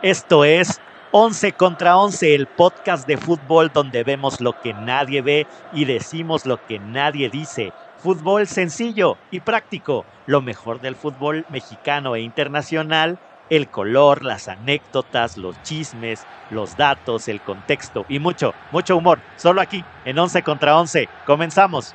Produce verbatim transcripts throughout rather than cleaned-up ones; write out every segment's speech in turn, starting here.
Esto es once contra once, el podcast de fútbol donde vemos lo que nadie ve y decimos lo que nadie dice. Fútbol sencillo y práctico, lo mejor del fútbol mexicano e internacional, el color, las anécdotas, los chismes, los datos, el contexto y mucho, mucho humor. Solo aquí, en once contra once. Comenzamos.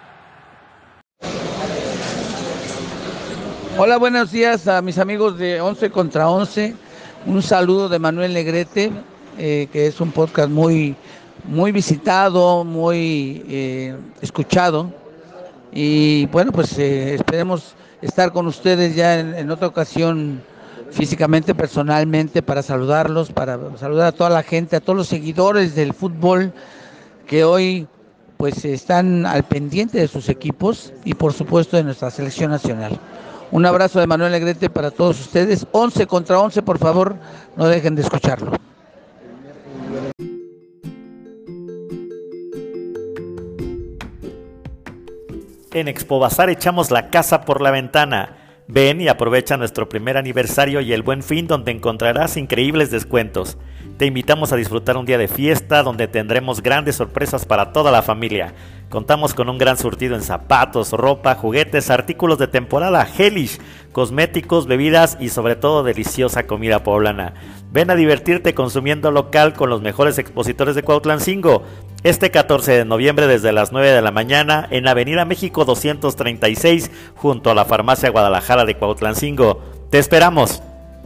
Hola, buenos días a mis amigos de once contra once. Un saludo de Manuel Negrete, eh, que es un podcast muy, muy visitado, muy eh, escuchado. Y bueno, pues eh, esperemos estar con ustedes ya en, en otra ocasión físicamente, personalmente, para saludarlos, para saludar a toda la gente, a todos los seguidores del fútbol que hoy pues están al pendiente de sus equipos y por supuesto de nuestra selección nacional. Un abrazo de Manuel Negrete para todos ustedes. once contra once, por favor, no dejen de escucharlo. En Expo Bazar echamos la casa por la ventana. Ven y aprovecha nuestro primer aniversario y el Buen Fin, donde encontrarás increíbles descuentos. Te invitamos a disfrutar un día de fiesta donde tendremos grandes sorpresas para toda la familia. Contamos con un gran surtido en zapatos, ropa, juguetes, artículos de temporada, Hellish, cosméticos, bebidas y sobre todo deliciosa comida poblana. Ven a divertirte consumiendo local con los mejores expositores de Cuautlancingo. Este catorce de noviembre desde las nueve de la mañana en Avenida México doscientos treinta y seis junto a la Farmacia Guadalajara de Cuautlancingo. ¡Te esperamos!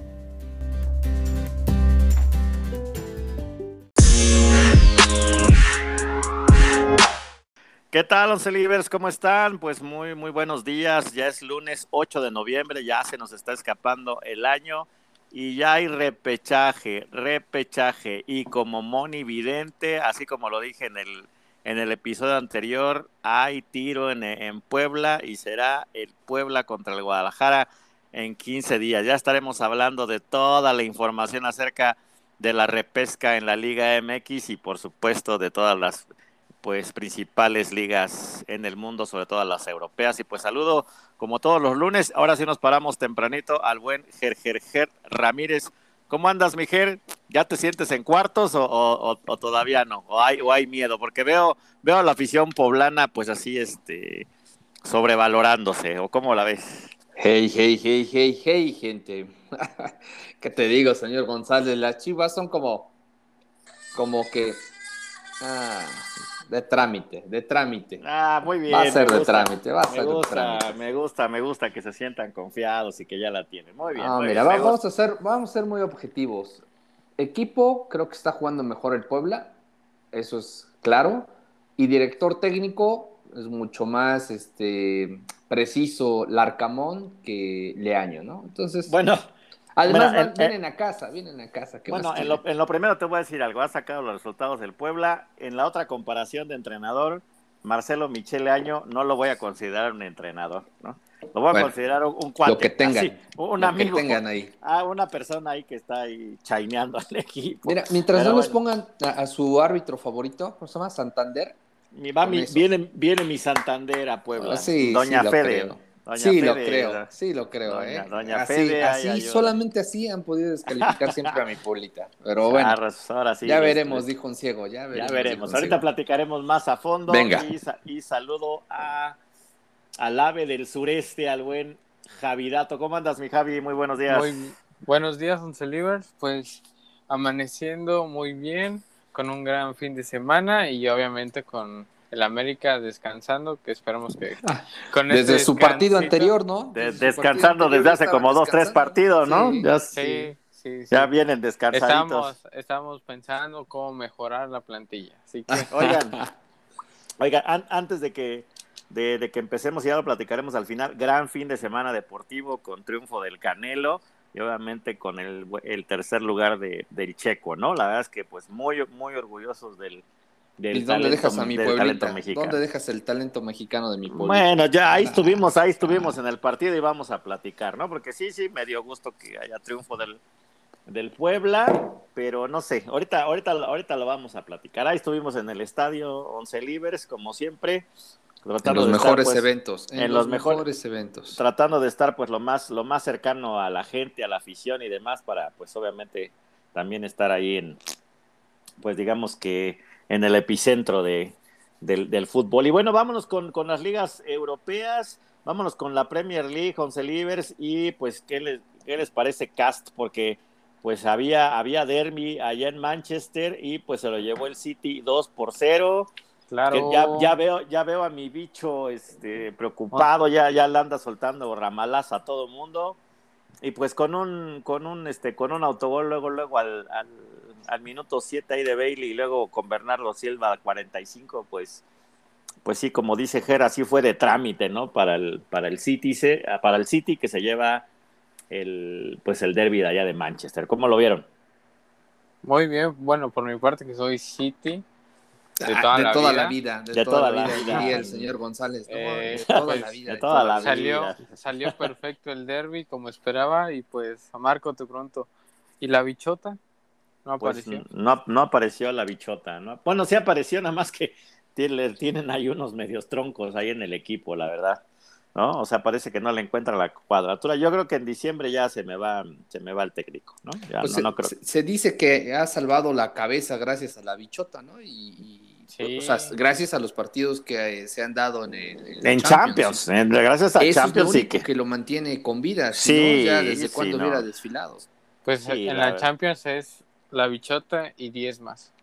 ¿Qué tal, once Libres? ¿Cómo están? Pues muy, muy buenos días. Ya es lunes ocho de noviembre, ya se nos está escapando el año y ya hay repechaje, repechaje. Y como monividente, así como lo dije en el, en el episodio anterior, hay tiro en, en Puebla y será el Puebla contra el Guadalajara en quince días. Ya estaremos hablando de toda la información acerca de la repesca en la Liga M X y por supuesto de todas las pues principales ligas en el mundo, sobre todo las europeas. Y pues saludo como todos los lunes, ahora sí nos paramos tempranito al buen Ger Ger Ger Ramírez. ¿Cómo andas, mi Ger? ¿Ya te sientes en cuartos o, o, o todavía no? ¿O hay, o hay miedo? Porque veo, veo a la afición poblana pues así este sobrevalorándose, ¿o cómo la ves? Hey, hey, hey, hey, hey, gente. ¿Qué te digo, señor González? Las Chivas son como, como que... Ah, de trámite, de trámite. Ah, muy bien. Va a ser de gusta, trámite, va a ser gusta, de trámite. Me gusta, me gusta que se sientan confiados y que ya la tienen. Muy bien. Ah, muy mira, bien, va, vamos a ser, vamos a ser muy objetivos. Equipo, creo que está jugando mejor el Puebla, eso es claro. Y director técnico es mucho más este, preciso Larcamón que Leaño, ¿no? Entonces, bueno. Además, Mira, van, en, vienen a casa, vienen a casa. ¿Qué bueno, más en lo, en lo primero te voy a decir algo. Has sacado los resultados del Puebla. En la otra comparación de entrenador, Marcelo Michele Año no lo voy a considerar un entrenador, ¿no? Lo voy a bueno, considerar un, un cuate. Lo que tengan, así, un lo amigo. que tengan ahí. Ah, una persona ahí que está ahí chaineando al equipo. Mira, mientras Pero no bueno, nos pongan a, a su árbitro favorito, ¿cómo se llama? Santander. mi, va mi, viene, viene mi Santander a Puebla. Oh, sí, Doña sí, lo Fede. creo. Doña sí, Fede, lo creo, sí lo creo, doña, ¿eh? Doña así, Fede, así ay, solamente así han podido descalificar siempre a mi Pueblita. Pero bueno, Arras, ahora sí, ya este, veremos, dijo un ciego, ya veremos. Ya veremos. Un Ahorita ciego. platicaremos más a fondo. Venga. Y, y saludo a, al ave del sureste, al buen Javidato. ¿Cómo andas, mi Javi? Muy buenos días. Muy buenos días, once Libres. Pues amaneciendo muy bien, con un gran fin de semana y obviamente con el América descansando, que esperamos que con desde este su partido anterior, ¿no? De, descansando desde hace como dos, tres partidos, ¿no? Sí, ya, sí, sí, sí. Ya vienen descansaditos. Estamos, estamos pensando cómo mejorar la plantilla. Así que oigan, oigan, an, antes de que de, de que empecemos, ya lo platicaremos al final. Gran fin de semana deportivo con triunfo del Canelo y obviamente con el, el tercer lugar de, del Checo, ¿no? La verdad es que pues muy, muy orgullosos del Del ¿Y dónde talento, dejas a mi pueblita? mexicano. ¿Dónde dejas el talento mexicano de mi pueblo? Bueno, ya ahí estuvimos, ahí estuvimos en el partido y vamos a platicar, ¿no? Porque sí, sí, me dio gusto que haya triunfo del, del Puebla, pero no sé, ahorita, ahorita, ahorita lo vamos a platicar. Ahí estuvimos en el estadio once Libres, como siempre. En los mejores estar, pues, eventos, en, en los, los mejores, mejores eventos. Tratando de estar pues lo más, lo más cercano a la gente, a la afición y demás, para pues obviamente también estar ahí en, pues digamos que en el epicentro de, del, del fútbol. Y bueno, vámonos con, con las ligas europeas, vámonos con la Premier League, once Livers, y pues, ¿qué les, qué les parece Cast? Porque pues había, había derby allá en Manchester y pues se lo llevó el City dos por cero. Claro. Que ya, ya, veo, ya veo a mi bicho este, preocupado, ya, ya le anda soltando ramalazo a todo mundo. Y pues con un, con un, este, con un autogol luego, luego al, al, al minuto siete ahí de Bailey y luego con Bernardo Silva al cuarenta y cinco, pues, pues sí, como dice Ger, así fue de trámite, ¿no? Para el, para el City, se, para el City que se lleva el, pues el derbi de allá de Manchester. ¿Cómo lo vieron? Muy bien, bueno, por mi parte que soy City, de toda, ah, de la, toda vida. la vida, de, de toda, toda la la vida, vida, diría el señor González, ¿no? Eh, de toda pues, la vida. de toda la vida. Salió, salió perfecto el derby como esperaba y pues a Marco te pronto. ¿Y la bichota? ¿No apareció? Pues no, no apareció la bichota, ¿no? Bueno, sí apareció, nada más que tiene, tienen ahí unos medios troncos ahí en el equipo, la verdad, ¿no? O sea, parece que no le encuentra la cuadratura. Yo creo que en diciembre ya se me va, se me va el técnico, ¿no? Ya Pues no, se, no creo. se, se dice que ha salvado la cabeza gracias a la bichota, ¿no? Y, y sí. o sea, gracias a los partidos que eh, se han dado en el en En Champions. Champions, en, gracias a Eso Champions es lo sí único que... que lo mantiene con vida, si Sí, no, ya desde sí, cuando no. hubiera desfilado. Pues Sí, en la la Champions es la bichota y diez más.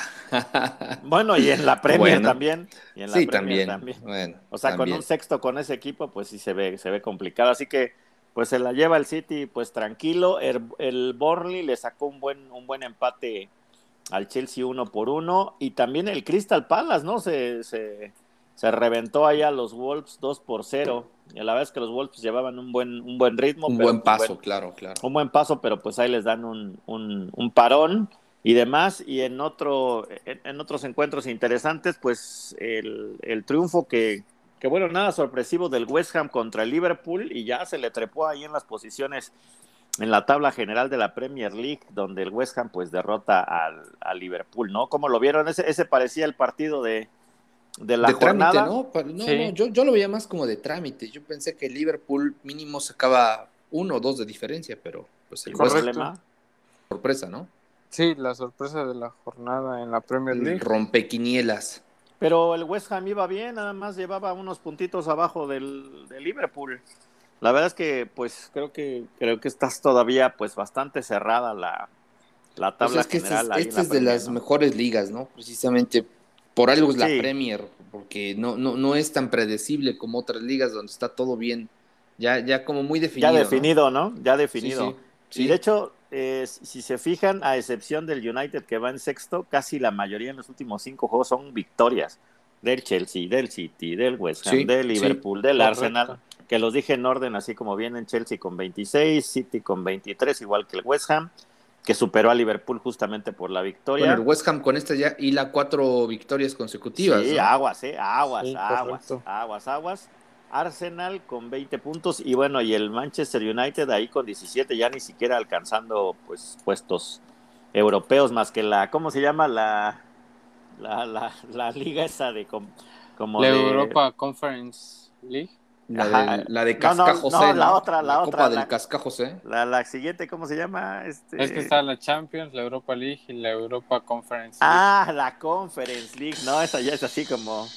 Bueno, y en la Premier Bueno, también. Y en la sí, Premier también. también. Bueno, O sea, también. con un sexto con ese equipo, pues sí se ve, se ve complicado. Así que, pues se la lleva el City, pues tranquilo. El, el Burnley le sacó un buen, un buen empate al Chelsea uno por uno. Y también el Crystal Palace, ¿no? Se, se, se reventó ahí a los Wolves dos por cero. Y la verdad es que los Wolves llevaban un buen, un buen ritmo. Un pero, buen pues, paso, bueno, claro, claro. un buen paso, pero pues ahí les dan un, un, un parón y demás. Y en otro en, en otros encuentros interesantes, pues el, el triunfo que, que, bueno, nada sorpresivo del West Ham contra el Liverpool, y ya se le trepó ahí en las posiciones en la tabla general de la Premier League, donde el West Ham pues derrota al, al Liverpool, ¿no? ¿Cómo lo vieron? Ese, ese parecía el partido de, de la de jornada. trámite, ¿no? No, sí. no, yo, yo lo veía más como de trámite. Yo pensé que el Liverpool mínimo sacaba uno o dos de diferencia, pero pues el West Ham, sorpresa, ¿no? Sí, la sorpresa de la jornada en la Premier League. Rompequinielas. Pero el West Ham iba bien, nada más llevaba unos puntitos abajo del, del Liverpool. La verdad es que, pues, creo que creo que estás todavía, pues, bastante cerrada la, la tabla Pues es que general. esta ahí es, en esta la es de Premier, las ¿no? mejores ligas, ¿no? Precisamente por algo es la Sí. Premier, porque no, no, no es tan predecible como otras ligas donde está todo bien, ya, ya como muy definido. Ya definido, ¿no? ¿no? Ya definido. Sí, sí, sí. Y de hecho, eh, si se fijan, a excepción del United que va en sexto, casi la mayoría en los últimos cinco juegos son victorias. Del Chelsea, del City, del West Ham, Sí, del Liverpool, sí, del correcto. Arsenal, que los dije en orden, así como vienen Chelsea con veintiséis, City con veintitrés, igual que el West Ham, que superó a Liverpool justamente por la victoria. Bueno, el West Ham con esta ya y la cuatro victorias consecutivas, Sí, ¿no? aguas, eh, aguas, Sí, aguas, correcto. aguas, aguas. Arsenal con veinte puntos y bueno, y el Manchester United ahí con diecisiete, ya ni siquiera alcanzando pues puestos europeos, más que la, ¿cómo se llama? La la, la, la liga esa de com, como la de Europa Conference League. La, Ajá. de, la de No, Casca no, José, no, ¿no? la otra, la, la otra, Copa la, del Casca José. La, la siguiente, ¿cómo se llama? Este... Es que está la Champions, la Europa League y la Europa Conference League. Ah, la Conference League, no, esa ya es así como,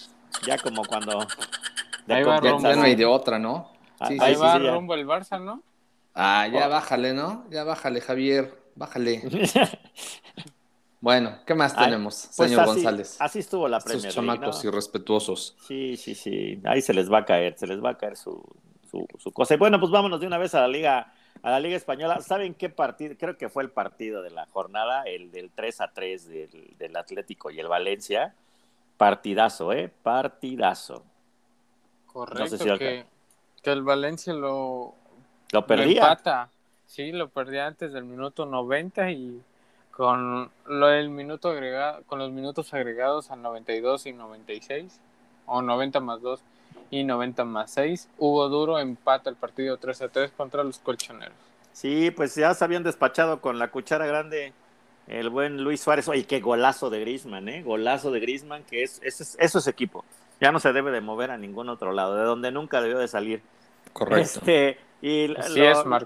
ya como cuando de Ahí va Ya, rumbo. ya no hay de compensación. otra, ¿no? Ah, Sí, Ahí sí, sí, va sí, ya. rumbo el Barça, ¿no? Ah, ya Oh. bájale, ¿no? Ya bájale, Javier, bájale. Bueno, ¿qué más Ay, tenemos, pues señor así, González? así estuvo la Estos Premier League, chamacos ¿no? irrespetuosos. Sí, sí, sí, ahí se les va a caer, se les va a caer su, su, su cosa. Y bueno, pues vámonos de una vez a la Liga, a la Liga Española. ¿Saben qué partido? Creo que fue el partido de la jornada, el del tres a tres del, del Atlético y el Valencia. Partidazo, ¿eh? Partidazo. Correcto, No sé si lo que, que el Valencia lo, Lo perdía. lo empata. Sí, lo perdía antes del minuto noventa y con lo del minuto agregado, con los minutos agregados al noventa y dos y noventa y seis, o noventa más dos y noventa más seis, Hugo Duro empata el partido tres a tres contra los colchoneros. Sí, pues ya se habían despachado con la cuchara grande el buen Luis Suárez. Oye, qué golazo de Griezmann, ¿eh? Golazo de Griezmann, que es, es, es eso es equipo. Ya no se debe de mover a ningún otro lado, de donde nunca debió de salir. Correcto. Este, y Así lo, es, Marco.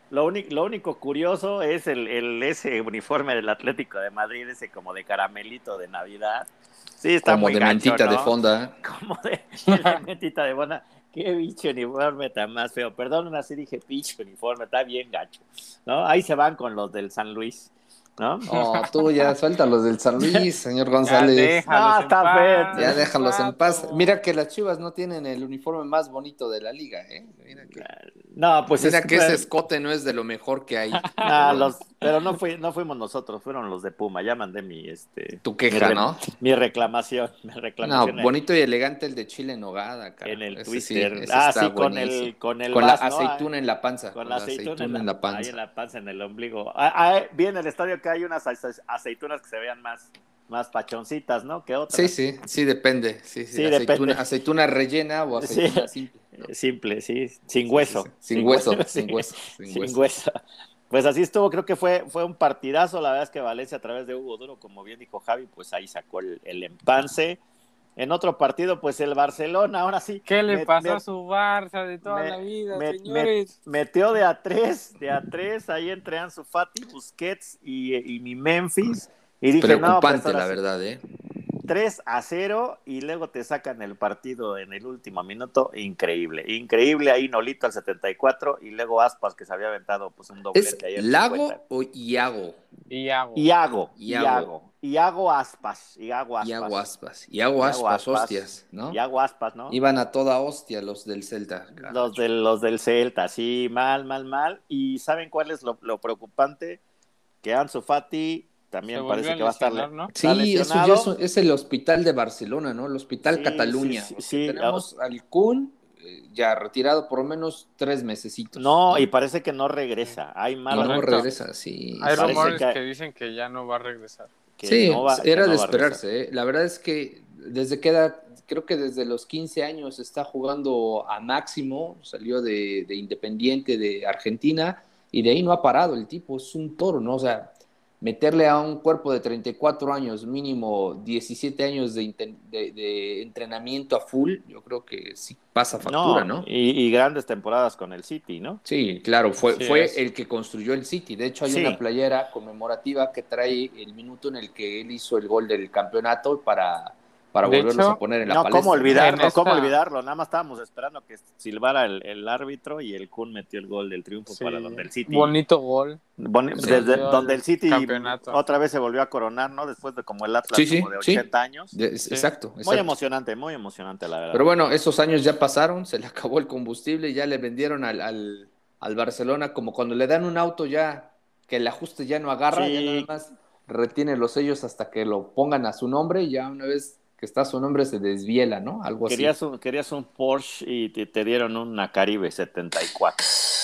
Lo, único, lo único curioso es el, el ese uniforme del Atlético de Madrid, ese como de caramelito de Navidad. Sí, está Como muy de gacho, mentita de ¿no? fonda. Como de, de mentita de bona. Qué bicho uniforme tan más feo. Perdón, así dije pinche uniforme, está bien gacho, ¿no? Ahí se van con los del San Luis, ¿no? Oh, tú ya suelta los del San Luis, señor Ya González. déjalos No, en está feo. Ya paz, déjalos en paz. vato. Mira que las Chivas no tienen el uniforme más bonito de la liga, ¿eh? Mira que, No, pues es mira que que ese fue- escote no es de lo mejor que hay. Pero nah, bueno, los, pero no fui, no fuimos nosotros, fueron los de Puma. Ya mandé mi, este, tu mi, queja, re- ¿no? mi reclamación, mi No, reclamación en, bonito y elegante el de chile en nogada, en carajo. el Ese sí, Twitter. ese Ah, está sí, con buenísimo. el, con el Con la vas, ¿no? aceituna en la panza, Con con la la aceituna en aceituna en la, la ahí en panza. la panza, en el ombligo. Ah, ah, vi en el estadio que hay unas ace- aceitunas que se vean más, más pachoncitas, ¿no? Que Sí, otras. sí, sí, depende. Sí, sí, Sí, depende. aceituna, aceituna rellena o Sí, aceituna simple, ¿no? simple, sí, sin Sí, sí, sí. hueso, Sin sin hueso, hueso, sí, sin hueso, sin sin hueso. hueso. Pues así estuvo, creo que fue, fue un partidazo, la verdad es que Valencia a través de Hugo Duro, como bien dijo Javi, pues ahí sacó el, el empance. En otro partido, pues el Barcelona, ahora sí, ¿Qué le me, pasó me, a su Barça de toda me, la vida, me, me, señores? metió de a tres, de a tres, ahí entre Ansu Fati, Busquets y, y mi Memphis, y dije, no, pues Preocupante, ahora la sí, verdad, ¿eh? tres a cero y luego te sacan el partido en el último minuto, increíble, increíble ahí Nolito al setenta y cuatro y luego Aspas que se había aventado pues un ¿Es doblete ahí al cincuenta. Lago o Iago? Y hago. Iago, Iago. Iago, Iago Aspas, Iago Iago Aspas, Aspas. Iago Iago Aspas, Aspas, hostias, ¿no? Iago Aspas, ¿no? Iban a toda hostia los del Celta, Los, carajo. de, los del Celta, sí, mal, mal, mal. ¿Y saben cuál es lo, lo preocupante? Que Ansu Fati Se también volvió parece a que va a estar, lesionar, ¿no? está Sí, eso ya es, lesionado. es el hospital de Barcelona, ¿no? El hospital Sí, sí, Cataluña, sí, porque sí. tenemos al Kun eh, ya retirado por lo menos tres mesecitos, No, y ¿no? parece que no Sí. regresa. Hay Y malas no Correcto. noticias. regresa, sí, Hay sí, Parece sí. rumores que, que dicen que ya no va a regresar. que Sí, no va, que era de no va a regresar. esperarse, ¿eh? La verdad es que desde que edad, creo que desde los quince años está jugando a máximo, salió de, de Independiente de Argentina y de ahí no ha parado el tipo, es un toro, ¿no? O sea, meterle a un cuerpo de treinta y cuatro años, mínimo diecisiete años de, inten- de- de entrenamiento a full, yo creo que sí pasa factura, No, ¿no? y, y grandes temporadas con el City, ¿no? Sí, claro, fue, Así fue es. el que construyó el City. De hecho, hay una Sí, playera conmemorativa que trae el minuto en el que él hizo el gol del campeonato para, para De volverlos a hecho, poner en la no, cómo palestra, ¿no? en olvidarlo, cómo esta, olvidarlo. Nada más estábamos esperando que silbara el, el árbitro y el Kun metió el gol del triunfo para sí, donde el City, bonito gol boni- que nos Sí, desde dio donde el el City campeonato. otra vez se volvió a coronar, ¿no? Después de como el sí, Atlas, como sí, de sí. ochenta años. De- es- Sí. exacto, Muy exacto. emocionante, muy emocionante, la Pero verdad. bueno, esos años ya pasaron, se le acabó el combustible, ya le vendieron al, al, al Barcelona como cuando le dan un auto ya que el ajuste ya no agarra, ya nada Sí, más retiene los sellos hasta que lo pongan a su nombre y ya una vez que está su nombre se desviela, ¿no? Algo así. querías un, querías un Porsche y te, te dieron una Caribe setenta y cuatro.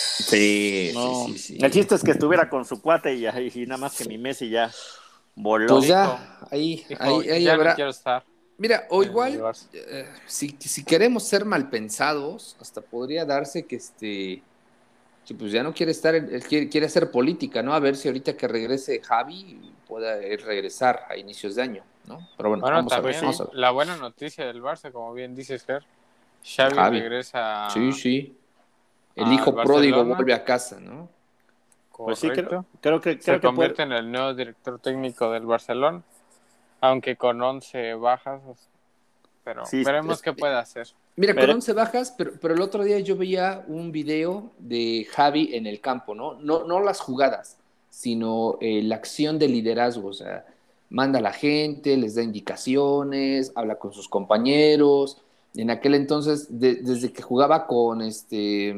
Sí, sí, No, sí, sí. el chiste es que estuviera con su cuate y, y nada más que mi Messi ya Pues voló. Dijo, ya, ahí, dijo, ahí, ahí ya no habrá. quiero estar Mira, o en el igual, Barça. eh, si, si queremos ser mal pensados, hasta podría darse que este, que pues ya no quiere estar, en- él quiere, quiere hacer política, ¿no? A ver si ahorita que regrese Javi pueda él regresar a inicios de año, ¿no? Pero bueno, Bueno, vamos a ver, Pues también sí, vamos a ver. la buena noticia del Barça, como bien dices, Fer, Xavi Javi, sí, regresa sí. El al hijo pródigo Barcelona, vuelve a casa, ¿no? pues sí, creo, correcto. creo que Se creo que puede. convierte en el nuevo director técnico del Barcelona, aunque con once bajas, pero Sí, veremos es- qué puede hacer. Mira, con pero- once bajas, pero, pero el otro día yo veía un video de Javi en el campo, ¿no? No, no las jugadas, sino eh, la acción de liderazgo, o sea, manda a la gente, les da indicaciones, habla con sus compañeros. En aquel entonces, de- desde que jugaba con este,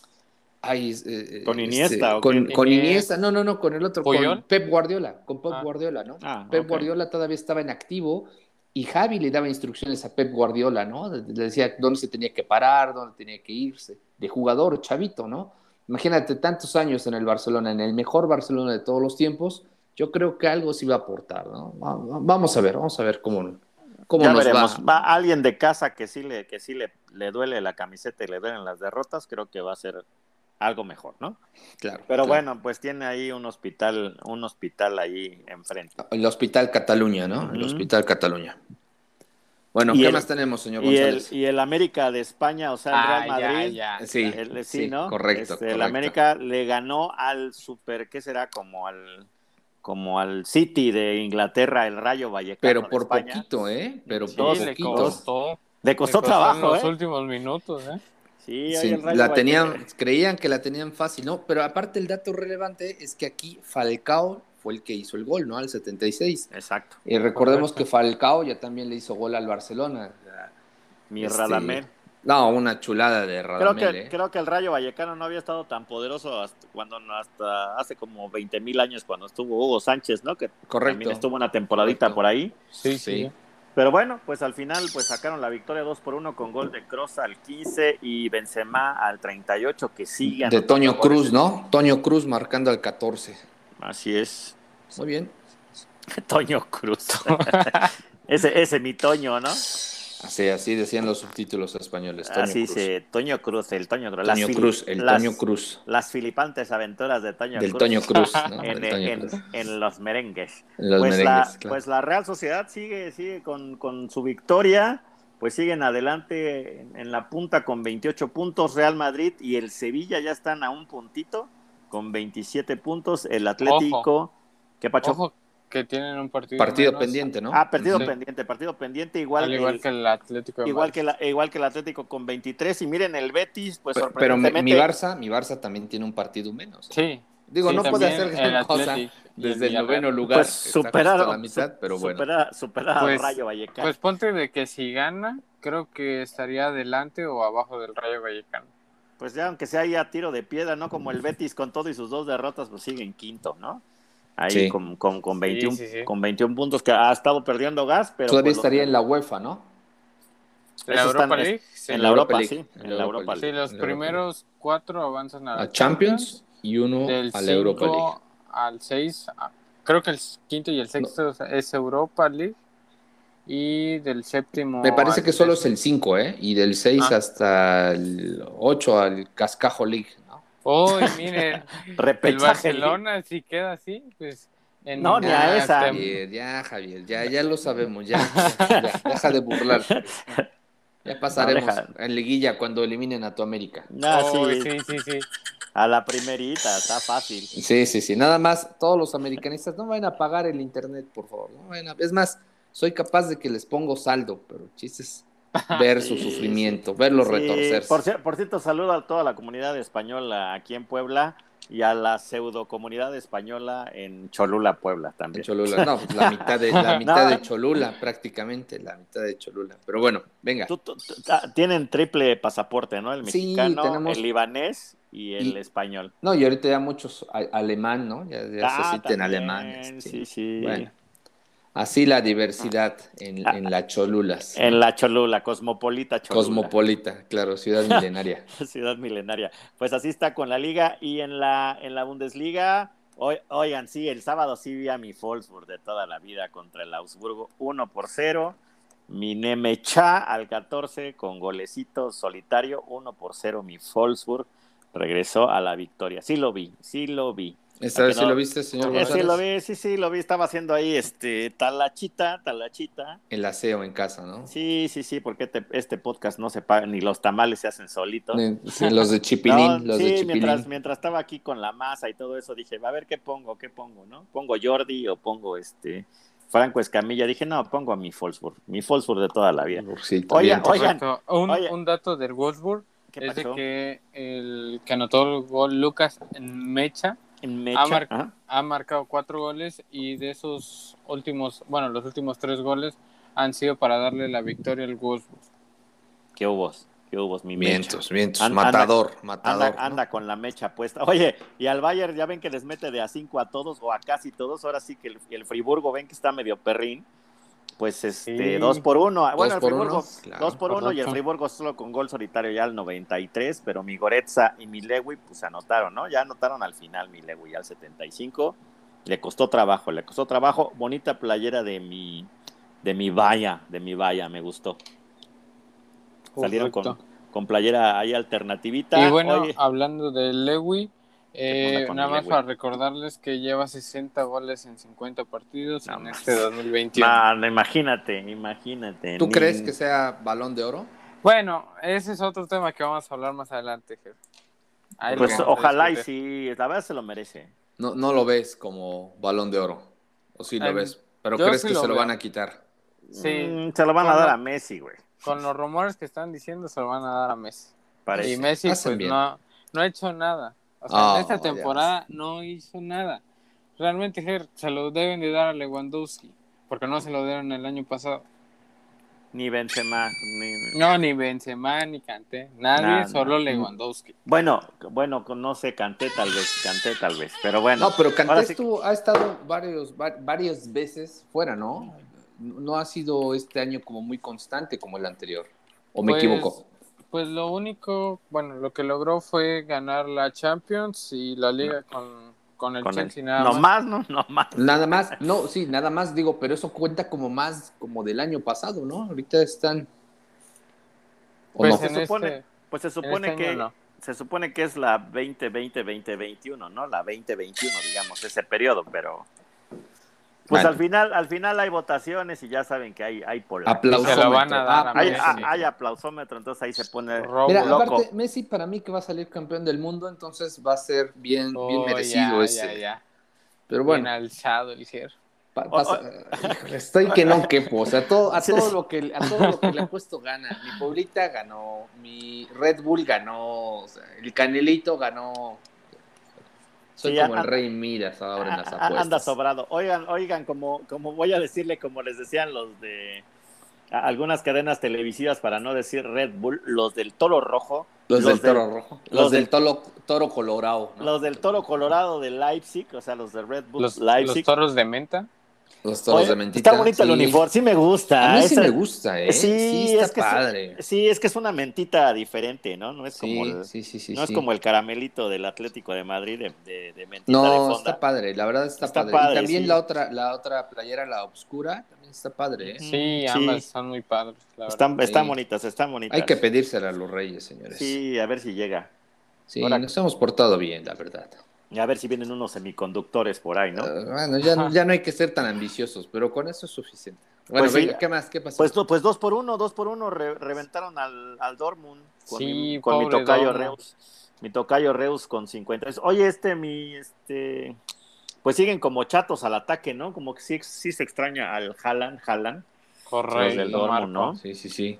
ay, es- eh, ¿Con este, Iniesta o con, qué? con Iniesta, Iniesta, no, no, no, con el otro, con Puyol. Pep Guardiola, con Pep Ah, Guardiola, ¿no? Ah, Pep ok. Guardiola todavía estaba en activo y Javi le daba instrucciones a Pep Guardiola, ¿no? Le decía dónde se tenía que parar, dónde tenía que irse, de jugador, chavito, ¿no? Imagínate tantos años en el Barcelona, en el mejor Barcelona de todos los tiempos, yo creo que algo sí va a aportar, ¿no? Va- Vamos a ver, vamos a ver cómo, cómo Ya nos veremos. va. Va alguien de casa que sí le que sí le, le duele la camiseta y le duelen las derrotas, creo que va a ser algo mejor, ¿no? Claro, Pero claro. bueno, pues tiene ahí un hospital, un hospital ahí enfrente. El Hospital Cataluña, ¿no? El Ujú. Hospital Cataluña. Bueno, Y ¿qué el- más tenemos, señor Y el, González? y el América de España, o sea, el Real Ah, Madrid. ya, ya. Sí, El- sí, sí, ¿no? correcto, Este, el correcto. América le ganó al super, ¿qué será? Como al, como al City de Inglaterra, el Rayo Vallecano Pero de por España. poquito, ¿eh? Pero Sí, por Dos, le poquito. costó. Le Le costó costó trabajo, en los ¿eh? últimos minutos, ¿eh? Sí, hoy Sí, el Rayo la Vallecano. tenían, creían que la tenían fácil, ¿no? Pero aparte el dato relevante es que aquí Falcao fue el que hizo el gol, ¿no? Al setenta y seis. Exacto. Y recordemos Correcto. que Falcao ya también le hizo gol al Barcelona. O sea, Mi este, Radamel. No, una chulada de Creo Radamel, que, ¿eh? creo que el Rayo Vallecano no había estado tan poderoso hasta, cuando, hasta hace como veinte mil años cuando estuvo Hugo Sánchez, ¿no? Que Correcto. también estuvo una temporadita Correcto. por ahí. Sí, sí. Sí. Pero bueno, pues al final pues sacaron la victoria dos por uno con gol de Kroos al quince y Benzema al treinta y ocho, que sigue De anotando Toño goles. Cruz, ¿no? Toño Cruz marcando al catorce. Así es. Muy bien. Toño Cruz. ese, ese mi Toño, ¿no? Así, así decían los subtítulos españoles. Toño Así Cruz. dice Toño Cruz, el Toño Cruz. Toño fili- Cruz, el las- Toño Cruz. Las filipantes aventuras de Toño Del Cruz. Toño Cruz, ¿no? En, Del Toño en- Cruz. en los merengues. En los pues, merengues, la, claro. pues la Real Sociedad sigue, sigue con, con su victoria, pues siguen adelante en, en la punta con veintiocho puntos. Real Madrid y el Sevilla ya están a un puntito con veintisiete puntos. El Atlético, ¿qué pacho? Ojo que tienen un partido Partido menos, pendiente, ¿no? Ah, partido Sí. pendiente, partido pendiente, igual, al igual el, que el Atlético de igual, Madrid. que la, igual que el Atlético con veintitrés. Y miren, el Betis, pues Pe- Pero mi, sorprendentemente. mi Barça, mi Barça también tiene un partido menos. ¿eh? Sí. Digo, sí, no puede también hacer gran el cosa Atlético y desde el Villarreal. noveno lugar. Pues está justo superaron, a la mitad, su- pero bueno. supera, supera Pues- al Rayo Vallecano. Pues ponte de que si gana, creo que estaría adelante o abajo del Rayo Vallecano. Pues ya, aunque sea ahí a tiro de piedra, ¿no? Como el Betis con todo y sus dos derrotas, pues sigue en quinto, ¿no? Ahí Sí. con, con, con, Sí, veintiún, sí, sí. con veintiún puntos, que ha estado perdiendo gas, pero Todavía pues los estaría que- en la UEFA, ¿no? La esos Europa están- es- League, sí. en la Europa, League, sí, en en la Europa Sí, League. los en la Europa primeros cuatro avanzan a la A Champions y uno Del a la Europa League. cinco al seis, ah, creo que el quinto y el sexto es Europa League. Y del séptimo. Me parece al que solo es décimo. el cinco, ¿eh? Y del seis Ah. hasta el ocho al Cascajo League, ¿no? Uy, miren, el Repechaje. Barcelona si queda así, pues. En No, ni a Ya, esa. Javier, ya, Javier, ya, ya lo sabemos, ya, ya, ya, deja de burlarte. Ya pasaremos No, deja. en liguilla cuando eliminen a tu América. Ah, Uy, sí, sí, sí, sí. a la primerita, está fácil. Sí, sí, sí. Nada más, todos los americanistas no vayan a pagar el internet, por favor. No vayan a- Es más, soy capaz de que les pongo saldo, pero el chiste es ver su Sí, sufrimiento, verlos Sí, retorcerse. por, cier- por cierto, saludo a toda la comunidad española aquí en Puebla y a la pseudo comunidad española en Cholula, Puebla En también. Cholula. No, pues la mitad de, la mitad No. de Cholula, prácticamente, la mitad de Cholula. Pero bueno, venga. Tú- tú- tú- ah, tienen triple pasaporte, ¿no? El Sí, mexicano, tenemos- el libanés y el Y- español. No, y ahorita ya muchos a- alemán, ¿no? Ya, ya se Ah, sienten también, alemanes. sí, sí. Bueno, así la diversidad en, en la Cholulas. En la Cholula, cosmopolita Cholula. Cosmopolita, claro, ciudad milenaria. Ciudad milenaria. Pues así está con la liga y en la en la Bundesliga, hoy, oigan, sí, el sábado sí vi a mi Wolfsburg de toda la vida contra el Augsburgo uno por cero. Mi Nemecha al catorce con golecito solitario uno por cero. Mi Wolfsburg regresó a la victoria. Sí lo vi, sí lo vi. ¿Esta ¿A vez que sí no? lo viste, señor Eh, González? sí lo vi, sí, sí lo vi. Estaba haciendo ahí este talachita, talachita. El aseo en casa, ¿no? Sí, sí, sí, porque te- este podcast no se paga, ni los tamales se hacen solitos. Eh, sí, los de Chipilín, No, los sí, de Chipilín. mientras, mientras estaba aquí con la masa y todo eso, dije, a ver qué pongo, qué pongo, ¿no? Pongo Jordi o pongo este Franco Escamilla. Dije, no, pongo a mi Wolfsburg, mi Wolfsburg de toda la vida. Sí, está Oye, bien. oigan, Correcto. Un, oye. un dato del Wolfsburg ¿Qué es de pasó? que el que anotó el gol Lucas Mecha En Mecha, ha, mar- ajá. ha marcado cuatro goles y de esos últimos, bueno, los últimos tres goles han sido para darle la victoria al Wolfsburg. ¿Qué hubo? ¿Qué hubo? Mi Mecha. Vientos, vientos. An- matador, anda, matador. Anda, ¿no? anda con la mecha puesta. Oye, y al Bayern ya ven que les mete de a cinco a todos o a casi todos. Ahora sí que el, el Friburgo ven que está medio perrín. Pues este, Sí. dos por uno. Bueno, el por Friburgo, uno, claro, dos por uno y el correcto. Friburgo solo con gol solitario ya al noventa y tres, pero mi Goretza y mi Lewy pues anotaron, ¿no? Ya anotaron al final mi Lewy al setenta y cinco. Le costó trabajo, le costó trabajo. Bonita playera de mi, de mi valla, de mi valla, me gustó. Salieron con, Correcto. con playera ahí alternativita. Y bueno, Oye, hablando de Lewy, Eh, con nada Ile, más güey. para recordarles que lleva sesenta goles en cincuenta partidos No en más. este dos mil veintiuno. No, no, imagínate, imagínate. ¿Tú Ni- crees que sea Balón de Oro? Bueno, ese es otro tema que vamos a hablar más adelante, jefe. Ahí lo Pues vamos a ojalá y discutir. sí, la verdad se lo merece. No, no lo ves como Balón de Oro. O sí lo Em, ves. Pero yo crees sí que lo se lo veo. van a quitar. Sí, Mm, se lo van a con, dar lo- a Messi, güey. con los rumores que están diciendo se lo van a dar a Messi. Y Parece. Messi Hacen pues bien. no, no ha hecho nada. O sea, en esta Oh, ya temporada no hizo nada. Realmente, Ger, se lo deben de dar a Lewandowski, porque no se lo dieron el año pasado. Ni Benzema, ni... No, ni Benzema, ni Kanté, nadie, Nah, solo nah. Lewandowski. Bueno, bueno, no sé, Kanté tal vez, Kanté tal vez, pero bueno. No, pero Kanté ahora sí- estuvo, ha estado varios, va- varias veces fuera, ¿no? No ha sido este año como muy constante como el anterior. ¿O me Pues, equivoco? Pues lo único, bueno, lo que logró fue ganar la Champions y la Liga con, con el con el... Chelsea nada No más. más, no, no más. Nada más, no, sí, nada más digo, pero eso cuenta como más como del año pasado, ¿no? Ahorita están. ¿O Pues no? Se en supone, este, pues se en supone este que año no. se supone que es la veinte veinte veinte veintiuno, ¿no? La veinte veintiuno, digamos, ese periodo, pero pues Bueno. al final, al final hay votaciones y ya saben que hay, hay polacos. Aplausómetro. Se lo van a dar a Hay, Messi. hay, hay aplausómetro, entonces ahí se pone Robo. Mira, loco. aparte, Messi para mí que va a salir campeón del mundo, entonces va a ser bien, bien Oh, merecido ya, ese. ya, ya. Pero Bien bueno, alzado el Ger. pa- O- pasa- o- híjole, estoy que no quepo, o sea, todo, a Sí. todo lo que a todo lo que le ha puesto gana. Mi Pueblita ganó, mi Red Bull ganó, o sea, el Canelito ganó. Soy Sí, como el anda- rey Midas ahora en las a- a- apuestas. anda sobrado. Oigan, oigan, como, como voy a decirle, como les decían los de a- algunas cadenas televisivas, para no decir Red Bull, los del Toro Rojo, Los, los del del- Toro Rojo, los, los del del- toro, toro Colorado, ¿no? los del Toro Colorado de Leipzig, o sea, los de Red Bull Los, Leipzig. los toros de menta. Los toros Oye, de mentita. está bonito el sí. uniforme, sí me gusta. A mí sí Esa- me gusta, ¿eh? Sí, Sí, está es que es- padre. sí, es que es una mentita diferente, ¿no? No es como Sí, el, sí, sí, sí. no es sí. como el caramelito del Atlético de Madrid de, de, de mentita de No, fonda. está padre, la verdad está, Está padre. padre, Y también sí. la otra, la otra playera, la oscura, también está padre, ¿eh? Mm, Sí, sí. ambas están muy padres, la verdad. Están, están Sí. bonitas, están bonitas. Hay que pedírsela a los reyes, señores. Sí, Sí, a ver si llega. sí Ahora- nos hemos portado bien, la verdad. Y a ver si vienen unos semiconductores por ahí, ¿no? Eh, bueno, ya, no- ya no hay que ser tan ambiciosos, pero con eso es suficiente. Bueno, Pues sí. venga, ¿qué más? ¿Qué pasó? Pues, do- pues dos por uno, dos por uno re- reventaron al, al Dortmund con, Sí, mi, con mi pobre tocayo Dortmund. Reus. Mi tocayo Reus con cincuenta. Oye, este, mi, este, pues siguen como chatos al ataque, ¿no? Como que sí, sí se extraña al Haaland, Haaland. Correcto, del Dortmund, Marco. ¿no? Sí, sí, sí.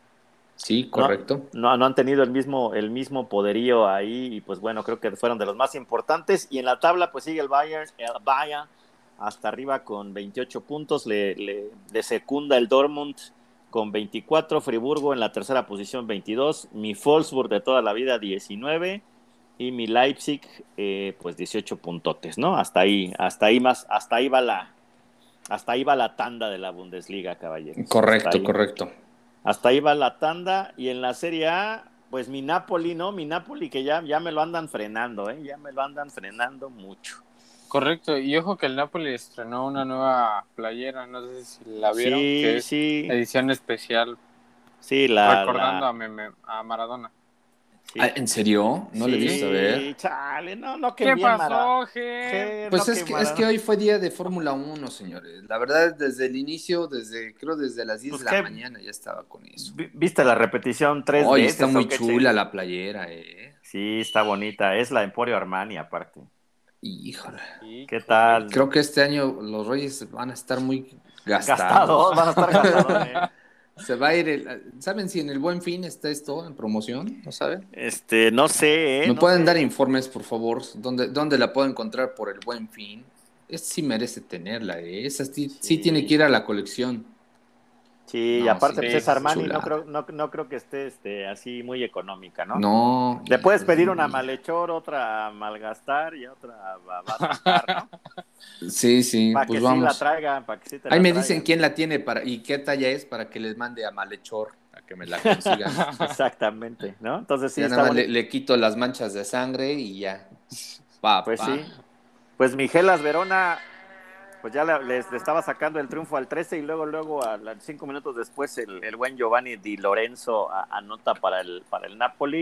Sí, correcto. No, no han tenido el mismo, el mismo poderío ahí y pues bueno, creo que fueron de los más importantes. Y en la tabla pues sigue el Bayern, el Bayern hasta arriba con veintiocho puntos, le, le, le secunda el Dortmund con veinticuatro, Friburgo en la tercera posición veintidós, mi Wolfsburg de toda la vida diecinueve y mi Leipzig eh, pues dieciocho puntotes, ¿no? Hasta ahí, hasta ahí más, hasta ahí va la, hasta ahí va la tanda de la Bundesliga, caballeros. Correcto, Hasta ahí. correcto. Hasta ahí va la tanda y en la Serie A, pues mi Napoli, ¿no? Mi Napoli que ya, ya me lo andan frenando, ¿eh? Ya me lo andan frenando mucho. Correcto, y ojo que el Napoli estrenó una nueva playera, no sé si la vieron, Sí, que es sí, edición especial, sí, la... recordando la- A, Meme- a Maradona. sí. Ah, ¿en serio? No le he Sí, visto, a ver. chale, no, no, que ¿Qué bien, Mara. pasó, Ger? Ger, Pues no, es que, Mara. es que hoy fue día de Fórmula uno, señores. La verdad, desde el inicio, desde creo desde las diez Pues de la qué- mañana ya estaba con eso. Vi- ¿Viste la repetición tres Hoy veces? está o muy qué chula chingo? la playera, eh. Sí, está bonita. Es la Emporio Armani, aparte. Híjole. Sí, ¿Qué tal? Creo que este año los Reyes van a estar muy gastados. Gastados, van a estar gastados, ¿eh? Se va a ir el- ¿Saben si en el Buen Fin está esto en promoción? ¿No saben? Este, no sé, ¿eh? ¿Me No pueden sé. dar informes, por favor? ¿Dónde, dónde la puedo encontrar por el Buen Fin? Esta sí merece tenerla, ¿eh? Esa sí, sí Sí. tiene que ir a la colección. Sí, y No, aparte sí, pues es Armani, chulada. no creo, no, no creo que esté este, así muy económica, ¿no? No. Le puedes híjole, pedir una a sí. malhechor, otra a malgastar y otra a bastar, ¿no? Sí, sí, Para pues que sí la vamos. traigan, para que sí te Ahí la me traigan. dicen quién la tiene para y qué talla es para que les mande a Malhechor a que me la consigan. Exactamente, ¿no? Entonces sí, Ya está nada más le, bonito. le quito las manchas de sangre y ya. Pa, Pues pa. sí. Pues Migelas Verona, pues ya le, les- le estaba sacando el triunfo al trece y luego, luego, a los cinco minutos después, el, el buen Giovanni Di Lorenzo a- anota para el, para el Napoli.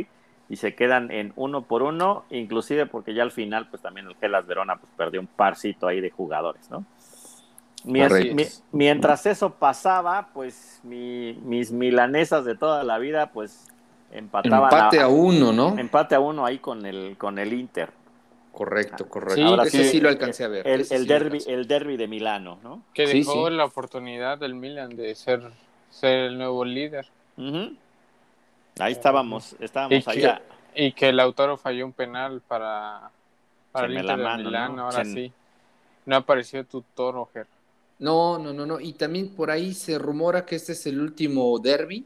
y se quedan en uno por uno, inclusive porque ya al final pues también el Hellas Verona pues perdió un parcito ahí de jugadores, ¿no? Mien- mi- mientras eso pasaba, pues mi, mis milanesas de toda la vida pues empataban Empate a, a uno, ¿no? empate a uno ahí con el, con el Inter. Correcto, correcto. Sí, Ahora ese sí, sí lo eh, alcancé a ver. el, ese el sí lo derbi, alcancé. el derbi de Milano, ¿no? Que Sí, dejó sí. la oportunidad del Milan de ser, ser el nuevo líder. Ujú. Ahí Eh, estábamos, Y estábamos ahí que, a, y que Lautaro falló un penal para, para el Cheme la Inter de mano, Milán, ¿no? ahora Chen- sí. No apareció tu toro, Ger. No, no, no, no. Y también por ahí se rumora que este es el último derby,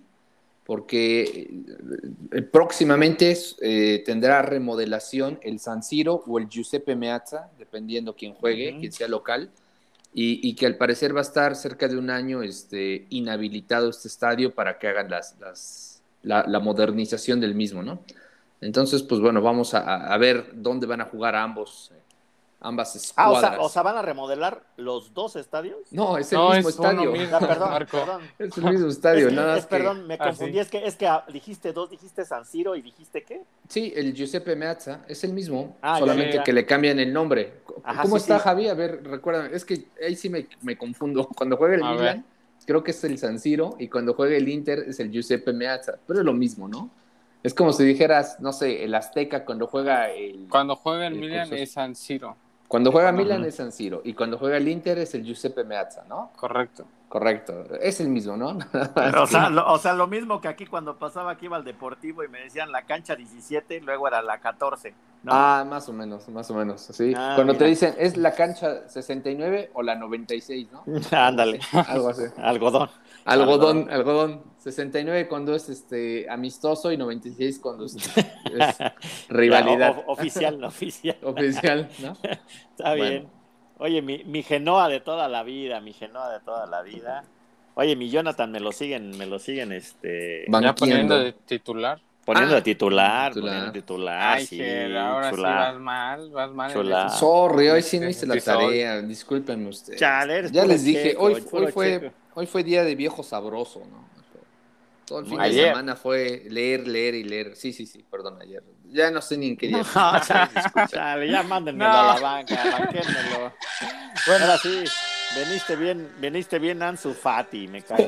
porque eh, próximamente eh, tendrá remodelación el San Siro o el Giuseppe Meazza, dependiendo quién juegue, Ujú. quién sea local, y, y que al parecer va a estar cerca de un año este, inhabilitado este estadio para que hagan las, las, la, la modernización del mismo, ¿no? Entonces, pues bueno, vamos a, a ver dónde van a jugar ambos, eh, ambas Ah, o sea, o escuadras. sea, ¿van a remodelar los dos estadios? No, es el No, mismo es uno estadio. Ah, mismo, perdón, Marco. perdón. Es el mismo Es estadio, que, nada es, más que... perdón, me Ah, confundí. sí. Es que, es que ah, dijiste dos, dijiste San Siro y dijiste qué. Sí, el Giuseppe Meazza es el mismo, Ah, ya, ya, solamente ya. que le cambian el nombre. Ajá, ¿Cómo sí, está sí. Javi? A ver, recuérdame, es que ahí sí me, me confundo. Cuando juega el A ver. Milan, creo que es el San Siro, y cuando juega el Inter es el Giuseppe Meazza, pero es lo mismo, ¿no? Es como si dijeras, no sé, el Azteca cuando juega el... Cuando juega el el Milan Cruz Azul. es San Siro. Cuando juega Cuando- Milan es San Siro, y cuando juega el Inter es el Giuseppe Meazza, ¿no? Correcto. Correcto, es el mismo, ¿no? O sea, lo, o sea, lo mismo que aquí cuando pasaba aquí iba al Deportivo y me decían la cancha diecisiete, luego era la catorce, ¿no? Ah, más o menos, más o menos, sí. Ah, Cuando te mira. dicen, ¿es la cancha sesenta y nueve o la noventa y seis, no? Ándale. Algo así. Algodón. Algodón, algodón. sesenta y nueve cuando es este amistoso y noventa y seis cuando es, es rivalidad. Ya, o- oficial, oficial. Oficial, ¿no? Está Bueno. bien. Oye, mi, mi Genoa de toda la vida, mi Genoa de toda la vida. Oye, mi Jonathan me lo siguen, me lo siguen, este, Van- Ya poniendo Banqueando. de titular. poniendo Ah, de titular, titular. poniendo de titular, Ay, sí, Ger, ahora sí chula. vas mal, vas mal Chula. en este, Sorry, hoy en sí no este hice la episodio. tarea, discúlpenme ustedes. Chale, eres Ya puro les dije, checo, hoy, puro hoy, fue, checo. hoy fue día de viejo sabroso, ¿no? Todo el fin de Ayer. semana fue leer, leer y leer. Sí, sí, sí, perdón, ayer. Ya no sé ni en qué día. No, fue. chale, Disculpen. chale, ya mándenmelo No. a la banca, banquénmelo. Bueno, ahora sí, veniste bien, veniste bien Ansu Fati, me cae.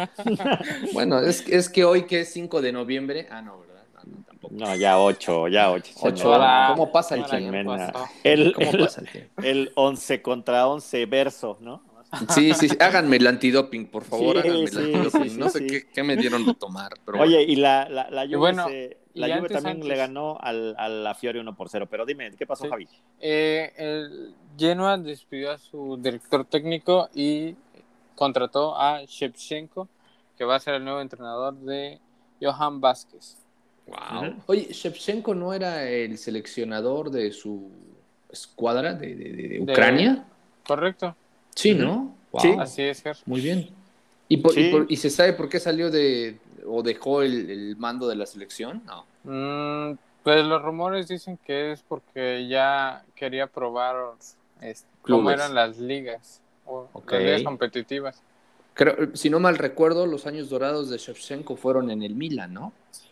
Bueno, es, es que hoy que es cinco de noviembre. Ah, no, ¿verdad? No, no, tampoco. No, ya ocho, ya ocho. Ocho, échenme la- ¿cómo pasa el Ahora, tiempo? échenme la- pasó. El, ¿Cómo el, pasa el tiempo? el once contra once verso, ¿no? Sí, sí, sí, háganme el antidoping, por favor, Sí, háganme el sí, antidoping. sí, no sí, sé sí. Qué, qué me dieron de tomar, pero Oye, bueno. y la, la, la Y Juve, bueno, se- y la Juve antes, también antes. le ganó al, a la Fiore uno por cero. Pero dime, ¿qué pasó, Sí. Javi? Eh, el Genoa despidió a su director técnico y contrató a Shevchenko, que va a ser el nuevo entrenador de Johan Vázquez. Wow. Ujú. Oye, Shevchenko no era el seleccionador de su escuadra de, de- de- de Ucrania. Correcto, Sí, Ujú. ¿no? Wow. Sí. así es, Ger. Muy bien. ¿Y, por- Sí. y, por- y se sabe por qué salió de o dejó el, el mando de la selección? No. Mm, pues los rumores dicen que es porque ya quería probar este, cómo Clubes. eran las ligas, o Ok. las ligas competitivas. Creo, si no mal recuerdo, los años dorados de Shevchenko fueron en el Milan, ¿no?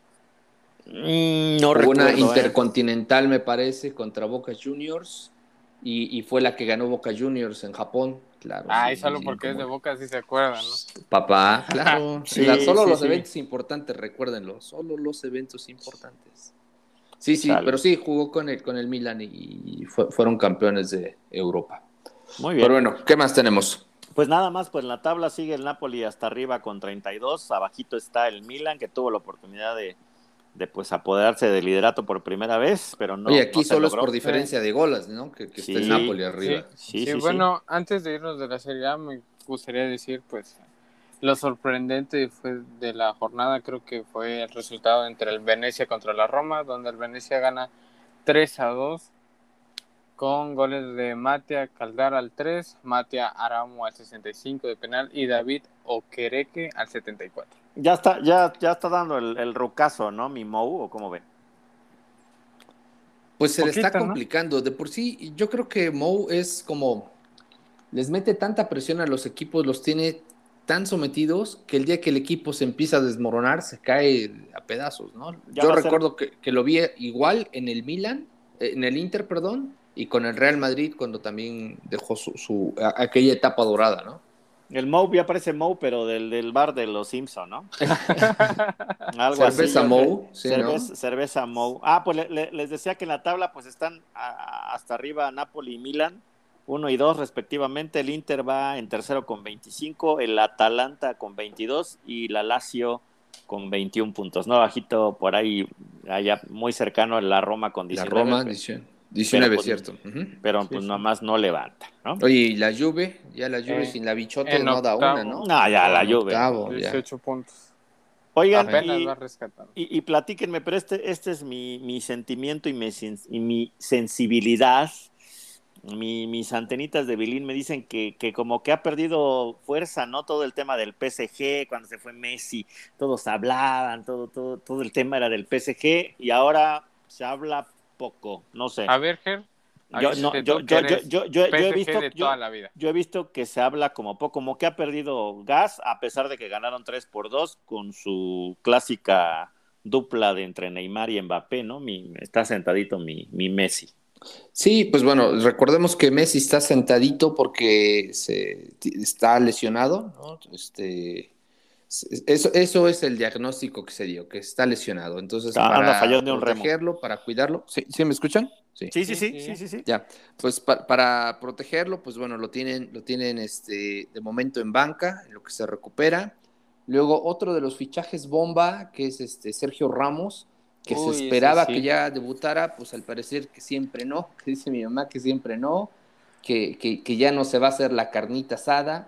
Mm, no Hubo recuerdo. una ¿eh? intercontinental, me parece, contra Boca Juniors y, y fue la que ganó Boca Juniors en Japón. Claro. Ay, sí, solo sí, porque es cómo de no. Boca, si se acuerdan, ¿no? Papá, claro. Sí, La- solo sí, los sí. eventos importantes, recuérdenlo. Solo los eventos importantes. Sí, sí, Chale. pero sí, jugó con el, con el Milan y, y fue- fueron campeones de Europa. Muy bien. Pero bueno, ¿qué más tenemos? Pues nada más, pues en la tabla sigue el Napoli hasta arriba con treinta y dos. Abajito está el Milan, que tuvo la oportunidad de, de pues apoderarse del liderato por primera vez, pero no, Oye, aquí no se solo es logró. por diferencia de goles, ¿no? Que, que Sí, está el Napoli arriba. Sí, Sí, sí, sí, bueno, antes de irnos de la Serie A, me gustaría decir, pues, lo sorprendente fue de la jornada, creo que fue el resultado entre el Venecia contra la Roma, donde el Venecia gana tres a dos, con goles de Matia Caldara al tres, Matia Aramo al sesenta y cinco de penal y David Okereke al setenta y cuatro. Ya está, ya, ya está dando el, el rucazo, ¿no? Mi Mou, ¿o cómo ven? Pues se le Poquito, está ¿no? complicando. De por sí, yo creo que Mou es como. Les mete tanta presión a los equipos, los tiene tan sometidos que el día que el equipo se empieza a desmoronar, se cae a pedazos, ¿no? Ya Yo va a ser- recuerdo que, que lo vi igual en el Milan, eh, en el Inter, perdón, y con el Real Madrid cuando también dejó su, su a- aquella etapa dorada, ¿no? El Mou ya parece Mou, pero del, del bar de los Simpson, ¿no? Algo así. Cerveza yo Mou, creo. sí, Cerveza, ¿no? cerveza Mou. Ah, pues le- le- les decía que en la tabla pues están a- hasta arriba Napoli y Milan, uno y dos respectivamente. El Inter va en tercero con veinticinco, el Atalanta con veintidós y la Lazio con veintiún puntos, ¿no? Bajito por ahí, allá muy cercano a la Roma con La diecinueve, Roma, pe- diecinueve, pero diecinueve, pues, cierto. Ujú. pero Sí, pues sí. nomás no levanta, ¿no? Oye, y la Juve, ya la Juve Eh, sin la Bichotte en no da una, octavo. ¿no? No, ya la En Juve. octavo, ya. dieciocho puntos. Oigan, Apenas y, va rescatando. y, y platíquenme, pero este, este es mi, mi sentimiento y mi, sens- y mi sensibilidad. Mi, mis antenitas de Bilín me dicen que, que como que ha perdido fuerza, ¿no? Todo el tema del P S G, cuando se fue Messi, todos hablaban, todo, todo, todo el tema era del P S G y ahora se habla poco, no sé. A ver, Ger, Yo, no, aviéntate yo, tú que yo, yo, eres yo, yo, yo he P S G visto, de yo, toda la vida. yo he visto que se habla como poco, como que ha perdido gas, a pesar de que ganaron tres por dos con su clásica dupla de entre Neymar y Mbappé, ¿no? Mi, está sentadito mi, mi Messi. Sí, pues bueno, recordemos que Messi está sentadito porque se, está lesionado, ¿no? Este, eso, eso es el diagnóstico que se dio, que está lesionado. Entonces, Anda para fallando de un remo. protegerlo, para cuidarlo, ¿sí, ¿sí me escuchan? Sí. Sí, sí, Sí, sí, sí. sí, sí, sí. Ya, pues pa- para protegerlo, pues bueno, lo tienen, lo tienen este, de momento en banca, en lo que se recupera. Luego, otro de los fichajes bomba, que es este Sergio Ramos, que Uy, se ese esperaba sí. que ya debutara, pues al parecer que siempre no, que dice mi mamá que siempre no, que, que, que ya no se va a hacer la carnita asada.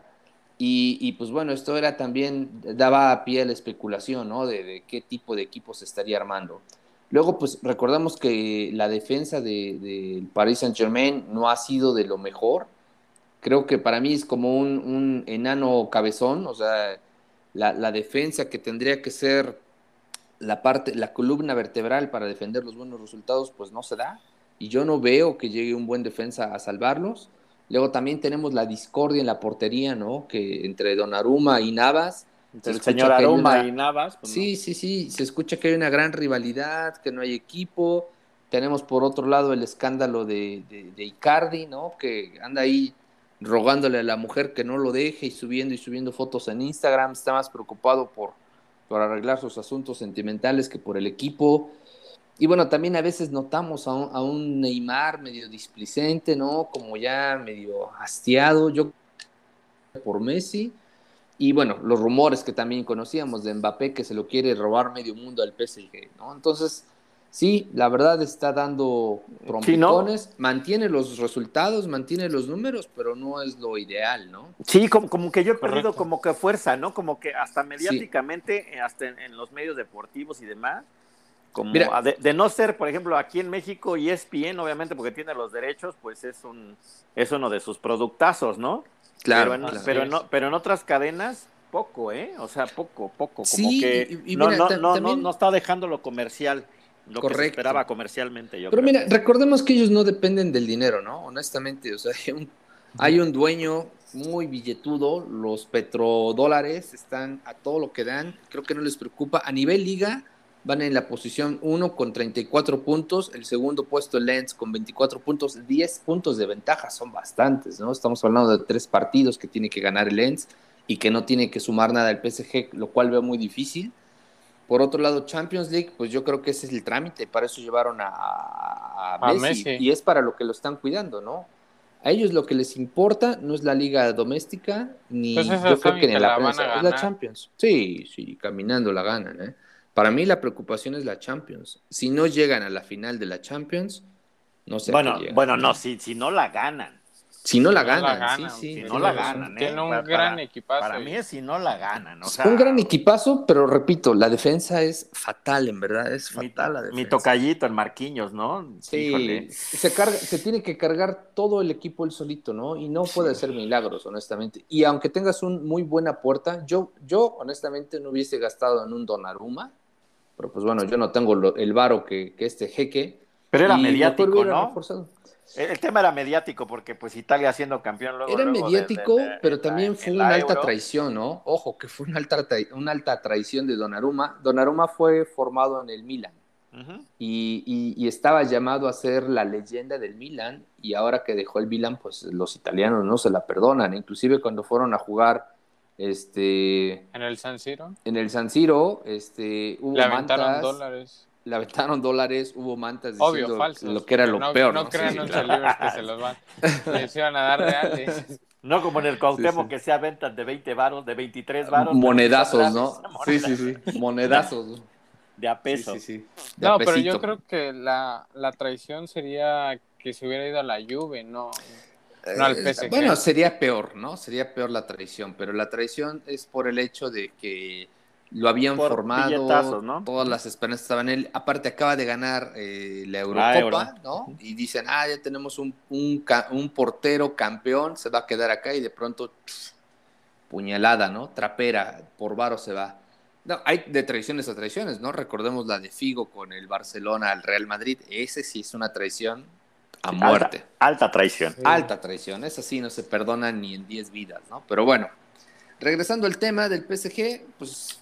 Y, y, pues bueno, esto era también, daba pie a la especulación, ¿no? De, de qué tipo de equipo se estaría armando. Luego, pues recordamos que la defensa del de, de Paris Saint-Germain no ha sido de lo mejor. Creo que para mí es como un, un enano cabezón, o sea, la, la defensa que tendría que ser la parte, la columna vertebral para defender los buenos resultados, pues no se da. Y yo no veo que llegue un buen defensa a salvarlos. Luego también tenemos la discordia en la portería, ¿no? Que entre Donnarumma y Navas se Entre el escucha señor que hay Aruma una... y Navas, pues Sí, sí, sí, se escucha que hay una gran rivalidad, que no hay equipo. Tenemos por otro lado el escándalo de, de, de Icardi, ¿no? Que anda ahí rogándole a la mujer que no lo deje y subiendo y subiendo fotos en Instagram. Está más preocupado por, por arreglar sus asuntos sentimentales que por el equipo. Y bueno, también a veces notamos a un, a un Neymar medio displicente, ¿no? Como ya medio hastiado, yo por Messi. Y bueno, los rumores que también conocíamos de Mbappé que se lo quiere robar medio mundo al P S G, ¿no? Entonces, sí, la verdad está dando no. Sí, ¿no? trompicones, mantiene los resultados, mantiene los números, pero no es lo ideal, ¿no? Sí, como, como que yo he perdido Correcto. como que fuerza, ¿no? Como que hasta Sí. mediáticamente, eh, hasta en, en los medios deportivos y demás, como Mira, a de, de no ser, por ejemplo, aquí en México y E S P N, obviamente porque tiene los derechos, pues es un es uno de sus productazos, ¿no? claro, Pero en, claro. pero, es. no, pero en otras cadenas, poco, ¿eh? O sea, poco, poco. Como Sí, que y, y no, mira, no, ta- no, no, también, no está dejando lo comercial, lo que se correcto. esperaba comercialmente, yo Pero creo. mira, recordemos que ellos no dependen del dinero, ¿no? Honestamente, o sea, hay un, hay un dueño muy billetudo, los petrodólares están a todo lo que dan, creo que no les preocupa. A nivel liga van en la posición uno con treinta y cuatro puntos, el segundo puesto el Lens con veinticuatro puntos, diez puntos de ventaja, son bastantes, ¿no? Estamos hablando de tres partidos que tiene que ganar el Lens y que no tiene que sumar nada el P S G, lo cual veo muy difícil. Por otro lado, Champions League, pues yo creo que ese es el trámite, para eso llevaron a, a, A Messi, Messi. y es para lo que lo están cuidando, ¿no? A ellos lo que les importa no es la liga doméstica, ni Pues esa yo creo saben que ni que la la van prensa, a es la ganar. Champions. Sí, sí, caminando la ganan, ¿eh? Para mí la preocupación es la Champions. Si no llegan a la final de la Champions, no sé a qué Bueno, llegan. bueno, no, si, si no la ganan. Si no Si la no la ganan, ganan, sí, sí, Si no tienes la razón. ganan, ¿eh? Tiene un Para, gran para- equipazo. para y- mí es si no la ganan. O sea, Un gran equipazo, pero repito, la defensa es fatal, en verdad, es mi, fatal la mi defensa. tocallito, el Marquinhos, ¿no? Sí, Híjole. se carga, se tiene que cargar todo el equipo él solito, ¿no? Y no puede hacer milagros, honestamente. Y aunque tengas un muy buena puerta, yo, yo honestamente no hubiese gastado en un Donnarumma, pero pues bueno, yo no tengo lo- el varo que, que este jeque, Pero era y mejor mediático, hubiera ¿no? reforzado. El, el tema era mediático porque pues Italia siendo campeón luego Era luego mediático, de, de, de, pero también la, fue en una la alta Euro. traición, ¿no? Ojo, que fue una alta, una alta traición de Donnarumma. Donnarumma fue formado en el Milan. Uh-huh. Y, y, y estaba llamado a ser la leyenda del Milan, y ahora que dejó el Milan, pues los italianos no se la perdonan. Inclusive cuando fueron a jugar este, En el San Siro en el San Siro, este, hubo le aventaron mantas, dólares. le aventaron dólares, hubo mantas Obvio, diciendo falsos. lo que era lo no, peor. No ¿no? crean Sí, un claro. libres que se los van. Les iban a dar reales. No como en el Cuauhtémoc, Sí, sí. que sea ventas de veinte varos, de veintitrés varos. Monedazos, ¿no? Monedas, Sí, sí, sí. Monedazos. De a Sí, peso. sí, sí. De No, a pero yo pesito. creo que la, la traición sería que se hubiera ido a la Juve, no, no al P S G. Bueno, sería peor, ¿no? Sería peor la traición, pero la traición es por el hecho de que lo habían Por formado, billetazos, ¿no? todas las esperanzas estaban en él. Aparte, acaba de ganar eh, la La Eurocopa, Euro. ¿no? Y dicen, ah, ya tenemos un, un, ca- un portero campeón, se va a quedar acá, y de pronto, pff, puñalada, ¿no? Trapera, por varo se va. No, hay de traiciones a traiciones, ¿no? Recordemos la de Figo con el Barcelona al Real Madrid. Ese sí es una traición a muerte. Alta, alta traición. Sí. Alta traición, esa sí no se perdona ni en diez vidas, ¿no? Pero bueno, regresando al tema del P S G, pues,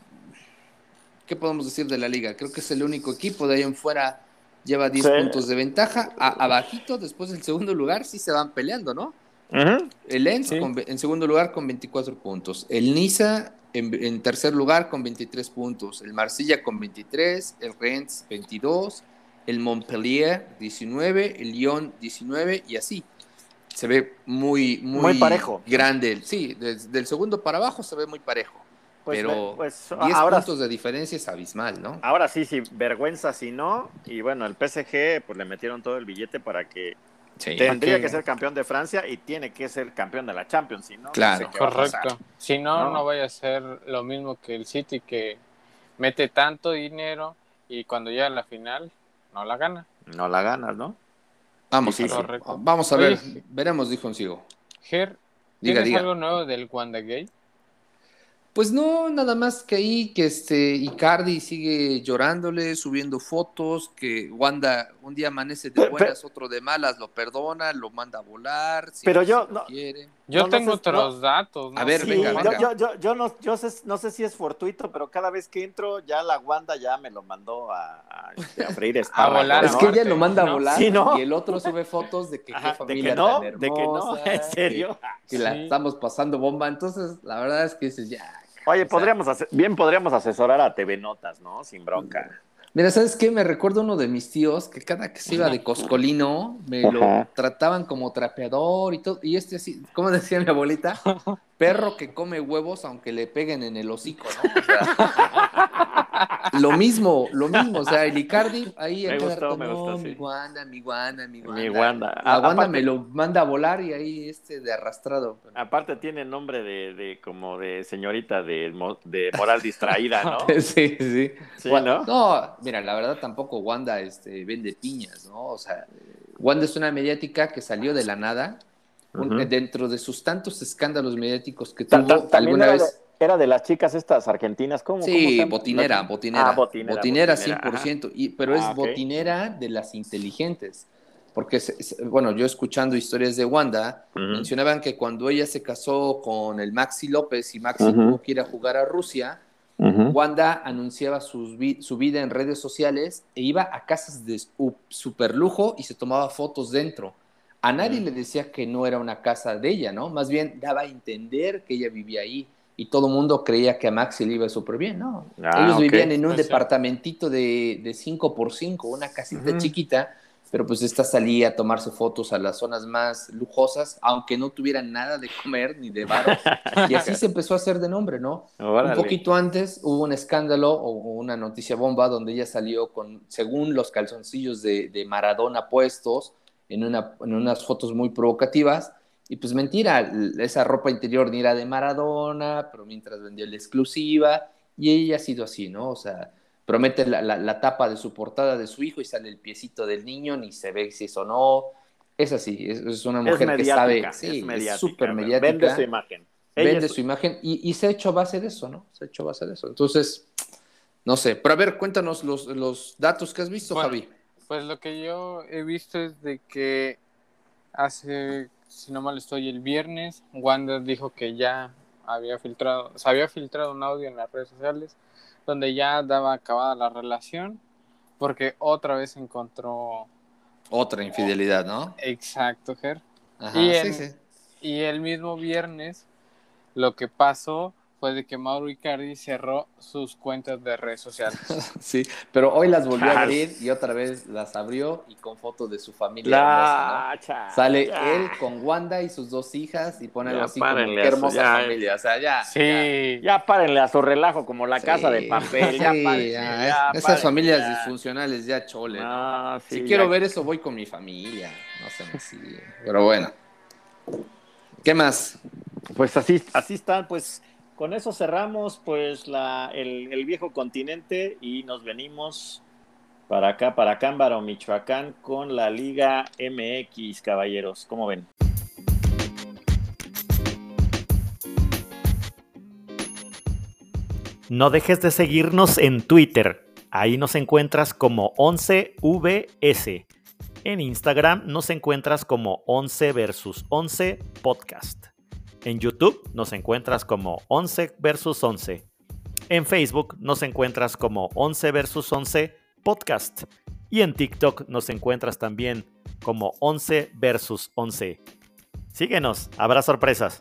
¿qué podemos decir de la liga? Creo que es el único equipo, de ahí en fuera lleva diez Sí. puntos de ventaja. A, abajito, después del segundo lugar, sí se van peleando, ¿no? Uh-huh. El Lens Sí. con, en segundo lugar con veinticuatro puntos. El Niza en, en tercer lugar con veintitrés puntos. El Marsella con veintitrés. El Rennes veintidós. El Montpellier diecinueve. El Lyon diecinueve. Y así. Se ve muy, muy, Muy parejo. grande. Sí, desde el segundo para abajo se ve muy parejo. Pues, pero pues, diez ahora, puntos de diferencia es abismal, ¿no? ahora sí, sí, vergüenza si no. Y bueno, el P S G pues le metieron todo el billete para que Sí. tendría que- que ser campeón de Francia y tiene que ser campeón de la Champions, si no, Claro. no sé qué va a pasar. Correcto. Si no, No. no vaya a ser lo mismo que el City, que mete tanto dinero y cuando llega a la final no la gana. No la ganas, ¿no? Vamos Difícil. a ver. Correcto. Vamos a ver. Oye, Veremos, dijo un ciego. Ger, Diga, ¿tienes diga. algo nuevo del WandaGate? Pues no, nada más que ahí que este Icardi sigue llorándole, subiendo fotos, que Wanda un día amanece de Pe- buenas, otro de malas, lo perdona, lo manda a volar, si Pero no, yo si no- lo quiere. Yo No, no tengo sé, otros datos. ¿no? A ver, Sí, venga, yo, venga. yo, yo, yo no, yo sé, no sé si es fortuito, pero cada vez que entro, ya la Wanda ya me lo mandó a, a, a freír espárragos, volar, Es ¿no? que Marte, ella lo manda a ¿no? volar, Sí, ¿no? y el otro sube fotos de que Ajá, qué de familia que no, tan hermosa, de que no, en serio. que, que la Sí. estamos pasando bomba. Entonces, la verdad es que dices, ya. Oye, o sea, podríamos hacer, bien podríamos asesorar a T V Notas, ¿no? Sin bronca. Mira, ¿sabes qué? Me recuerdo uno de mis tíos que cada que se iba de coscolino me lo Ajá. trataban como trapeador y todo. Y este así, ¿cómo decía mi abuelita? Perro que come huevos aunque le peguen en el hocico, ¿no? O sea, lo mismo, lo mismo. O sea, el Icardi ahí Me a cada gustó, rato, me no, gustó, mi sí. Wanda, mi Wanda, mi Wanda. Mi Wanda. La A- Wanda aparte- me lo manda a volar y ahí este de arrastrado. Aparte tiene nombre de, de como de señorita de, mo- de moral distraída, ¿no? Sí, sí. Sí, Wa- ¿no? No, mira, la verdad tampoco Wanda este, vende piñas, ¿no? O sea, Wanda es una mediática que salió de la nada. Un- Ujú. Dentro de sus tantos escándalos mediáticos que Ta- tuvo ta- también alguna era, vez. de, era de las chicas estas argentinas, ¿cómo? cómo se Sí, llama? botinera, La- botinera. Ah, botinera. Botinera, botinera, cien por ciento. Y, pero Ah, es ok. botinera de las inteligentes. Porque, se- se- bueno, yo escuchando historias de Wanda, Ujú. mencionaban que cuando ella se casó con el Maxi López y Maxi Ujú. tuvo que ir a jugar a Rusia, Ujú. Wanda anunciaba sus vi- su vida en redes sociales e iba a casas de su- super lujo y se tomaba fotos dentro. A nadie Mm. le decía que no era una casa de ella, ¿no? Más bien daba a entender que ella vivía ahí y todo el mundo creía que a Maxi le iba súper bien, ¿no? Ah, Ellos ok. vivían en un Pues sí. departamentito de, de cinco por cinco, una casita Ujú. chiquita, pero pues esta salía a tomarse fotos a las zonas más lujosas, aunque no tuvieran nada de comer ni de varos. Y así se empezó a hacer de nombre, ¿no? Órale. Un poquito antes hubo un escándalo o una noticia bomba donde ella salió con, según los calzoncillos de, de Maradona puestos, en, una, en unas fotos muy provocativas. Y pues mentira, esa ropa interior ni era de Maradona, pero mientras vendía la exclusiva. Y ella ha sido así, ¿no? O sea, promete la, la, la tapa de su portada de su hijo y sale el piecito del niño, ni se ve si es o no. Es así, es, es una Es mujer que mediática, sabe, es sí, mediática. es súper mediática. Vende su imagen. Ella Vende es- su imagen y, y se ha hecho a base de eso, ¿no? Se ha hecho a base de eso. Entonces, no sé, pero a ver, cuéntanos los, los datos que has visto, Bueno, Javi. Pues lo que yo he visto es de que hace, si no mal estoy, el viernes, Wander dijo que ya había filtrado, se había filtrado un audio en las redes sociales donde ya daba acabada la relación porque otra vez encontró... Otra infidelidad, ¿no? Exacto, Ger. Y, Ajá, sí, en, sí. y el mismo viernes lo que pasó fue de que Mauro Icardi cerró sus cuentas de redes sociales. Sí, pero hoy las volvió a Chas. abrir y otra vez las abrió y con fotos de su familia La hermosa, ¿no? chale, Sale ya. él con Wanda y sus dos hijas y pone Ya algo así como, párenle qué a su- hermosa ya, familia, o sea, ya, Sí, ya. Ya párenle a su relajo como la Sí, casa de papel. Ya sí, párenle, ya, ya es- esas párenle, familias ya. disfuncionales ya chole, ¿no? No, Si sí, quiero ya. ver eso, voy con mi familia, no sean así, pero bueno. ¿Qué más? Pues así, así están, pues con eso cerramos pues la, el, el viejo continente y nos venimos para acá, para Cámbaro, Michoacán, con la Liga M X, caballeros. ¿Cómo ven? No dejes de seguirnos en Twitter. Ahí nos encuentras como once V S. En Instagram nos encuentras como once versus once podcast. En YouTube nos encuentras como once versus once. En Facebook nos encuentras como once versus once podcast. Y en TikTok nos encuentras también como once versus once. Síguenos, habrá sorpresas.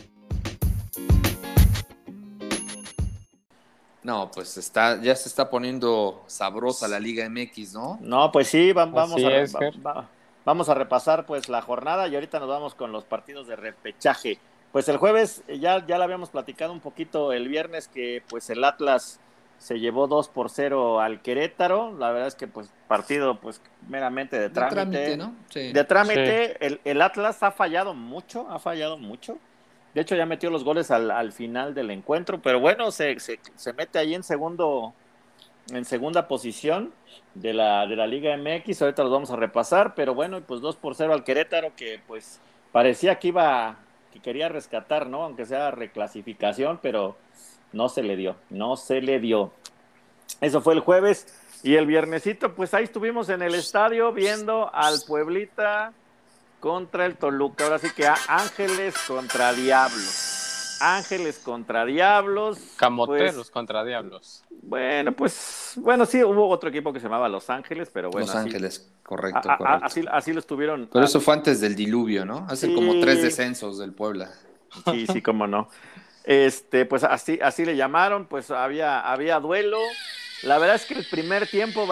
No, pues está, ya se está poniendo sabrosa la Liga M X, ¿no? No, pues sí, va- vamos, así a, es, va- Ger. va- vamos a repasar pues la jornada y ahorita nos vamos con los partidos de repechaje. Pues el jueves eh, ya, ya lo habíamos platicado un poquito el viernes que pues el Atlas se llevó dos por cero al Querétaro. La verdad es que pues partido pues meramente de De trámite. trámite, ¿no? Sí. De trámite, el, el Atlas ha fallado mucho, ha fallado mucho. De hecho ya metió los goles al, al final del encuentro, pero bueno, se, se, se mete ahí en segundo en segunda posición de la, de la Liga M X, ahorita los vamos a repasar, pero bueno, pues dos por cero al Querétaro, que pues parecía que iba, que quería rescatar, ¿no? Aunque sea reclasificación, pero no se le dio, no se le dio. Eso fue el jueves, y el viernesito, pues ahí estuvimos en el estadio viendo al Pueblita contra el Toluca, ahora sí que a Ángeles contra Diablos. Ángeles contra Diablos. Camoteros pues, contra Diablos. Bueno, pues, bueno, sí, hubo otro equipo que se llamaba Los Ángeles, pero bueno. Los así, Ángeles, correcto, a- a- correcto. así, así lo estuvieron. Pero ah, eso fue antes del diluvio, ¿no? Hace Sí. como tres descensos del Puebla. Sí, sí, cómo no. Este, pues así, así le llamaron, pues había, había duelo. La verdad es que el primer tiempo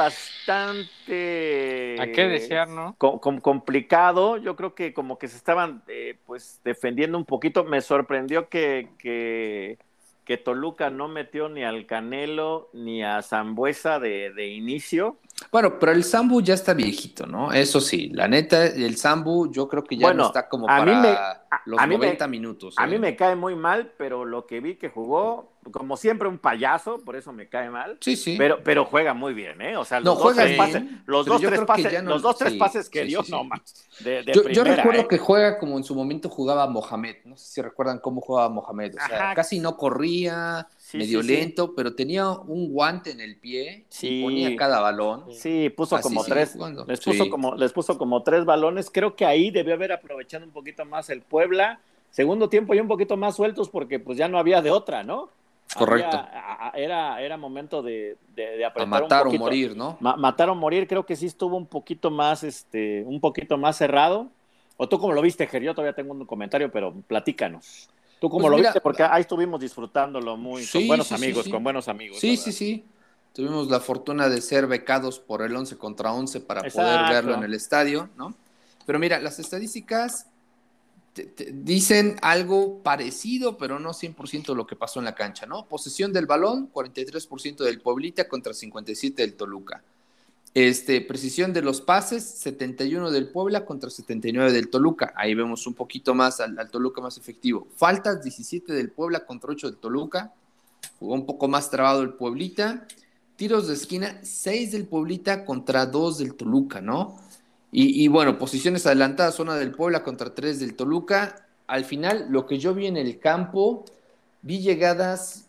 bastante ¿A qué desear, no? co- com- complicado. Yo creo que como que se estaban eh, pues defendiendo un poquito. Me sorprendió que, que, que Toluca no metió ni al Canelo ni a Zambuesa de, de inicio. Bueno, pero el Sambu ya está viejito, ¿no? Eso sí, la neta, el Sambu yo creo que ya Bueno, no está como a mí para me- a- los a mí me- noventa minutos. A ¿eh? mí me cae muy mal, pero lo que vi que jugó, como siempre, un payaso, por eso me cae mal. Sí, sí. Pero, pero juega muy bien, ¿eh? O sea, No, los dos, juega tres bien, pases, los pero dos, yo tres creo que pases, ya no- los dos, tres sí, pases que sí, dio, sí, sí. no más. De, de Yo, yo primera, recuerdo ¿eh? que juega como en su momento jugaba Mohamed. No sé si recuerdan cómo jugaba Mohamed. O sea, Ajá. casi no corría, Sí, medio sí, sí. lento, pero tenía un guante en el pie Sí. y ponía cada balón. Sí, puso Así como sigue tres, jugando. les puso Sí. como, les puso como tres balones. Creo que ahí debió haber aprovechado un poquito más el Puebla. Segundo tiempo ya un poquito más sueltos porque pues ya no había de otra, ¿no? Correcto. Había- a- a- era, era momento de, de, de A apretar matar un o poquito. morir, ¿no? Ma- matar o morir, creo que sí estuvo un poquito más, este, un poquito más cerrado. ¿O tú cómo lo viste, Ger? Yo todavía tengo un comentario, pero platícanos. ¿Tú cómo Pues lo mira, viste? Porque ahí estuvimos disfrutándolo muy, Sí, con buenos sí, sí, amigos, sí. con buenos amigos. Sí, la sí, verdad. sí. Tuvimos la fortuna de ser becados por el once contra once para poder Exacto. verlo en el estadio, ¿no? Pero mira, las estadísticas te- te dicen algo parecido, pero no cien por ciento lo que pasó en la cancha, ¿no? Posesión del balón, cuarenta y tres por ciento del Pueblita contra cincuenta y siete del Toluca. Este, precisión de los pases, setenta y uno del Puebla contra setenta y nueve del Toluca. Ahí vemos un poquito más al, al Toluca más efectivo. Faltas, diecisiete del Puebla contra ocho del Toluca. Jugó un poco más trabado el Pueblita. Tiros de esquina, seis del Pueblita contra dos del Toluca, ¿no? Y, y bueno, posiciones adelantadas, zona del Puebla contra tres del Toluca. Al final, lo que yo vi en el campo, vi llegadas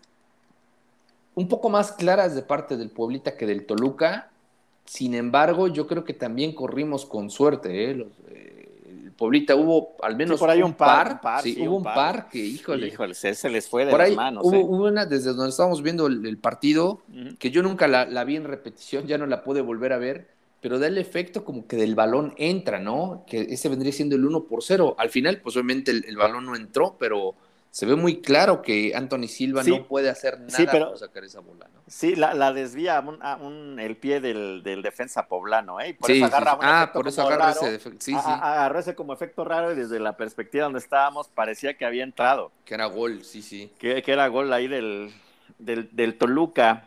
un poco más claras de parte del Pueblita que del Toluca. Sin embargo, yo creo que también corrimos con suerte, ¿eh? Los, eh, el Pueblita. Hubo al menos sí, por ahí un par, un par, par sí, sí, hubo un un par. par que, híjole. Híjole, se, se les fue de Por las ahí manos. hubo, ¿eh? hubo una, desde donde estábamos viendo el, el partido, Uh-huh. que yo nunca la, la vi en repetición, ya no la pude volver a ver, pero da el efecto como que del balón entra, ¿no? Que ese vendría siendo el uno por cero. Al final, pues obviamente el, el balón no entró, pero se ve muy claro que Anthony Silva no Sí, puede hacer sí, nada por pero sacar esa bola, ¿no? sí, la, la desvía un, a un- el pie del, del defensa poblano, ¿eh? Y por eso Sí, sí, agarra sí. un Ah, efecto por eso como agarra ese raro, defecto. Sí, a- sí, a- agarró ese como efecto raro y desde la perspectiva donde estábamos parecía que había entrado, que era gol, sí, sí. que, que era gol ahí del, del, del Toluca.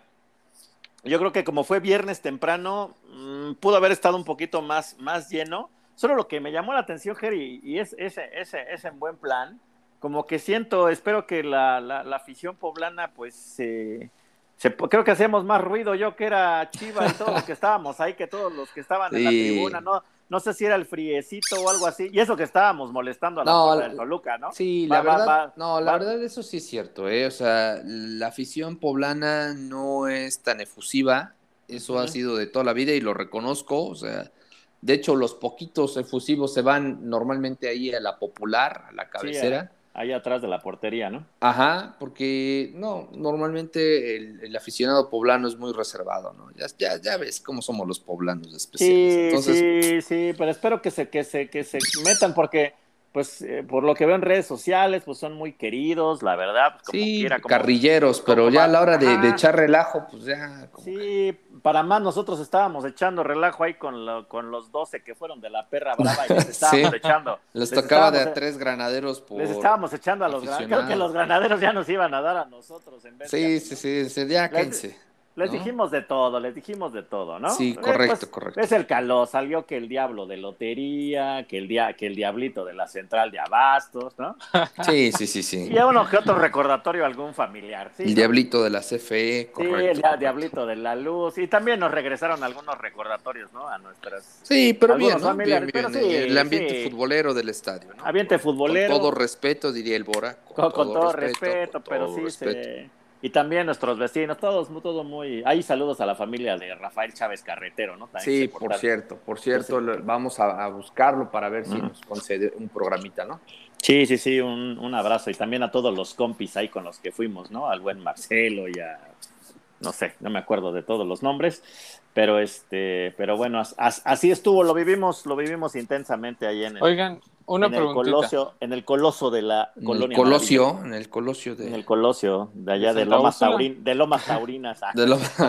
Yo creo que como fue viernes temprano, mmm, pudo haber estado un poquito más, más lleno. Solo lo que me llamó la atención, Jerry, y es ese, ese, ese en buen plan, como que siento, espero que la, la, la afición poblana, pues, se, se, creo que hacemos más ruido yo que era Chiva y todos los que estábamos ahí, que todos los que estaban en la tribuna, Sí. no, no sé si era el friecito o algo así, y eso que estábamos molestando a la No, porra del Toluca, ¿no? sí, la Va, va, verdad, va, no, la va, verdad eso sí es cierto, ¿eh? O sea, la afición poblana no es tan efusiva, eso ha uh-huh. sido de toda la vida y lo reconozco, o sea, de hecho los poquitos efusivos se van normalmente ahí a la popular, a la Sí, cabecera. ahí atrás de la portería, ¿no? Ajá, porque no, normalmente el, el aficionado poblano es muy reservado, ¿no? Ya, ya, ya ves cómo somos los poblanos especiales. Sí, Entonces, sí, sí, pero espero que se, que se, que se metan porque, pues, eh, por lo que veo en redes sociales, pues son muy queridos, la verdad, pues como sí, quiera, como, carrilleros, como, pero como ya a la hora de, de ajá, echar relajo, pues ya, como que... sí, para más nosotros estábamos echando relajo ahí con, lo, con los doce que fueron de la perra brava y les estábamos Sí, echando, les les tocaba de estábamos, a eh, tres granaderos les por estábamos echando a los granaderos, creo que los aficionado. granaderos ya nos iban a dar a nosotros en vez que a Sí, mí, sí, ¿no? sí, sí, ya Les, quédense, les ¿no? dijimos de todo, les dijimos de todo, ¿no? Sí, Eh, correcto, pues correcto. es el calor, salió que el diablo de lotería, que el, dia que el diablito de la central de abastos, ¿no? Sí, sí, sí, sí. Y a uno que otro recordatorio a algún familiar, ¿sí, El no? diablito de la C F E, Sí, el correcto, dia correcto. diablito de la luz. Y también nos regresaron algunos recordatorios, ¿no? A nuestras, Sí, pero bien, algunos ¿no? Bien, familiares, pero bien. El sí, ambiente sí, futbolero del estadio, ¿no? ambiente Con, con todo futbolero, respeto, diría el Bora, con con, con todo todo respeto, con respeto, pero todo sí respeto. se... Y también nuestros vecinos, todos, todo muy... Ahí saludos a la familia de Rafael Chávez Carretero, ¿no? También que Sí, se por portaron. cierto, por Que se... cierto, lo- vamos a, a buscarlo para ver si Mm. nos concede un programita, ¿no? Sí, sí, sí, un, un abrazo. Y también a todos los compis ahí con los que fuimos, ¿no? Al buen Marcelo y a... No sé, no me acuerdo de todos los nombres, pero este, pero bueno, as, as, así estuvo, lo vivimos, lo vivimos intensamente ahí en el, Oigan, una en el preguntita. colosio, en el coloso de la En el Colonia Maravilla, Colosio, en el Colosio en de, el colosio de De allá de Santa Lomas Úrsula. Taurin, de Lomas Taurinas, ah, de no lo... es cierto.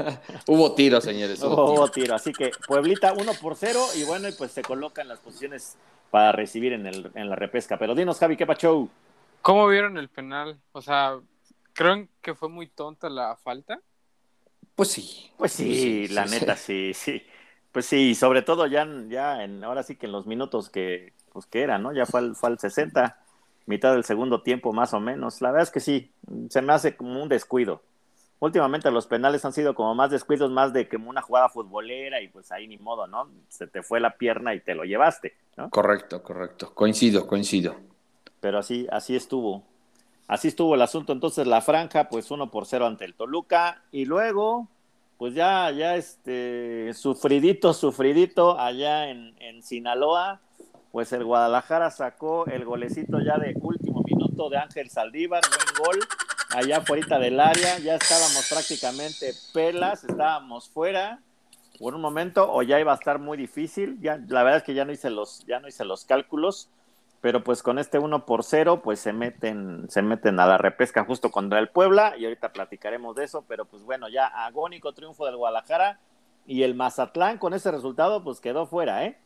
Hubo tiro, señores, hubo tiro. Hubo tiro, así que Pueblita uno por cero y bueno, y pues se coloca en las posiciones para recibir en, el, en la repesca. Pero dinos, Javi, ¿qué pacho? ¿Cómo vieron el penal? O sea, ¿creen que fue muy tonta la falta? Pues sí, Pues pues sí, sí, la sí, sí. neta, sí, sí. Pues sí, sobre todo ya, ya en, ahora sí que en los minutos que, pues que era, ¿no? Ya fue al, fue al sesenta, mitad del segundo tiempo más o menos. La verdad es que sí, se me hace como un descuido. Últimamente los penales han sido como más descuidos, más de como una jugada futbolera y pues ahí ni modo, ¿no? Se te fue la pierna y te lo llevaste, ¿no? Correcto, correcto. Coincido, coincido. Pero así, así estuvo. Así estuvo el asunto. Entonces la franja, pues uno por cero ante el Toluca. Y luego, pues ya, ya este, sufridito, sufridito, allá en, en Sinaloa, pues el Guadalajara sacó el golecito ya de último minuto de Ángel Saldívar, buen gol, allá afuera del área, ya estábamos prácticamente pelas, estábamos fuera por un momento, o ya iba a estar muy difícil, ya, la verdad es que ya no hice los, ya no hice los cálculos, pero pues con este uno por cero, pues se meten, se meten a la repesca justo contra el Puebla, y ahorita platicaremos de eso, pero pues bueno, ya agónico triunfo del Guadalajara, y el Mazatlán con ese resultado, pues quedó fuera, ¿eh?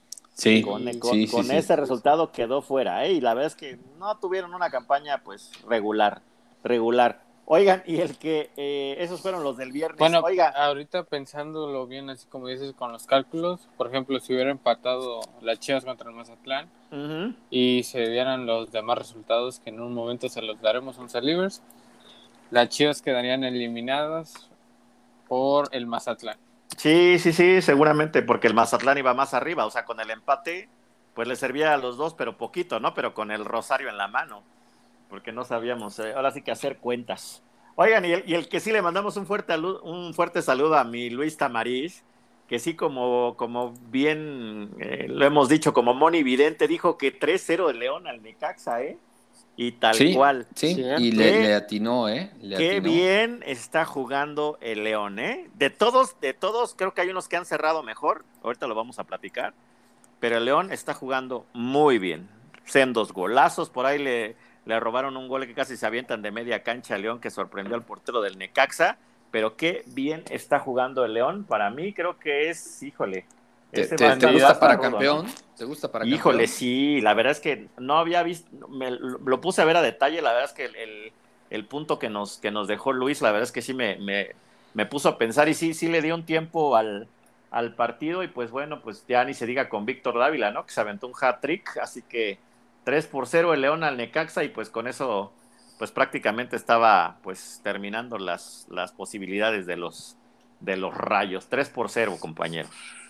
Sí, Con, sí, con, sí, con sí. ese resultado quedó fuera, ¿eh? Y la verdad es que no tuvieron una campaña, pues, regular, regular. Oigan, y el que, eh, esos fueron los del viernes, Bueno, oiga. ahorita pensándolo bien, así como dices, con los cálculos, por ejemplo, si hubiera empatado las Chivas contra el Mazatlán Uh-huh. y se dieran los demás resultados, que en un momento se los daremos a Once Libres, las Chivas quedarían eliminadas por el Mazatlán. Sí, sí, sí, seguramente, porque el Mazatlán iba más arriba, o sea, con el empate, pues le servía a los dos, pero poquito, ¿no? Pero con el rosario en la mano, porque no sabíamos, eh, ahora sí que hacer cuentas. Oigan, y el, y el que sí le mandamos un fuerte, un fuerte saludo a mi Luis Tamariz, que sí, como, como bien eh, lo hemos dicho, como Moni Vidente dijo que tres cero de León al Necaxa, ¿eh? Y tal Sí, cual. sí, Cierto. y le, Qué, le atinó, ¿eh? Le qué atinó. bien está jugando el León, ¿eh? De todos, de todos, creo que hay unos que han cerrado mejor, ahorita lo vamos a platicar, pero el León está jugando muy bien. Sendos golazos, por ahí le, le robaron un gol que casi se avientan de media cancha a León, que sorprendió al portero del Necaxa, pero qué bien está jugando el León. Para mí creo que es, híjole, ¿Te, ese te, va a te estar, va a gusta estar para rudo, campeón? ¿no? ¿Te gusta para Híjole, campeón? sí, la verdad es que no había visto, me, lo puse a ver a detalle, la verdad es que el, el, el punto que nos, que nos dejó Luis, la verdad es que sí me, me, me puso a pensar y sí, sí le dio un tiempo al, al partido y pues bueno, pues ya ni se diga con Víctor Dávila, ¿no? Que se aventó un hat-trick, así que tres por cero el León al Necaxa y pues con eso pues prácticamente estaba pues terminando las, las posibilidades de los, de los Rayos, tres por cero, compañero.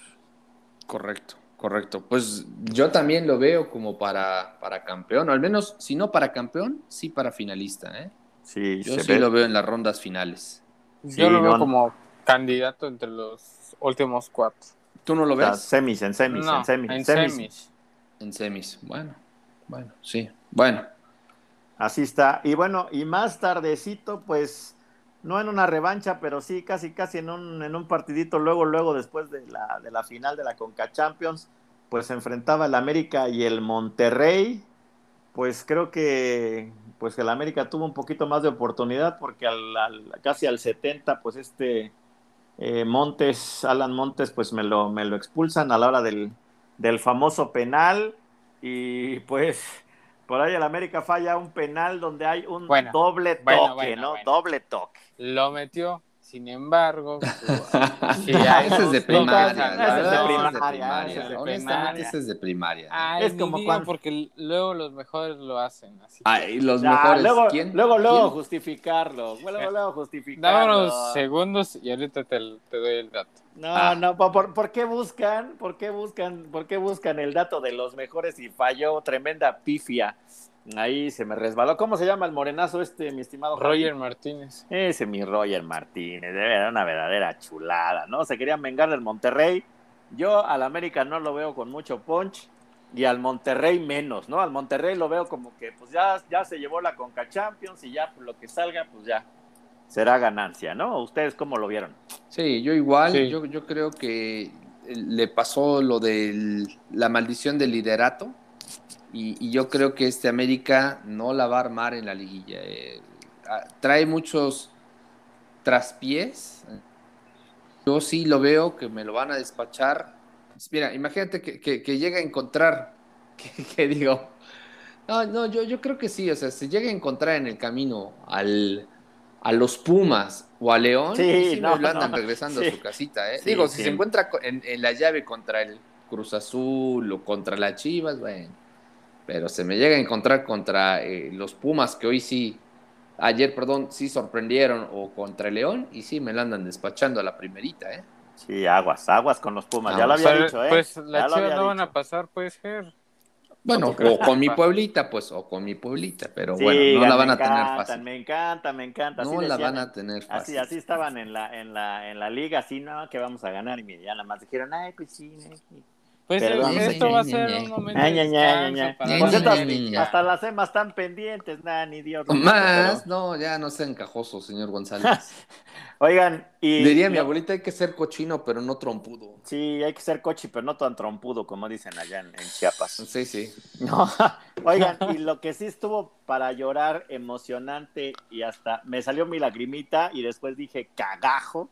Correcto, correcto. Pues yo también lo veo como para, para campeón, o al menos, si no para campeón, sí para finalista, ¿eh? Sí, Yo se sí ve. lo veo en las rondas finales. Yo Sí, lo veo no, como candidato entre los últimos cuatro. ¿Tú no lo o sea, ves? semis, en semis, en No, semis, en semis. semis. En semis. Bueno, bueno, sí. Bueno, Así está. Y bueno, y más tardecito, pues, no en una revancha, pero sí casi casi en un, en un partidito, luego, luego, después de la, de la final de la Conca Champions, pues se enfrentaba el América y el Monterrey. Pues creo que pues que el América tuvo un poquito más de oportunidad, porque al, al casi al setenta, pues este eh, Montes, Alan Montes, pues me lo, me lo expulsan a la hora del, del famoso penal y pues por ahí el América falla un penal donde hay un Bueno, doble bueno, toque, bueno, ¿no? bueno. Doble toque. Lo metió, sin embargo, si ese hay es de dos primaria, toques al la ese es de verdad, ese es balón, de primaria, ese primaria. es de Honestamente, primaria. ese es de primaria. ¿eh? ay, Es ni como digan cuando... porque luego los mejores lo hacen. Así que Ay, los Ah, mejores, luego, ¿quién? luego, luego ¿Quién? justificarlo, luego, luego dame justificarlo. unos segundos y ahorita te, te doy el dato. No, Ah, no, ¿por, por, ¿por qué buscan? ¿Por qué buscan? ¿Por qué buscan el dato de los mejores y falló tremenda pifia? Ahí se me resbaló. ¿Cómo se llama el morenazo este, mi estimado Javi? Roger Martínez. Ese mi Roger Martínez, era una verdadera chulada, ¿no? Se querían vengar del Monterrey. Yo al América no lo veo con mucho punch y al Monterrey menos, ¿no? Al Monterrey lo veo como que pues ya, ya se llevó la Conca Champions y ya por lo que salga, pues ya será ganancia, ¿no? ¿Ustedes cómo lo vieron? sí, yo igual, Sí. yo, yo creo que le pasó lo de la maldición del liderato y, y yo creo que este América no la va a armar en la liguilla. Eh, ah, trae muchos traspiés. Yo sí lo veo que me lo van a despachar. Mira, imagínate que, que, que llegue a encontrar, que, que digo, no, no, yo, yo creo que sí, o sea, se llega a encontrar en el camino al, a los Pumas o a León y Sí, sí me no, lo no, andan regresando a sí, su casita, ¿eh? sí, Digo, si sí. se encuentra en, en la llave contra el Cruz Azul o contra las Chivas, bueno, pero se me llega a encontrar contra eh, los Pumas que hoy sí, ayer, perdón, sí sorprendieron o contra el León y sí me lo andan despachando a la primerita, ¿eh? Sí, aguas, aguas con los Pumas. Ya lo Aguas. había Pero, dicho, ¿eh? pues Ya las lo chivas había no van dicho. a pasar, pues, Ger. Bueno, ¿Tú crees? o con mi Pueblita, pues, o con mi Pueblita, pero bueno, no la Sigan, me van a tener encantan, fácil. me encanta, me encanta. Así No la decían, van en- a tener así, fácil. así estaban en la, en la, en la liga, así, no, que vamos a ganar. Y mira, ya nada más dijeron, ay, pues sí, eh, Pues perdón, es- no sé esto qué. va a ser un momento Ña, de ña, ña, ña, descanso ña. para Por la cierto, América. hasta las emas están pendientes, nada, ni Dios lo sabe, Más, pero... no, ya no sean encajosos, señor González. Oigan, y Diría mi lo- abuelita, hay que ser cochino, pero no trompudo. sí, hay que ser cochi, pero no tan trompudo, como dicen allá en, en Chiapas. Sí, sí. No, oigan, y lo que sí estuvo para llorar, emocionante, y hasta me salió mi lagrimita, y después dije cagajo,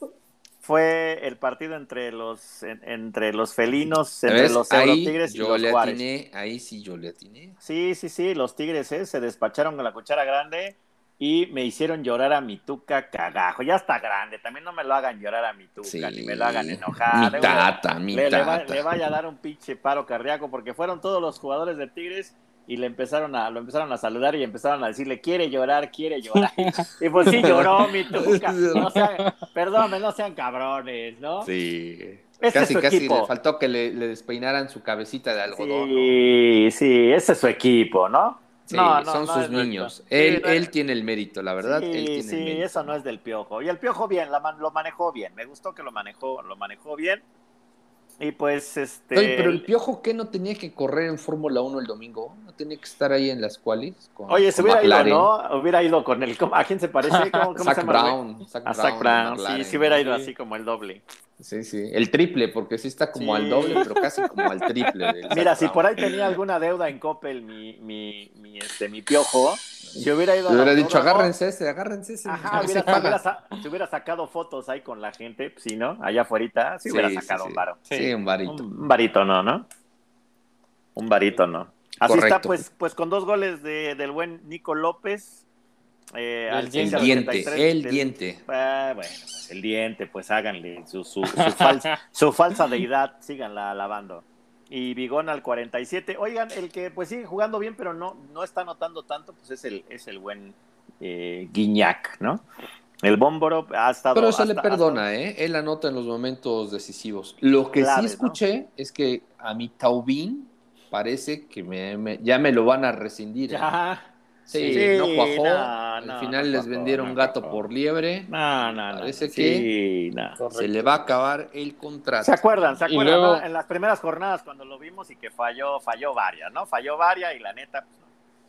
fue el partido entre los, en- entre los felinos, entre ¿Ves? los Ahí Eurotigres y yo los le Juárez. atiné, ahí sí yo le atiné. Sí, sí, sí, los Tigres ¿eh? se despacharon con la cuchara grande y me hicieron llorar a mi Tuca cagajo. Ya está grande, también no me lo hagan llorar a mi Tuca, Sí. ni me lo hagan enojar. Mi Luego le- tata, mi le, le va- tata. le vaya a dar un pinche paro cardíaco porque fueron todos los jugadores de Tigres y le empezaron a, lo empezaron a saludar y empezaron a decirle, quiere llorar, quiere llorar. Y pues sí lloró mi Tuca. No sean, perdóname, no sean cabrones, ¿no? Sí. Este es Casi, su casi equipo. le faltó que le, le despeinaran su cabecita de algodón, ¿no? Sí, sí, ese es su equipo, ¿no? Sí, No, no, son no sus es del niños. Piojo. Sí, Él, no él es- tiene el mérito, la verdad. él Sí, tiene el sí, mérito. eso no es del Piojo. Y el Piojo bien, la man- lo manejó bien. Me gustó que lo manejó, lo manejó bien. Y pues, Oye, pero el este, Piojo, ¿qué no tenía que correr en Fórmula Uno el domingo? ¿No tenía que estar ahí en las qualis con, oye, se con hubiera ido, McLaren? ¿no? Hubiera ido con el, ¿cómo- ¿a quién se parece? ¿Cómo, cómo se Zach llama el güey? Brown, Zach A Zach Brown de Brown, sí, sí McLaren, hubiera ¿no? ido Sí, así como el doble. Sí, sí. El triple, porque sí está como al doble, Sí. pero casi como al triple del Zach Mira, si por Brown. ahí tenía alguna deuda en Coppel, mi, mi, mi, este, mi Piojo, si hubiera ido Le al hubiera dicho, autódromo, agárrense ese, agárrense ese. ajá, Ese hubiera, hubiera, paga. sa- si hubiera sacado fotos ahí con la gente, pues sí, ¿no? Allá afuera, sí hubiera Sí, sí, sacado sí. un varo. Sí, sí. un varito. Un varito no, ¿no? Un varito no. Así está, Correcto. pues, pues con dos goles de, del buen Nico López, eh, Del al seis El al diente. ochenta y diente, tres el del, diente. ah, bueno, pues el diente, pues háganle su, su, su, falsa, su falsa deidad, síganla alabando. Y Bigón al cuarenta y siete. Oigan, el que pues sigue jugando bien, pero no, no está anotando tanto, pues es el, es el buen eh, Guiñac, ¿no? El Bómboro ha Pero estado se le hasta, hasta perdona, ¿eh? Él anota en los momentos decisivos. Lo que sí clave, ¿no? escuché es que a mi Taubín parece que me- me- ya me lo van a rescindir, ¿eh? Ya. Sí, no Sí, cuajó. no, Al no, no final les cuajó, vendieron no gato cuajó. por liebre No, y no, no, no. parece que Sí, no. se le Correcto. va a acabar el ¿Se contrato. acuerdan? ¿Se Y acuerdan, no? luego, En las primeras jornadas cuando lo vimos y que falló, falló varias, ¿no? Falló varias y la neta, pues, no.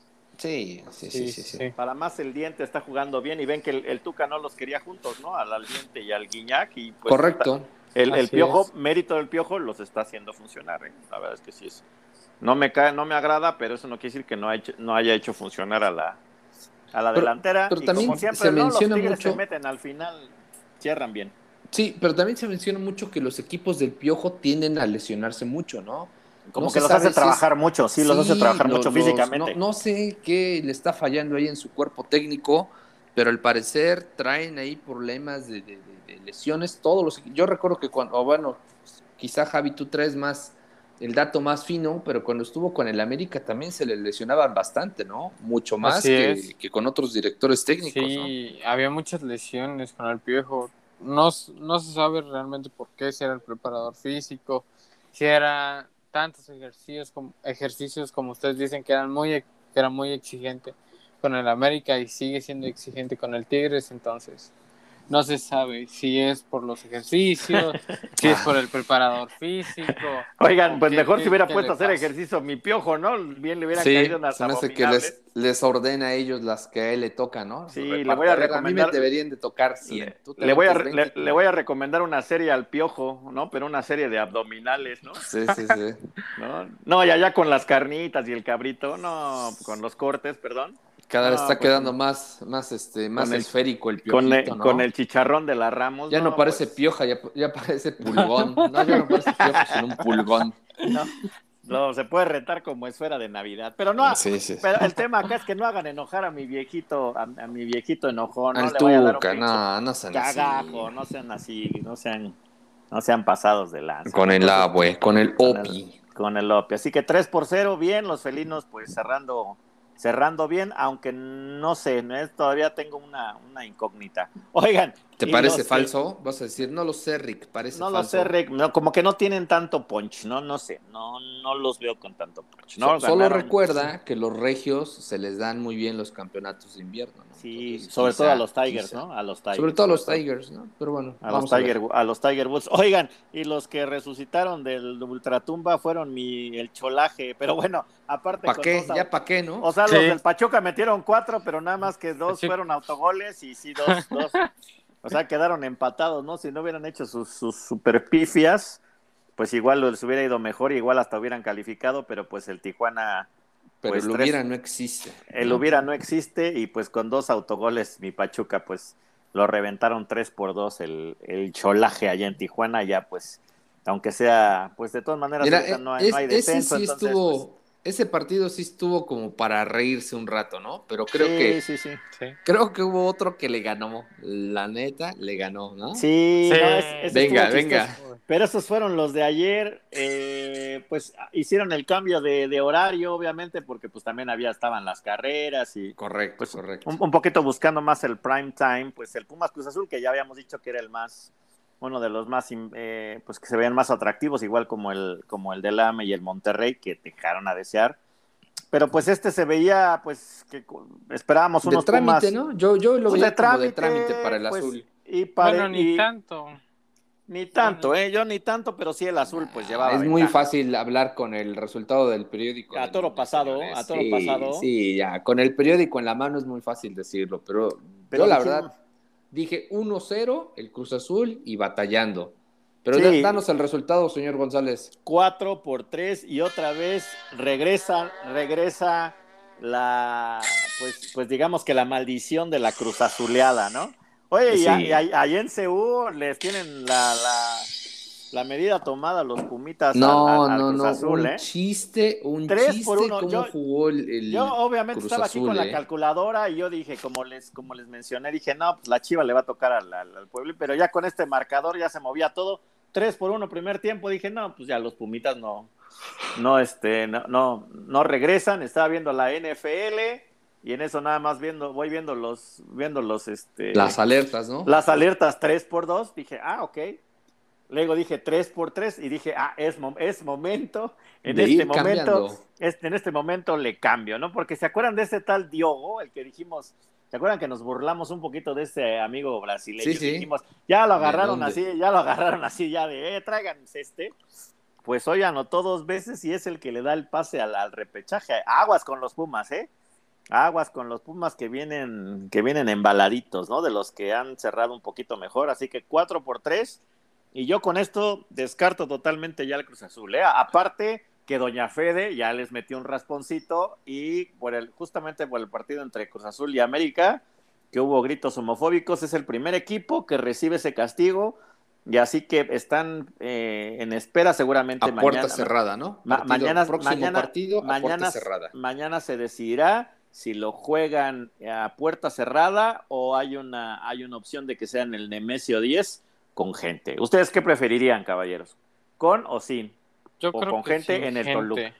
Sí, sí, sí, sí, sí, sí, sí. sí. Para más el Diente está jugando bien y ven que el, el Tuca no los quería juntos, ¿no? Al, al Diente y al Guiñac y pues ta- Correcto. el, el Así Piojo, es. mérito del Piojo, los está haciendo funcionar, ¿eh? La verdad es que sí es. No me cae, no me agrada, pero eso no quiere decir que no, ha hecho- no haya hecho funcionar a la, a la Pero, delantera pero y como también se siempre, ¿no? Los menciona Tigres se mucho, meten al final, cierran bien. sí, pero también se menciona mucho que los equipos del Piojo tienden a lesionarse mucho, ¿no? No Como que se los hace sabe si es, trabajar mucho, sí, los hace sí, trabajar lo- mucho los, no, físicamente. no sé qué le está fallando ahí en su cuerpo técnico, pero al parecer traen ahí problemas de, de- de- de lesiones todos los, yo recuerdo que cuando, o bueno, quizá Javi tú traes más el dato más fino, pero cuando estuvo con el América también se le lesionaban bastante, ¿no? Mucho más Así que, es. que con otros directores técnicos, ¿no? Sí, había muchas lesiones con el Piojo. No, s- no se sabe realmente por qué, si era el preparador físico, si era tantos ejercicios como, ejercicios como ustedes dicen que eran muy, ex- que era muy exigente con el América y sigue siendo exigente con el Tigres, entonces no se sabe si es por los ejercicios, si es por el preparador físico Oigan, o pues qué, mejor se qué, hubiera qué puesto le a hacer pasa. ejercicio mi Piojo, ¿no? Bien le hubieran caído Sí, unas se me hace que les, abominables. les ordena a ellos las que a él le tocan, ¿no? Se Sí, le voy reparte. a A ver, a mí me recomendar, deberían de tocar cien. le, Tú te le voy a, aventas veinte y le, tú le voy a veinte. recomendar una serie al Piojo, ¿no? Pero una serie de abdominales, ¿no? Sí, sí, sí. ¿No? No, y allá con las carnitas y el cabrito, no, con los cortes, perdón. Cada vez No, está pues quedando un- más, más, este, más con el, esférico el con piojito, el, con ¿no? el chicharrón de la Ramos, Ya no no, parece pues, pioja, ya, ya parece pulgón. No, ya no parece piojo, sino un pulgón. no, no, se puede retar como esfera de Navidad. Pero no, Sí, sí. pero el tema acá es que no hagan enojar a mi viejito, a, a mi viejito enojón, no Al le vaya a dar un Tuca, pinche no, no sean así. cagajo, no sean así, no sean, no sean pasados de lanza, Con ¿no? el Entonces, abue, con el con el, opi. con el Opio. Así que tres por cero, bien, los felinos pues cerrando, cerrando bien, aunque no sé, ¿no? todavía tengo una, una incógnita. Oigan, ¿Te y parece los que, falso? Vas a decir, no lo sé, Rick, parece no lo sé, falso. Rick, no, como que no tienen tanto punch, no, no sé, no, no los veo con tanto punch, So- ¿no? solo Ganaron, recuerda que los regios se les dan muy bien los campeonatos de invierno, ¿no? sí, Entonces, sobre todo a quizá, los Tigers, quizá. ¿no? A los Sobre Tigers, todo a sobre los todo. Tigers, ¿no? Pero bueno, A los vamos a Tiger, ver. a los Tiger Woods. Oigan, y los que resucitaron del ultratumba fueron mi el cholaje, pero bueno, aparte ¿Para con dos qué? au- ¿Ya para qué, o no? sea, los Sí, del Pachuca metieron cuatro, pero nada más que dos Pachuca. fueron autogoles y sí, dos, dos. O sea, quedaron empatados, ¿no? Si no hubieran hecho sus, sus super pifias, pues igual les hubiera ido mejor, igual hasta hubieran calificado, pero pues el Tijuana, Pero pues el tres, hubiera no existe, el ¿no? hubiera no existe y pues con dos autogoles mi Pachuca pues lo reventaron tres por dos el, el cholaje allá en Tijuana, ya pues aunque sea, pues de todas maneras Mira, ahorita e- no hay, no es, hay ese descenso, sí entonces pues estuvo, ese partido sí estuvo como para reírse un rato, ¿no? Pero creo sí, que, sí, sí. sí. creo que hubo otro que le ganó. La neta, le ganó, ¿no? Sí, Sí. no, es, ese estuvo Venga, chistoso. venga. Uy, Pero esos fueron los de ayer, eh, pues hicieron el cambio de, de horario, obviamente, porque pues también había, estaban las carreras y Correcto, pues correcto. un, un poquito buscando más el prime time, pues el Pumas Cruz Azul, que ya habíamos dicho que era el más, uno de los más, eh, pues que se veían más atractivos, igual como el, como el del A M E y el Monterrey, que dejaron a desear. pero pues este se veía, pues, que esperábamos unos de trámite, Pumas. ¿no? Yo, yo lo Pues veía de como de trámite, trámite para el pues, azul. y para, Bueno, ni y- tanto. ni tanto, Bueno. ¿eh? Yo ni tanto, pero sí el azul, pues Ah, llevaba es muy ventaja. fácil hablar con el resultado del periódico A del toro lunes, pasado, señores. a toro Sí, pasado. sí, ya. Con el periódico en la mano es muy fácil decirlo, pero, Pero yo la dijimos- verdad dije uno cero el Cruz Azul y batallando. Pero Sí. da- danos el resultado, señor González. cuatro por tres y otra vez regresa, regresa la, pues, pues digamos que la maldición de la Cruz Azuleada, ¿no? Oye, y, Sí. a- y a- allá en C U les tienen la, la, la medida tomada los Pumitas al, No, al- al no, Cruz no, Azul, un ¿eh? chiste, un Tres por chiste uno. cómo Yo, jugó el, el yo obviamente Cruz estaba aquí Azul, con la eh. calculadora y yo dije, como les, como les mencioné, dije, no, pues la Chiva le va a tocar al, al, al Puebla, pero ya con este marcador ya se movía todo. Tres por uno primer tiempo, dije, no, pues ya los Pumitas no, no, este, no, no, no regresan. Estaba viendo la N F L y en eso nada más viendo, voy viendo los, viendo los, este, Las alertas, ¿no? las alertas tres por dos, dije, ah, ok. Luego dije tres por tres y dije, ah, es, mom- es momento, en De este ir momento, cambiando. este, en este momento le cambio, ¿no? Porque se acuerdan de ese tal Diogo, el que dijimos, ¿se acuerdan que nos burlamos un poquito de ese amigo brasileño? Sí, Que sí. dijimos, ya lo ¿De agarraron dónde? así, ya lo agarraron así, ya de, eh, tráiganse este. Pues hoy anotó dos veces y es el que le da el pase al, al repechaje. Aguas con los Pumas, ¿eh? Aguas con los Pumas que vienen, que vienen embaladitos, ¿no? De los que han cerrado un poquito mejor. Así que cuatro por tres. Y yo con esto descarto totalmente ya el Cruz Azul, ¿eh? Aparte que Doña Fede ya les metió un rasponcito y por el, justamente por el partido entre Cruz Azul y América, que hubo gritos homofóbicos, es el primer equipo que recibe ese castigo. Y así que están eh, en espera seguramente A mañana. puerta cerrada, ¿no? Ma Partido, mañana, próximo mañana, partido a mañana, puerta cerrada. Mañana se decidirá si lo juegan a puerta cerrada o hay una, hay una opción de que sea en el Nemesio diez con gente. ¿Ustedes qué preferirían, caballeros? ¿Con o sin? Yo o creo con que gente sin en el gente, Toluca.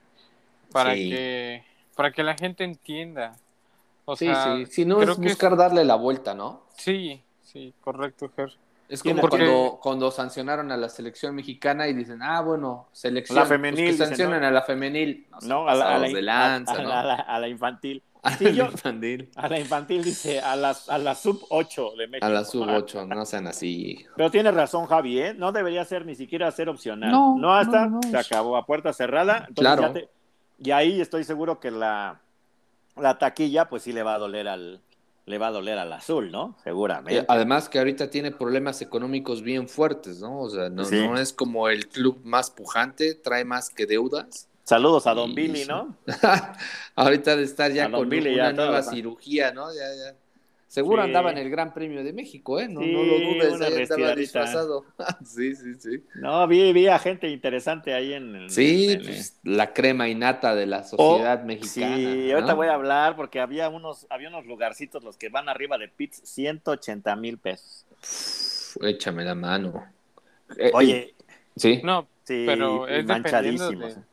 Para Sí. que para que la gente entienda. O Sí, sea, sí. Si no creo es que buscar darle la vuelta, ¿no? sí, sí, correcto, Ger. Es Tiene- como porque- cuando, cuando sancionaron a la selección mexicana y dicen, ah, bueno, selección, La femenil, pues que dicen, sancionen ¿no? a la femenil. No, No, son a la, a la- pasados de lanza, a- a- ¿no? a la- a la infantil. A Sí, yo, la infantil. a la infantil dice a la, a la sub ocho de México. A la sub ocho, no sean así. Pero tiene razón, Javi, ¿eh? No debería ser ni siquiera ser opcional. No, No, hasta no, no, no. se acabó a puerta cerrada. Entonces Claro. ya te, y ahí estoy seguro que la, la taquilla, pues sí le va a doler al, le va a doler al azul, ¿no? Seguramente. Eh, Además que ahorita tiene problemas económicos bien fuertes, ¿no? O sea, no, Sí. no es como el club más pujante, trae más que deudas. Saludos a Don Y- Billy, ¿no? Ahorita de estar ya A Don con Billy, una ya, nueva toda la- cirugía, ¿no? Ya, ya. Seguro Sí. andaba en el Gran Premio de México, ¿eh? No, Sí, no lo dudes, una ¿eh? Andaba restiradita. disfrazado. Sí, sí, sí. No, vi, vi a gente interesante ahí en el. Sí, en- en- pues, la crema innata de la O- sociedad mexicana. Sí, ¿no? ahorita voy a hablar porque había unos, había unos lugarcitos los que van arriba de Pits, ciento ochenta mil pesos. Pff, échame la mano. Eh, Oye, sí. No, sí, pero y es dependiendo manchadísimos. de-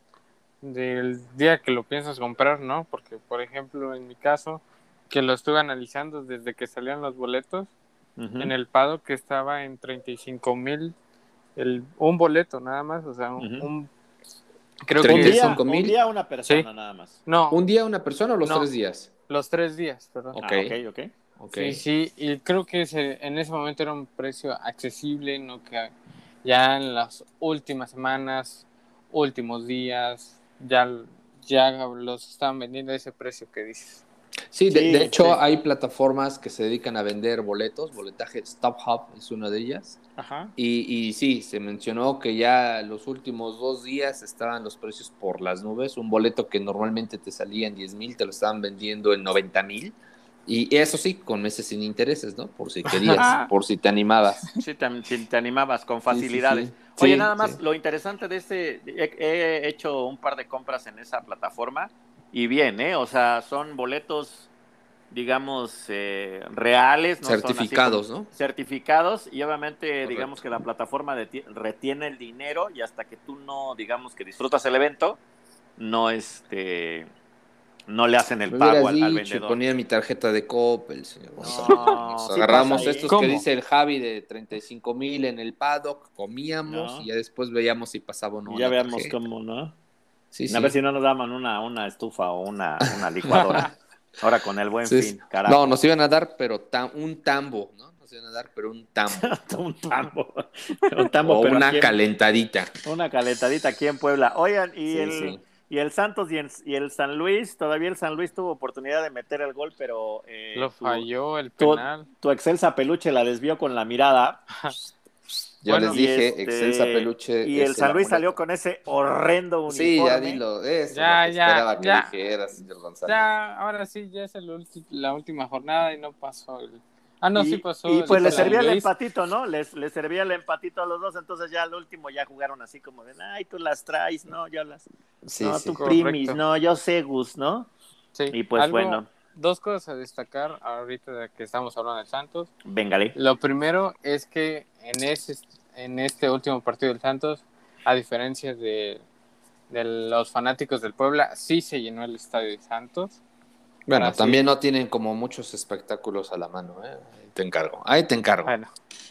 del día que lo piensas comprar, ¿no? Porque, por ejemplo, en mi caso, que lo estuve analizando desde que salieron los boletos, Ujú. en el Pado que estaba en treinta y cinco mil el un boleto nada más, o sea, un, Ujú. un- creo un treinta y que día, cinco un mil. día una persona Sí. nada más. no, ¿Un día una persona o los No. tres días? los tres días, perdón. Ok. Ah, ok, ok. Ok. Sí, sí, y creo que ese, en ese momento era un precio accesible, no que ya en las últimas semanas, últimos días, ya, ya los estaban vendiendo a ese precio que dices. Sí, de, Sí, de hecho sí. hay plataformas que se dedican a vender boletos, boletaje StubHub es una de ellas, Ajá. y, y sí, se mencionó que ya los últimos dos días estaban los precios por las nubes, un boleto que normalmente te salía en diez mil, te lo estaban vendiendo en noventa mil, y eso sí, con meses sin intereses, ¿no? Por si querías, por si te animabas. Sí, te, si te animabas con Sí, sí, facilidades. sí. Oye, Sí, nada más, sí. lo interesante de este, he, he hecho un par de compras en esa plataforma y bien, ¿eh? O sea, son boletos, digamos, eh, reales. No Certificados, son así como- ¿no? Certificados y obviamente, Correcto. digamos que la plataforma deti- retiene el dinero y hasta que tú no, digamos que disfrutas el evento, no este... No le hacen el Me pago hubieras al, al dicho, vendedor. ponía mi tarjeta de Coppel, señor González. No, Nos sí agarramos pasa ahí. estos ¿Cómo? que dice el Javi de treinta y cinco mil en el paddock, comíamos No. y ya después veíamos si pasaba o no Y ya la veamos tarjeta. cómo, ¿no? Sí, A ver sí. si no nos daban una, una estufa o una, una licuadora. Ahora con el buen Sí, fin, sí. carajo. No, nos iban a dar, pero tam- un tambo, ¿no? Nos iban a dar, pero un tambo. Un tambo. Un tambo, O pero una aquí en, calentadita. una calentadita aquí en Puebla. Oigan, y Sí, el, sí. y el Santos y el, y el San Luis, todavía el San Luis tuvo oportunidad de meter el gol, pero Lo eh, tu, falló el tu, penal. tu excelsa peluche la desvió con la mirada. Yo les Bueno, Y dije, Excelsa este Peluche y el es el San Luis salió amuleto. con ese horrendo Sí, ya uniforme. dilo. Eso es lo ya, que ya, esperaba que ya, dijeras, señor González. ya, ahora sí, ya es el ulti- la última jornada y no pasó el... Ah, no, sí Y, pasó y el pues le San servía el Luis. empatito, ¿no? Les, les servía el empatito a los dos, entonces ya al último ya jugaron así como de, ay, tú las traes, no, yo las, Sí, no, sí. tú primis, Correcto. no, yo Segus, ¿no? Sí, Y pues algo, bueno, dos cosas a destacar ahorita de que estamos hablando de Santos. véngale. Lo primero es que en, ese, en este último partido del Santos, a diferencia de, de los fanáticos del Puebla, sí se llenó el estadio de Santos. Bueno, Ahora también sí. no tienen como muchos espectáculos a la mano, ¿eh? Ahí te encargo. Ahí te encargo. Bueno,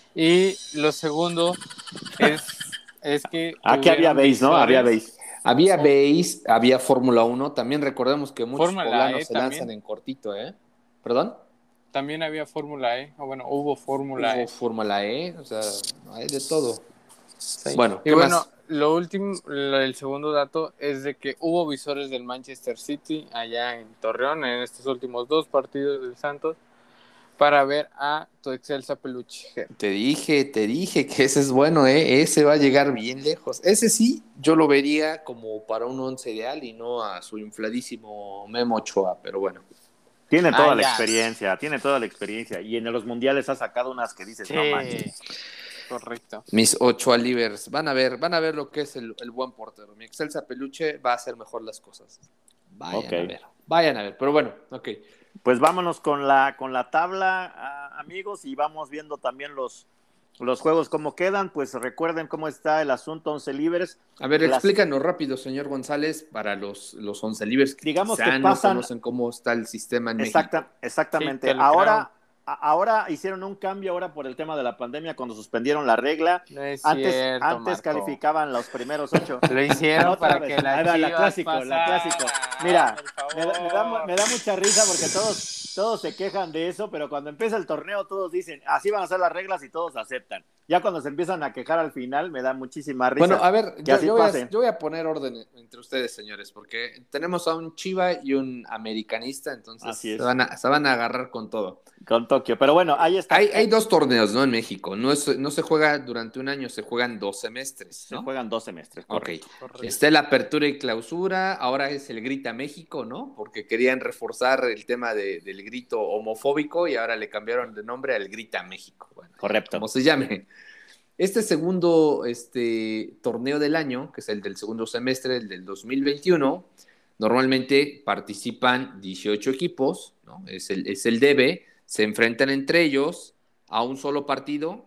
y lo segundo es, es que Aquí había hubieron base, ¿no? Había visores. base. Había base, había Fórmula uno. También recordemos que muchos Fórmula poblanos E se lanzan también. en cortito, ¿eh? ¿Perdón? También había Fórmula E, o bueno, hubo Fórmula Hubo E. Fórmula E, o sea, hay de todo. Sí. Bueno, Y ¿qué bueno, más? lo último, lo- el segundo dato es de que hubo visores del Manchester City allá en Torreón en estos últimos dos partidos del Santos para ver a tu excelsa peluche. Te dije, te dije que ese es bueno, ¿eh? Ese va a llegar bien lejos. Ese sí, yo lo vería como para un once ideal y no a su infladísimo Memo Ochoa, pero bueno. Tiene Ah, toda la ya. experiencia, tiene toda la experiencia. Y en los mundiales ha sacado unas que dices, Sí, no manches. correcto. Mis Ochoa Livers, van a ver, van a ver lo que es el, el buen portero. Mi excelsa peluche va a hacer mejor las cosas. Vayan Ok. a ver, vayan a ver, pero bueno, ok. Pues vámonos con la, con la tabla, ah, amigos, y vamos viendo también los, los juegos cómo quedan. Pues recuerden cómo está el asunto, once libres. A ver, Las- explícanos rápido, señor González, para los, los once libres que Digamos quizá que no pasan- conocen cómo está el sistema en Exacta, México. exactamente. Sí, te lo ahora, a- ahora hicieron un cambio ahora por el tema de la pandemia cuando suspendieron la regla. No es Antes, cierto, antes Marco. calificaban los primeros ocho. Lo hicieron Otra para vez. que la Ahí va, la Chivas clásico, la pasara. clásico. Mira, Por me da, me, da, favor. me da mucha risa porque todos, todos se quejan de eso, pero cuando empieza el torneo todos dicen, así van a ser las reglas y todos aceptan. Ya cuando se empiezan a quejar al final me da muchísima risa. Bueno, a ver, que yo, así yo voy a, pase. yo voy a poner orden entre ustedes, señores, porque tenemos a un Chiva y un americanista, entonces Así es. se van, a, se van a agarrar con todo. Con Tokio. Pero bueno, ahí está. Hay, hay dos torneos, ¿no? En México. No, es, no se juega durante un año, se juegan dos semestres, Se ¿no? juegan dos semestres. Ok. Correcto. Correcto. Está la apertura y clausura, ahora es el Grita México, ¿no? Porque querían reforzar el tema de, del grito homofóbico y ahora le cambiaron de nombre al Grita México. Bueno, Correcto. como se llame. Este segundo este, torneo del año, que es el del segundo semestre, el del dos mil veintiuno, normalmente participan dieciocho equipos, ¿no? Es el, es el D B, se enfrentan entre ellos a un solo partido,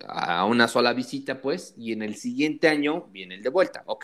a una sola visita, pues, y en el siguiente año viene el de vuelta. Ok.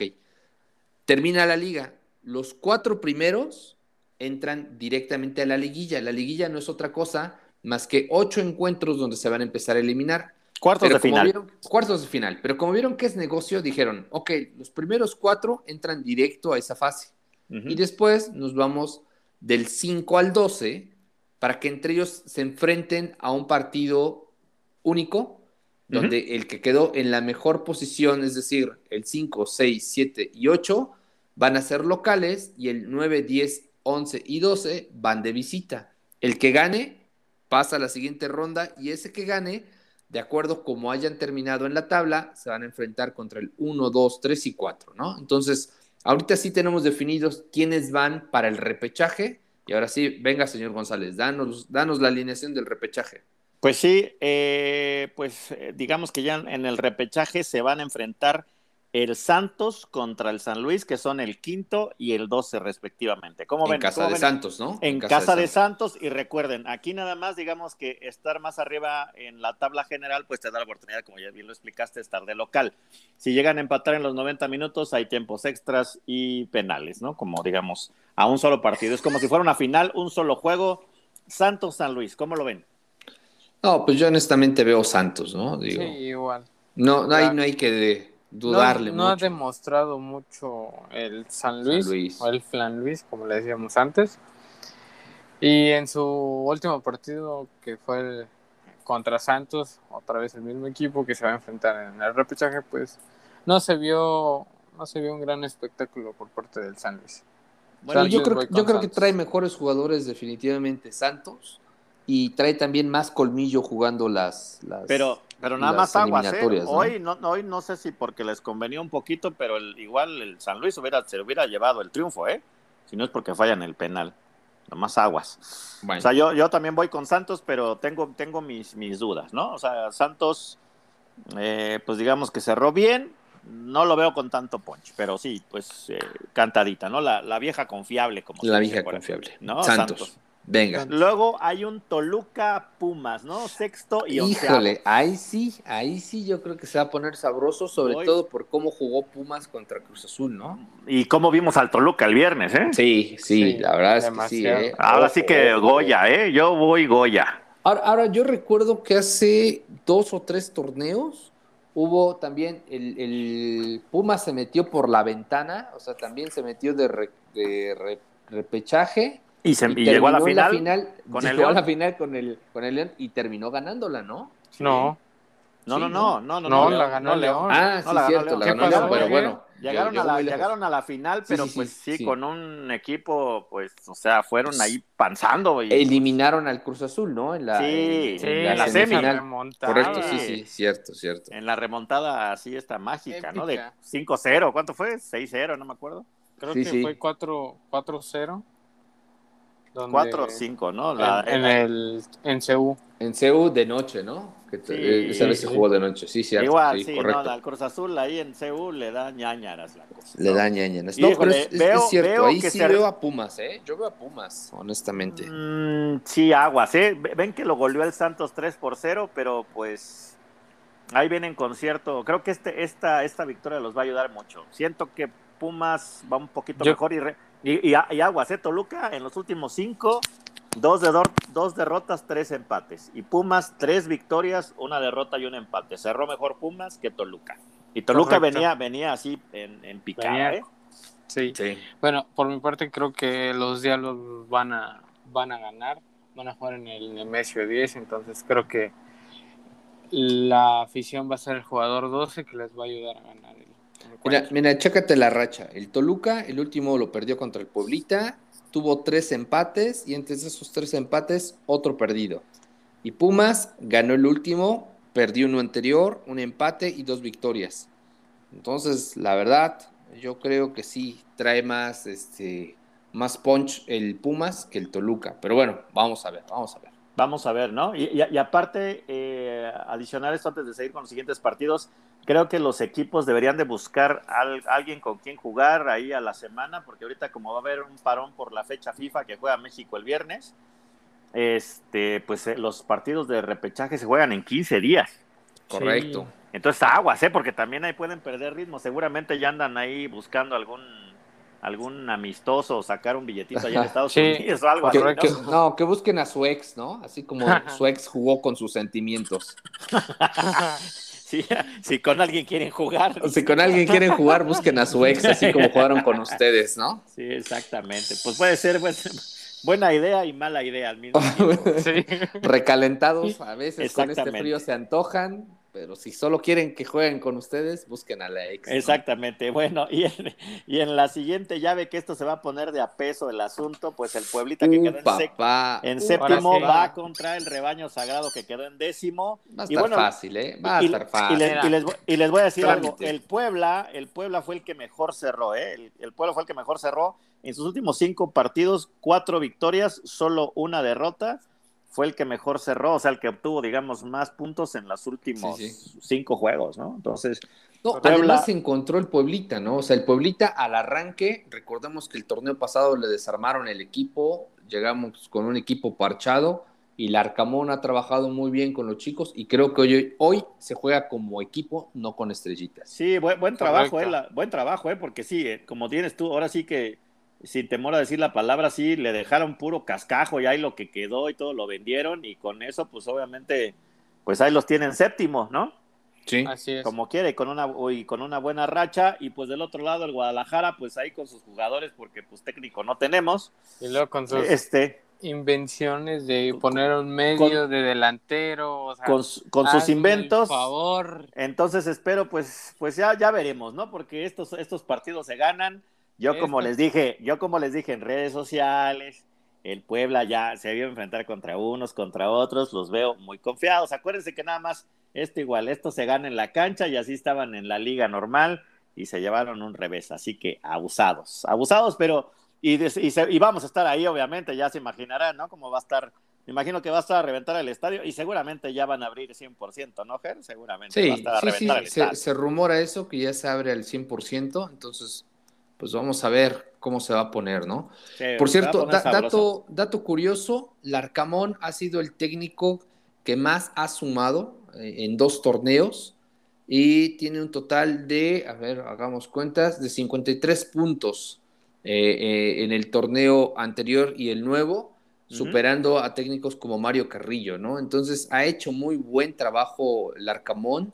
Termina la liga. Los cuatro primeros entran directamente a la liguilla. La liguilla no es otra cosa más que ocho encuentros donde se van a empezar a eliminar. Cuartos Pero de como final. vieron- cuartos de final. Pero como vieron que es negocio, dijeron, ok, los primeros cuatro entran directo a esa fase. Ujú. Y después nos vamos del cinco al doce para que entre ellos se enfrenten a un partido único, donde Ujú. el que quedó en la mejor posición, es decir, el cinco, seis, siete y ocho, van a ser locales y el nueve, diez, once y doce van de visita. El que gane pasa a la siguiente ronda y ese que gane, de acuerdo como hayan terminado en la tabla, se van a enfrentar contra el uno, dos, tres y cuatro, ¿no? Entonces, ahorita sí tenemos definidos quiénes van para el repechaje y ahora sí, venga, señor González, danos, danos la alineación del repechaje. Pues sí, eh, pues eh, digamos que ya en el repechaje se van a enfrentar el Santos contra el San Luis, que son el quinto y el doce respectivamente. ¿Cómo En ven? casa ¿Cómo de ven? Santos, ¿no? En, casa, de, Santos. Santos, y recuerden, aquí nada más, digamos que estar más arriba en la tabla general, pues te da la oportunidad, como ya bien lo explicaste, estar de local. Si llegan a empatar en los noventa minutos, hay tiempos extras y penales, ¿no? Como digamos, a un solo partido. Es como si fuera una final, un solo juego. Santos-San Luis, ¿cómo lo ven? No, pues yo honestamente veo Santos, ¿no? Digo, Sí, igual. no, no, hay, Claro. no hay que dudarle no, no ha mucho. demostrado mucho el San Luis, San Luis. o el Flan Luis, como le decíamos antes. Y en su último partido, que fue el contra Santos, otra vez el mismo equipo que se va a enfrentar en el repechaje, pues no se vio, no se vio un gran espectáculo por parte del San Luis. Bueno, San yo Luis creo, voy yo con creo que Santos. trae mejores jugadores definitivamente Santos y trae también más colmillo jugando las, las, Pero, pero nada las más aguas, ¿eh? eliminatorias, ¿no? Hoy no, hoy no sé si porque les convenía un poquito, pero el, igual el San Luis hubiera, se hubiera llevado el triunfo, ¿eh? Si no es porque fallan el penal. Nomás aguas. Bueno. O sea, yo, yo también voy con Santos, pero tengo, tengo mis, mis dudas, ¿no? O sea, Santos, eh, pues digamos que cerró bien, no lo veo con tanto punch, pero sí, pues eh, cantadita, ¿no? La, la vieja confiable, como La se dice vieja por ahí, confiable. ¿no? Santos. Santos. Venga. Luego hay un Toluca Pumas, ¿no? Sexto y onceavo. Híjole, ahí sí, ahí sí yo creo que se va a poner sabroso, sobre Voy. todo por cómo jugó Pumas contra Cruz Azul, ¿no? Y cómo vimos al Toluca el viernes, ¿eh? Sí, sí, Sí, la verdad es demasiado. que sí, ¿eh? Ahora Ojo, sí que ojo, Goya, ¿eh? Yo voy Goya. Ahora, ahora, yo recuerdo que hace dos o tres torneos hubo también el, el Puma se metió por la ventana, o sea, también se metió de, re, de re, repechaje Y, se, y, y llegó a la terminó en la final, final, con llegó el León. a la final con el, con el León y terminó ganándola, ¿no? Sí. No, No, Sí, no, ¿no? no, no, no, no, no, la León, ganó no, el León. Ah, no sí, la ganó cierto, León. la ¿Qué ganó pasó, León, pero Miguel? bueno. Llegaron, llegó a la, muy lejos. llegaron a la final, Sí, pero sí, sí, pues sí, sí. con un equipo, pues, o sea, fueron ahí panzando. Y, Eliminaron al Cruz Azul, ¿no? En la, Sí, en, Sí, en la en la esa semi. semifinal. remontada. Correcto, sí, Sí. sí, cierto, cierto. En la remontada así está mágica, ¿no? De Épica. cinco cero, ¿cuánto fue? seis cero, no me acuerdo. Creo Sí, que sí. fue cuatro cero. cuatro cinco, ¿no? En, La, en eh, el en C U. En C U de noche, ¿no? Que te- eh, esa Sí, vez sí, se sí. jugó de noche, sí, cierto, igual, sí, sí, no, correcto. al Cruz Azul ahí en Seúl le da ñañaras la cosa, Le ¿no? da ñañanas. Y No, pero es, híjole, es- es veo, cierto, veo ahí que sí se... veo a Pumas, ¿eh? Yo veo a Pumas, honestamente. Mm, sí, aguas, ¿eh? Ven que lo goleó el Santos tres por cero, pero pues ahí vienen con cierto... Creo que este, esta, esta victoria los va a ayudar mucho. Siento que Pumas va un poquito Yo- mejor y, re- y, y, y aguas, ¿eh? Toluca en los últimos cinco, dos, de dor- dos derrotas, tres empates. Y Pumas, tres victorias, una derrota y un empate. Cerró mejor Pumas que Toluca. Y Toluca Correcto. venía, venía así en, en picada, Venía- ¿eh? Sí. Sí. Bueno, por mi parte creo que los Diablos van a van a ganar, van a jugar en el Nemesio diez, entonces creo que la afición va a ser el jugador doce que les va a ayudar a ganar el, el Mira, encuentro. mira, chécate la racha. El Toluca, el último lo perdió contra el Pueblita, tuvo tres empates y entre esos tres empates, otro perdido. Y Pumas ganó el último, perdió uno anterior, un empate y dos victorias. Entonces, la verdad, yo creo que sí trae más, este, más punch el Pumas que el Toluca. Pero bueno, vamos a ver, vamos a ver. Vamos a ver, ¿no? Y, y, y aparte, eh, adicionar esto antes de seguir con los siguientes partidos, creo que los equipos deberían de buscar a alguien con quien jugar ahí a la semana, porque ahorita como va a haber un parón por la fecha FIFA que juega México el viernes, este, pues eh, los partidos de repechaje se juegan en quince días. Correcto. Sí. Entonces aguas, ¿eh? Porque también ahí pueden perder ritmo. Seguramente ya andan ahí buscando algún algún amistoso o sacar un billetito allá en Estados Sí, Unidos o algo así, Que, ¿no? que- no, que busquen a su ex, ¿no? Así como su ex jugó con sus sentimientos. Sí, si con alguien quieren jugar. O si con alguien quieren jugar, busquen a su ex, así como jugaron con ustedes, ¿no? Sí, exactamente. Pues puede ser pues, buena idea y mala idea al mismo tiempo. Sí. Recalentados, a veces con este Exactamente. frío se antojan, pero si solo quieren que jueguen con ustedes, busquen a la ex, ¿no? Exactamente. Bueno, y en, y en la siguiente llave que esto se va a poner de a peso el asunto, pues el Pueblita que Uh, quedó en, sec- papá, en uh, séptimo ahora sí. va contra el Rebaño Sagrado que quedó en décimo. Va a Y estar bueno, fácil, ¿eh? Va a y, estar y fácil. les, y les voy- y les voy a decir Trámite. algo, el Puebla, el Puebla fue el que mejor cerró, ¿eh? el, el Puebla fue el que mejor cerró en sus últimos cinco partidos, cuatro victorias, solo una derrota, fue el que mejor cerró, o sea, el que obtuvo, digamos, más puntos en los últimos Sí, sí. cinco juegos, ¿no? Entonces, No, Puebla- además se encontró el Pueblita, ¿no? O sea, el Pueblita al arranque, recordemos que el torneo pasado le desarmaron el equipo, llegamos con un equipo parchado y el Arcamón ha trabajado muy bien con los chicos y creo que hoy, hoy se juega como equipo, no con estrellitas. sí, buen, buen trabajo, Correcto. eh, la- buen trabajo, eh, porque sí, eh, como tienes tú, ahora sí que, sin temor a decir la palabra, sí, le dejaron puro cascajo y ahí lo que quedó y todo lo vendieron y con eso, pues obviamente, pues ahí los tienen séptimo, ¿no? Sí. Así es. como quiere, y con una y con una buena racha, y pues del otro lado el Guadalajara, pues ahí con sus jugadores, porque pues técnico no tenemos, Y luego con sus este, invenciones de con, poner un medio con, de delantero, o sea, con, con sus hazme el inventos, favor. entonces espero, pues, pues ya, ya veremos, ¿no? Porque estos, estos partidos se ganan, yo como Esto- les dije, yo como les dije en redes sociales, el Puebla ya se vio enfrentar contra unos, contra otros, los veo muy confiados. Acuérdense que nada más esto igual, esto se gana en la cancha y así estaban en la liga normal y se llevaron un revés, así que abusados, abusados, pero y, de, y, se, y vamos a estar ahí, obviamente, ya se imaginarán, ¿no? Cómo va a estar, me imagino que va a estar a reventar el estadio y seguramente ya van a abrir cien por ciento, ¿no, Ger? Seguramente va a Sí, estar a sí, reventar sí, el se, estadio. se rumora eso, que ya se abre al cien por ciento, entonces, pues vamos a ver cómo se va a poner, ¿no? Sí, Por se va a cierto, poner da- sabroso. dato, dato curioso, Larcamón ha sido el técnico que más ha sumado eh, en dos torneos y tiene un total de, a ver, hagamos cuentas, de cincuenta y tres puntos eh, eh, en el torneo anterior y el nuevo, Uh-huh. superando a técnicos como Mario Carrillo, ¿no? Entonces ha hecho muy buen trabajo el Arcamón,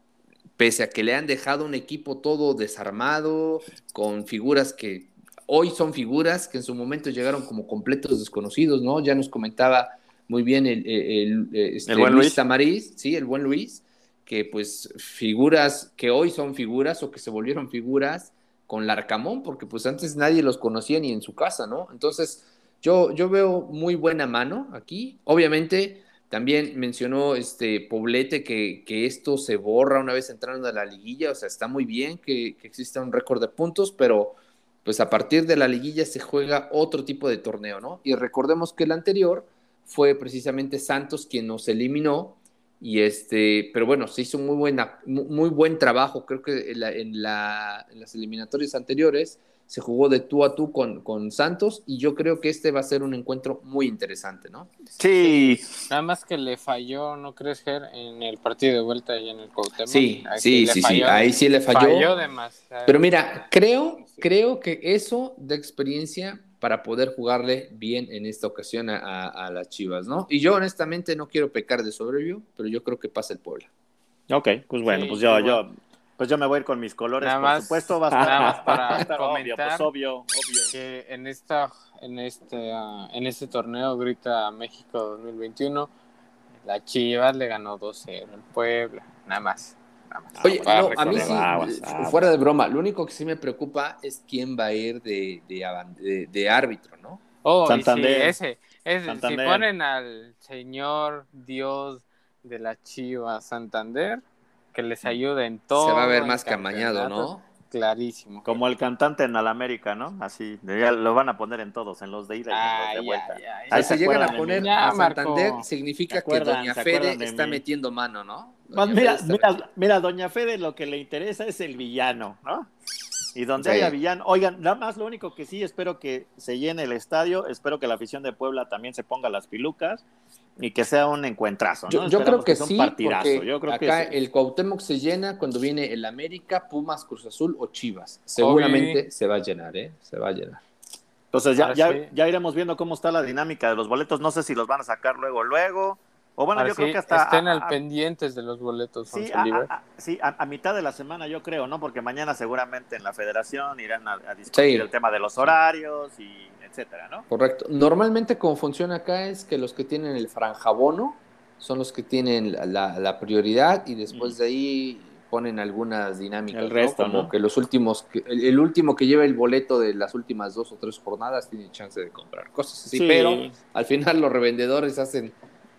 pese a que le han dejado un equipo todo desarmado, con figuras que hoy son figuras que en su momento llegaron como completos desconocidos, ¿no? Ya nos comentaba muy bien el, el, el, este, el buen Luis Luis Tamariz, sí, el buen Luis, que pues figuras que hoy son figuras o que se volvieron figuras con Larcamón, porque pues antes nadie los conocía ni en su casa, ¿no? Entonces yo, yo veo muy buena mano aquí. Obviamente también mencionó este Poblete que, que esto se borra una vez entrando a la liguilla, o sea, está muy bien que, que exista un récord de puntos, pero pues a partir de la liguilla se juega otro tipo de torneo, ¿no? Y recordemos que el anterior fue precisamente Santos quien nos eliminó, y este, pero bueno, se hizo muy, buena, muy buen trabajo, creo que en, la, en, la, en las eliminatorias anteriores se jugó de tú a tú con, con Santos, y yo creo que este va a ser un encuentro muy interesante, ¿no? sí, Sí, nada más que le falló, ¿no crees, Ger? En el partido de vuelta y en el Cuauhtémoc. Sí, Ahí sí, le sí, sí, falló, ahí sí le falló. falló demasiado. Pero mira, creo, creo que eso da experiencia para poder jugarle bien en esta ocasión a, a, a las Chivas, ¿no? Y yo honestamente no quiero pecar de soberbio, pero yo creo que pasa el Puebla. ok, pues bueno, Sí, pues yo, igual. yo, pues yo me voy a ir con mis colores, Nada por más, supuesto, va a estar, nada va a más estar, va a para estar obvio, pues comentar obvio, obvio. que en esta, en este, uh, en este torneo grita México dos mil veintiuno, la Chivas le ganó dos cero al Puebla, nada más. Nada más Oye, para no, a mí recordar. sí, Aguas, f- aguas. fuera de broma, lo único que sí me preocupa es quién va a ir de, de, aban- de- de árbitro, ¿no? Oh, y sí, Santander, ese, ese, si Santander. ponen al señor Dios de la Chivas Santander, que les ayude en Se va a ver todo, en más que amañado, campeonatos, ¿no? clarísimo. Como el cantante en Alamérica, ¿no? Así, ya lo van a poner en todos, en los de ida y en los de Ay, vuelta. ay, ay. O sea, Ahí se si llegan acuerdan a de mí. poner Ya, a Santander, Marco. ¿Se significa que acuerdan? Doña ¿Se Fede acuerdan de está mí? metiendo mano, ¿no? Pues Doña Fede mira, está metiendo. mira, mira, Doña Fede lo que le interesa es el villano, ¿no? Y donde Sí. haya villano, oigan, nada más lo único que sí, espero que se llene el estadio, espero que la afición de Puebla también se ponga las pilucas y que sea un encuentrazo, ¿no? Yo, yo Esperamos creo que sea un sí, partidazo. porque Yo creo que acá sí. el Cuauhtémoc se llena cuando viene el América, Pumas, Cruz Azul o Chivas. Obi. Seguramente se va a llenar, ¿eh? Se va a llenar. Entonces ya, Ahora ya, sí. ya iremos viendo cómo está la dinámica de los boletos. No sé si los van a sacar luego, luego. O bueno, Ahora yo creo sí, que hasta... estén a- al a- pendientes de los boletos, Sí, Once a, Libre. a- a- sí a, a mitad de la semana yo creo, ¿no? Porque mañana seguramente en la federación irán a, a discutir Sí. el tema de los Sí. horarios y etcétera, ¿no? Correcto. Normalmente como funciona acá es que los que tienen el franjabono son los que tienen la, la- la prioridad y después Mm. de ahí ponen algunas dinámicas, El resto, ¿no? Como ¿no? que los últimos, que- el, el último que lleva el boleto de las últimas dos o tres jornadas tiene chance de comprar cosas así, Sí. pero al final los revendedores hacen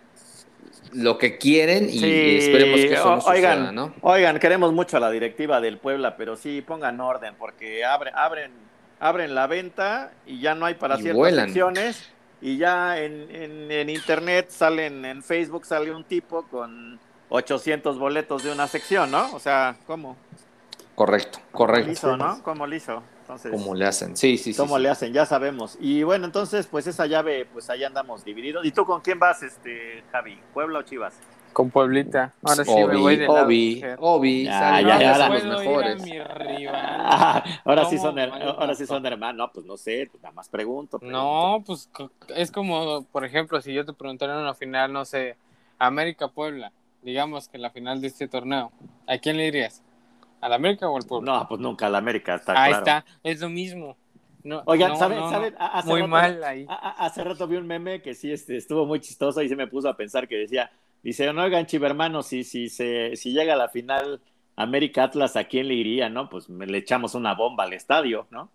lo que quieren y Sí, esperemos que eso no o- suceda, oigan, ¿no? oigan, queremos mucho a la directiva del Puebla, pero sí pongan orden, porque abren, abren, abren la venta y ya no hay para Y ciertas vuelan. secciones, y ya en, en, en internet salen, en Facebook sale un tipo con ochocientos boletos de una sección, ¿no? O sea, ¿cómo? Correcto, ¿Cómo correcto. le hizo, no? ¿Cómo le hizo? Entonces, Como le hacen. Sí, sí, sí. ¿cómo sí. le hacen? Ya sabemos. Y bueno, entonces, pues esa llave, pues ahí andamos divididos. ¿Y tú con quién vas, este, Javi? ¿Puebla o Chivas? Con Pueblita. Ahora sí me Obi, voy del lado Obi, mujer. Obi, Ya, salen, ya, ya, ya, son ahora- los puedo mejores. ir a mi rival. Ah, ahora sí ¿Cómo son, her- mal, ahora sí Marco? son hermanos. No, pues no sé, pues nada más pregunto. pregunto. No, pues co- es como, por ejemplo, si yo te preguntara en una final, no sé, América Puebla, digamos que la final de este torneo, ¿a quién le irías? ¿Al América o al Puebla? No, pues nunca al América, está Ahí claro. está, es lo mismo. No, Oigan, no, ¿saben? no, ¿saben? no. Hace Muy rato, mal ahí. a- a- hace rato vi un meme que sí este, estuvo muy chistoso y se me puso a pensar que decía, dice, no, oigan, chivermanos, si, si, se, si llega a la final América Atlas, ¿a quién le iría, no? Pues me, le echamos una bomba al estadio, ¿no?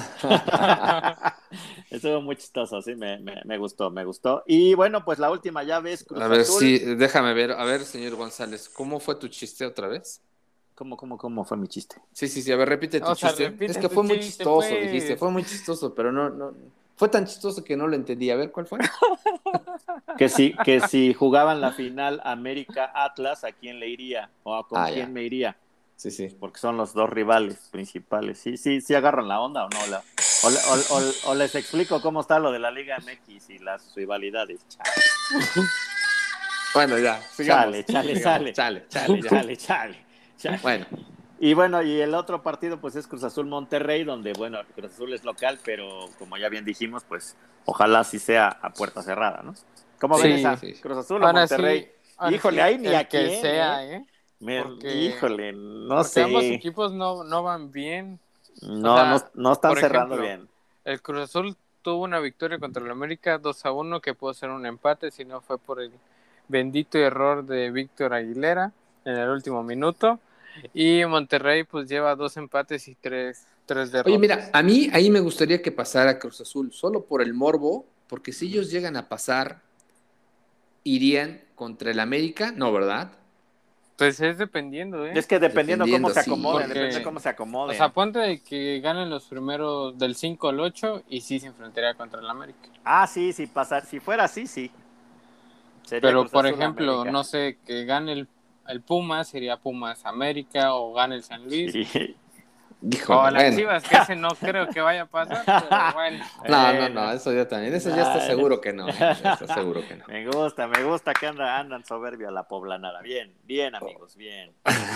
Estuvo muy chistoso, sí, me, me, me gustó, me gustó. Y bueno, pues la última llave es Cruz A ver, Azul. sí, déjame ver. A ver, señor González, ¿cómo fue tu chiste otra vez? ¿Cómo, cómo, cómo fue mi chiste? Sí, sí, sí, a ver, repite tu O sea, chiste. repite Es que tu fue muy chiste, chistoso, pues. dijiste, fue muy chistoso, pero no, no, fue tan chistoso que no lo entendí. A ver, ¿cuál fue? Que si, que si jugaban la final América Atlas, ¿a quién le iría? ¿O a con Ah, quién ya. me iría? Sí, sí. Porque son los dos rivales principales. ¿Sí, sí, sí agarran la onda o no? La, o, o, o, o les explico cómo está lo de la Liga M X y las rivalidades. Chale, Bueno, ya, sigamos. chale, chale, sigamos. chale, Chale, chale, ya. chale, chale, chale. Bueno, Y bueno, y el otro partido pues es Cruz Azul Monterrey, donde bueno, Cruz Azul es local, pero como ya bien dijimos, pues ojalá sí sea a puerta cerrada, ¿no? ¿Cómo ven Sí, esa? sí, sí. ¿Cruz Azul o Ahora Monterrey? sí, ahora Híjole, sí, ahí ni el a que quién, sea, ¿eh? ¿eh? Me- Porque, híjole, no porque ambos sé. equipos no, no van bien. O No, no, sea, no están por cerrando ejemplo, bien. el Cruz Azul tuvo una victoria contra el América dos a uno, que pudo ser un empate si no fue por el bendito error de Víctor Aguilera en el último minuto. Y Monterrey pues lleva dos empates y tres, tres derrotas. Oye, mira, a mí ahí me gustaría que pasara Cruz Azul, solo por el morbo, porque si ellos llegan a pasar, irían contra el América, no, ¿verdad? Pues es dependiendo, ¿eh? Es que dependiendo cómo Dependiendo, se sí, acomoden, Porque, depende de cómo se o acomoden. sea, ponte de que ganen los primeros del cinco al ocho y sí se enfrentaría contra el América. Ah, sí, sí, pasar. Si fuera así, sí. Sería Pero, Cruz por Azul ejemplo, América. no sé, que gane el, el Pumas, sería Pumas América, o gane el San Luis, Sí. o Híjole, las bueno. Chivas, que ese no creo que vaya a pasar, pero bueno. No, no, Bueno. no, eso ya también, eso ya está Ay. seguro que no, ¿eh? Ya está seguro que no. Me gusta, me gusta que anda, andan soberbia la poblanada. Bien, bien, amigos, bien.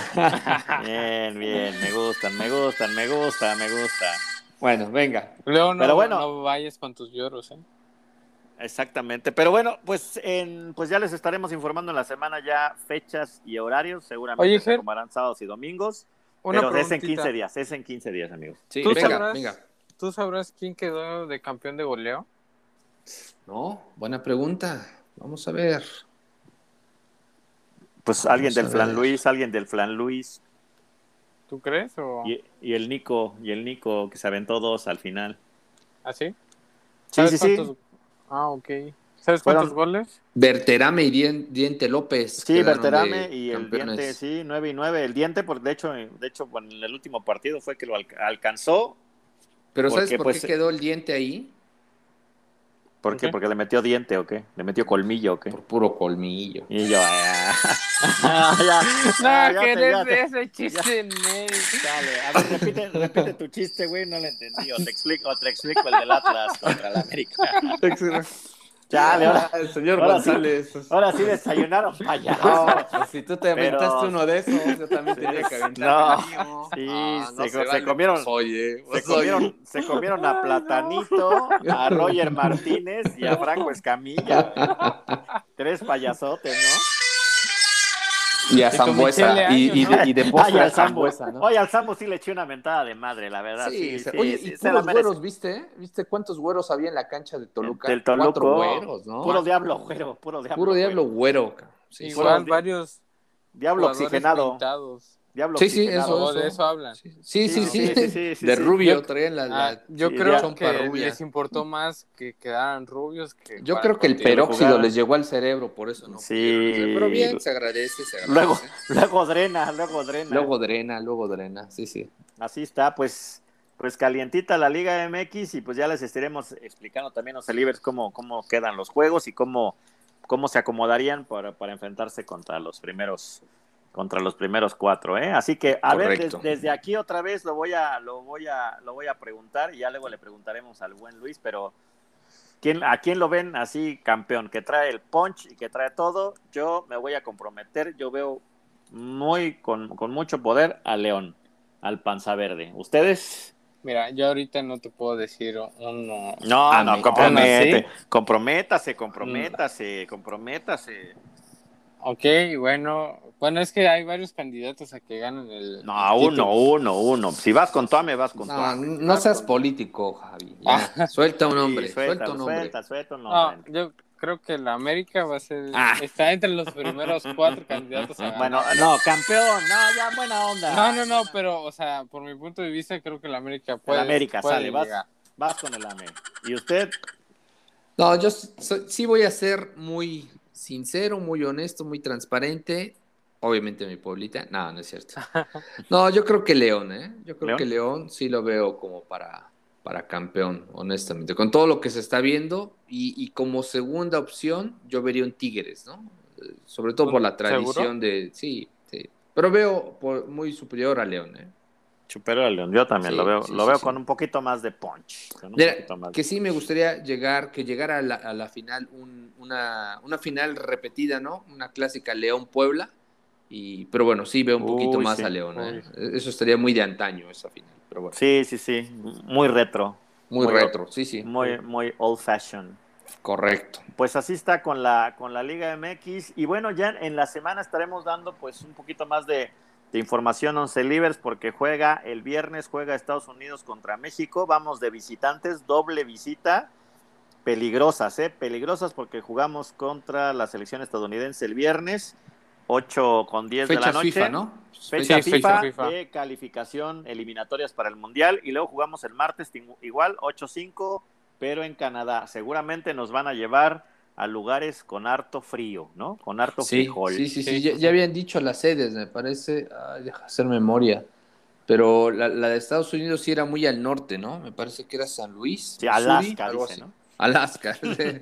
Bien, bien, me gustan, me gustan, me gusta, me gusta. Bueno, venga. Luego no, Pero bueno. no vayas con tus lloros, ¿eh? Exactamente. Pero bueno, pues en, pues ya les estaremos informando en la semana ya fechas y horarios. Seguramente Oye, se Ger, acomodarán sábados y domingos. una Pero es en preguntita. quince días, es en quince días, amigos. Sí, ¿Tú venga, sabrás, venga. ¿Tú sabrás quién quedó de campeón de goleo? No, buena pregunta. Vamos a ver. Pues Vamos alguien del a Flan ver. Luis, alguien del Flan Luis. ¿Tú crees o Y, y el Nico, y el Nico que se aventó dos al final. así? Sí, ¿Sabes sí, sí. cuántos? Ah, ok. ¿Sabes Fueron- cuántos goles? Berterame y Dien- Diente López. Sí, quedaron Berterame de y el campeones. Diente, sí, nueve y nueve. El Diente, por, de hecho, de hecho, bueno, en el último partido fue que lo alca- alcanzó. Pero ¿sabes Porque, por pues, qué quedó el Diente ahí? ¿Por ¿Por qué? qué? ¿Porque le metió diente o qué? ¿Le metió colmillo o qué? Por puro colmillo. Y yo, ah, ah, ya, No, ah, ya que te- ya eres te- de ese chiste en medio. Dale, a ver, repite, repite tu chiste, güey, no lo entendí. O te explico, o te explico el del Atlas contra la América. Chale, ahora, Ah, el señor ahora sí, González. ahora sí desayunaron payasos. No, pues si tú te Pero- aventaste uno de esos, yo también Sí, tenía que aventarme no, el mío. sí, Ah, no se- se, se vale, comieron- pues, oye, Se pues, oye. comieron, se comieron a Platanito, a Roger Martínez y a Franco Escamilla. güey. Tres payasotes, ¿no? Y a tu Zambuesa. Michele Y, y, Año, de, y de Ay, postre a al Sambo. Zambuesa, ¿no? Oye, al Sambo sí le eché una mentada de madre, la verdad. Sí, Sí, se- sí, oye, sí, y se la puros merece. güeros, ¿viste? ¿Viste cuántos güeros había en la cancha de Toluca? Del Toluco. Cuatro güeros, ¿no? Puro diablo güero, puro diablo Puro diablo güero. güero. cabrón. Sí, sí. Igual Puro- varios Diablo jugadores oxigenado. pintados. Diablo Sí, sí, oxigenado. O de eso hablan. Sí, sí, sí. Sí, sí, sí, sí, de sí. rubio Yo- traían la, la Ah, yo sí, creo ya. chompa que rubia. les importó más que quedaran rubios que Yo jugaran creo que el contigo. peróxido jugaran. les llegó al cerebro, por eso no Sí. pudieron hacer. Pero bien, se agradece, se agradece. Luego, luego drena, luego drena. Luego drena, luego drena, sí, sí. Así está, pues, pues calientita la Liga M X y pues ya les estaremos explicando también a los Celibers cómo, cómo quedan los juegos y cómo, cómo se acomodarían para, para enfrentarse contra los primeros, contra los primeros cuatro, ¿eh? Así que, a Correcto. ver, des, desde aquí otra vez lo voy a, lo voy a, lo voy a preguntar y ya luego le preguntaremos al buen Luis, pero ¿quién, ¿a quién lo ven así campeón? Que trae el punch y que trae todo. Yo me voy a comprometer, yo veo muy con, con mucho poder a León, al Panza Verde. ¿Ustedes? Mira, yo ahorita no te puedo decir uno. No, Ah, no, me- compromete, ¿sí? comprométase, comprométase, comprométase. Ok, bueno, bueno, es que hay varios candidatos a que ganen el, No, el uno, título. uno, uno. Si vas con Tuame, vas con No, Tuame. Si no vas seas con- político, Javi. Ya, Ah, suelta un Sí, nombre, suelta suéltalo, un nombre. suelta, suelta un nombre. no, yo creo que la América va a ser, Ah. está entre los primeros cuatro candidatos a Bueno, ganarlo. no, campeón, no, ya buena onda. No, no, no, pero, o sea, por mi punto de vista, creo que la América El puede, América, puede sale, vas, llegar. vas con el AME. ¿Y usted? No, yo s- so- sí voy a ser muy sincero, muy honesto, muy transparente. Obviamente mi pueblita. No, no es cierto. No, yo creo que León, ¿eh? Yo creo que ¿León? León sí lo veo como para, para campeón, honestamente. Con todo lo que se está viendo y, y como segunda opción, yo vería un Tigres, ¿no? Eh, Sobre todo por la ¿Seguro? tradición de... Sí, sí. Pero veo por- muy superior a León, ¿eh? Superior al León, yo también lo Sí, veo, sí, lo sí, veo con sí. un poquito más de punch. Con un Mira, poquito más que de sí me gustaría llegar, que llegara a la, a la final un- una, una final repetida, ¿no? Una clásica León-Puebla. Y, pero bueno, sí veo un poquito Uy, más sí. a León, ¿eh? Uy. Eso estaría muy de antaño, esa final. Pero bueno, Sí, sí, sí. Muy retro. muy Muy, o- retro, sí, sí, muy, muy old fashion. correcto. Pues así está con la, con la Liga M X. Y bueno, ya en la semana estaremos dando pues un poquito más de, de información once Libres porque juega el viernes, juega Estados Unidos contra México. Vamos de visitantes, doble visita. Peligrosas, ¿eh? Peligrosas porque jugamos contra la selección estadounidense el viernes, ocho con diez de la Fechas FIFA, noche. ¿no? Fecha Sí, Fechas fecha FIFA. FIFA FIFA. de calificación eliminatorias para el Mundial y luego jugamos el martes igual, ocho cinco, pero en Canadá. Seguramente nos van a llevar a lugares con harto frío, ¿no? Con harto Sí, frijol. sí, sí, sí, Sí, ya, sí, ya sí. habían dicho las sedes, me parece. Ay, deja hacer memoria. Pero la, la de Estados Unidos sí era muy al norte, ¿no? Me parece que era San Luis, Sí, Missouri, Alaska algo dice, así. ¿no? Alaska,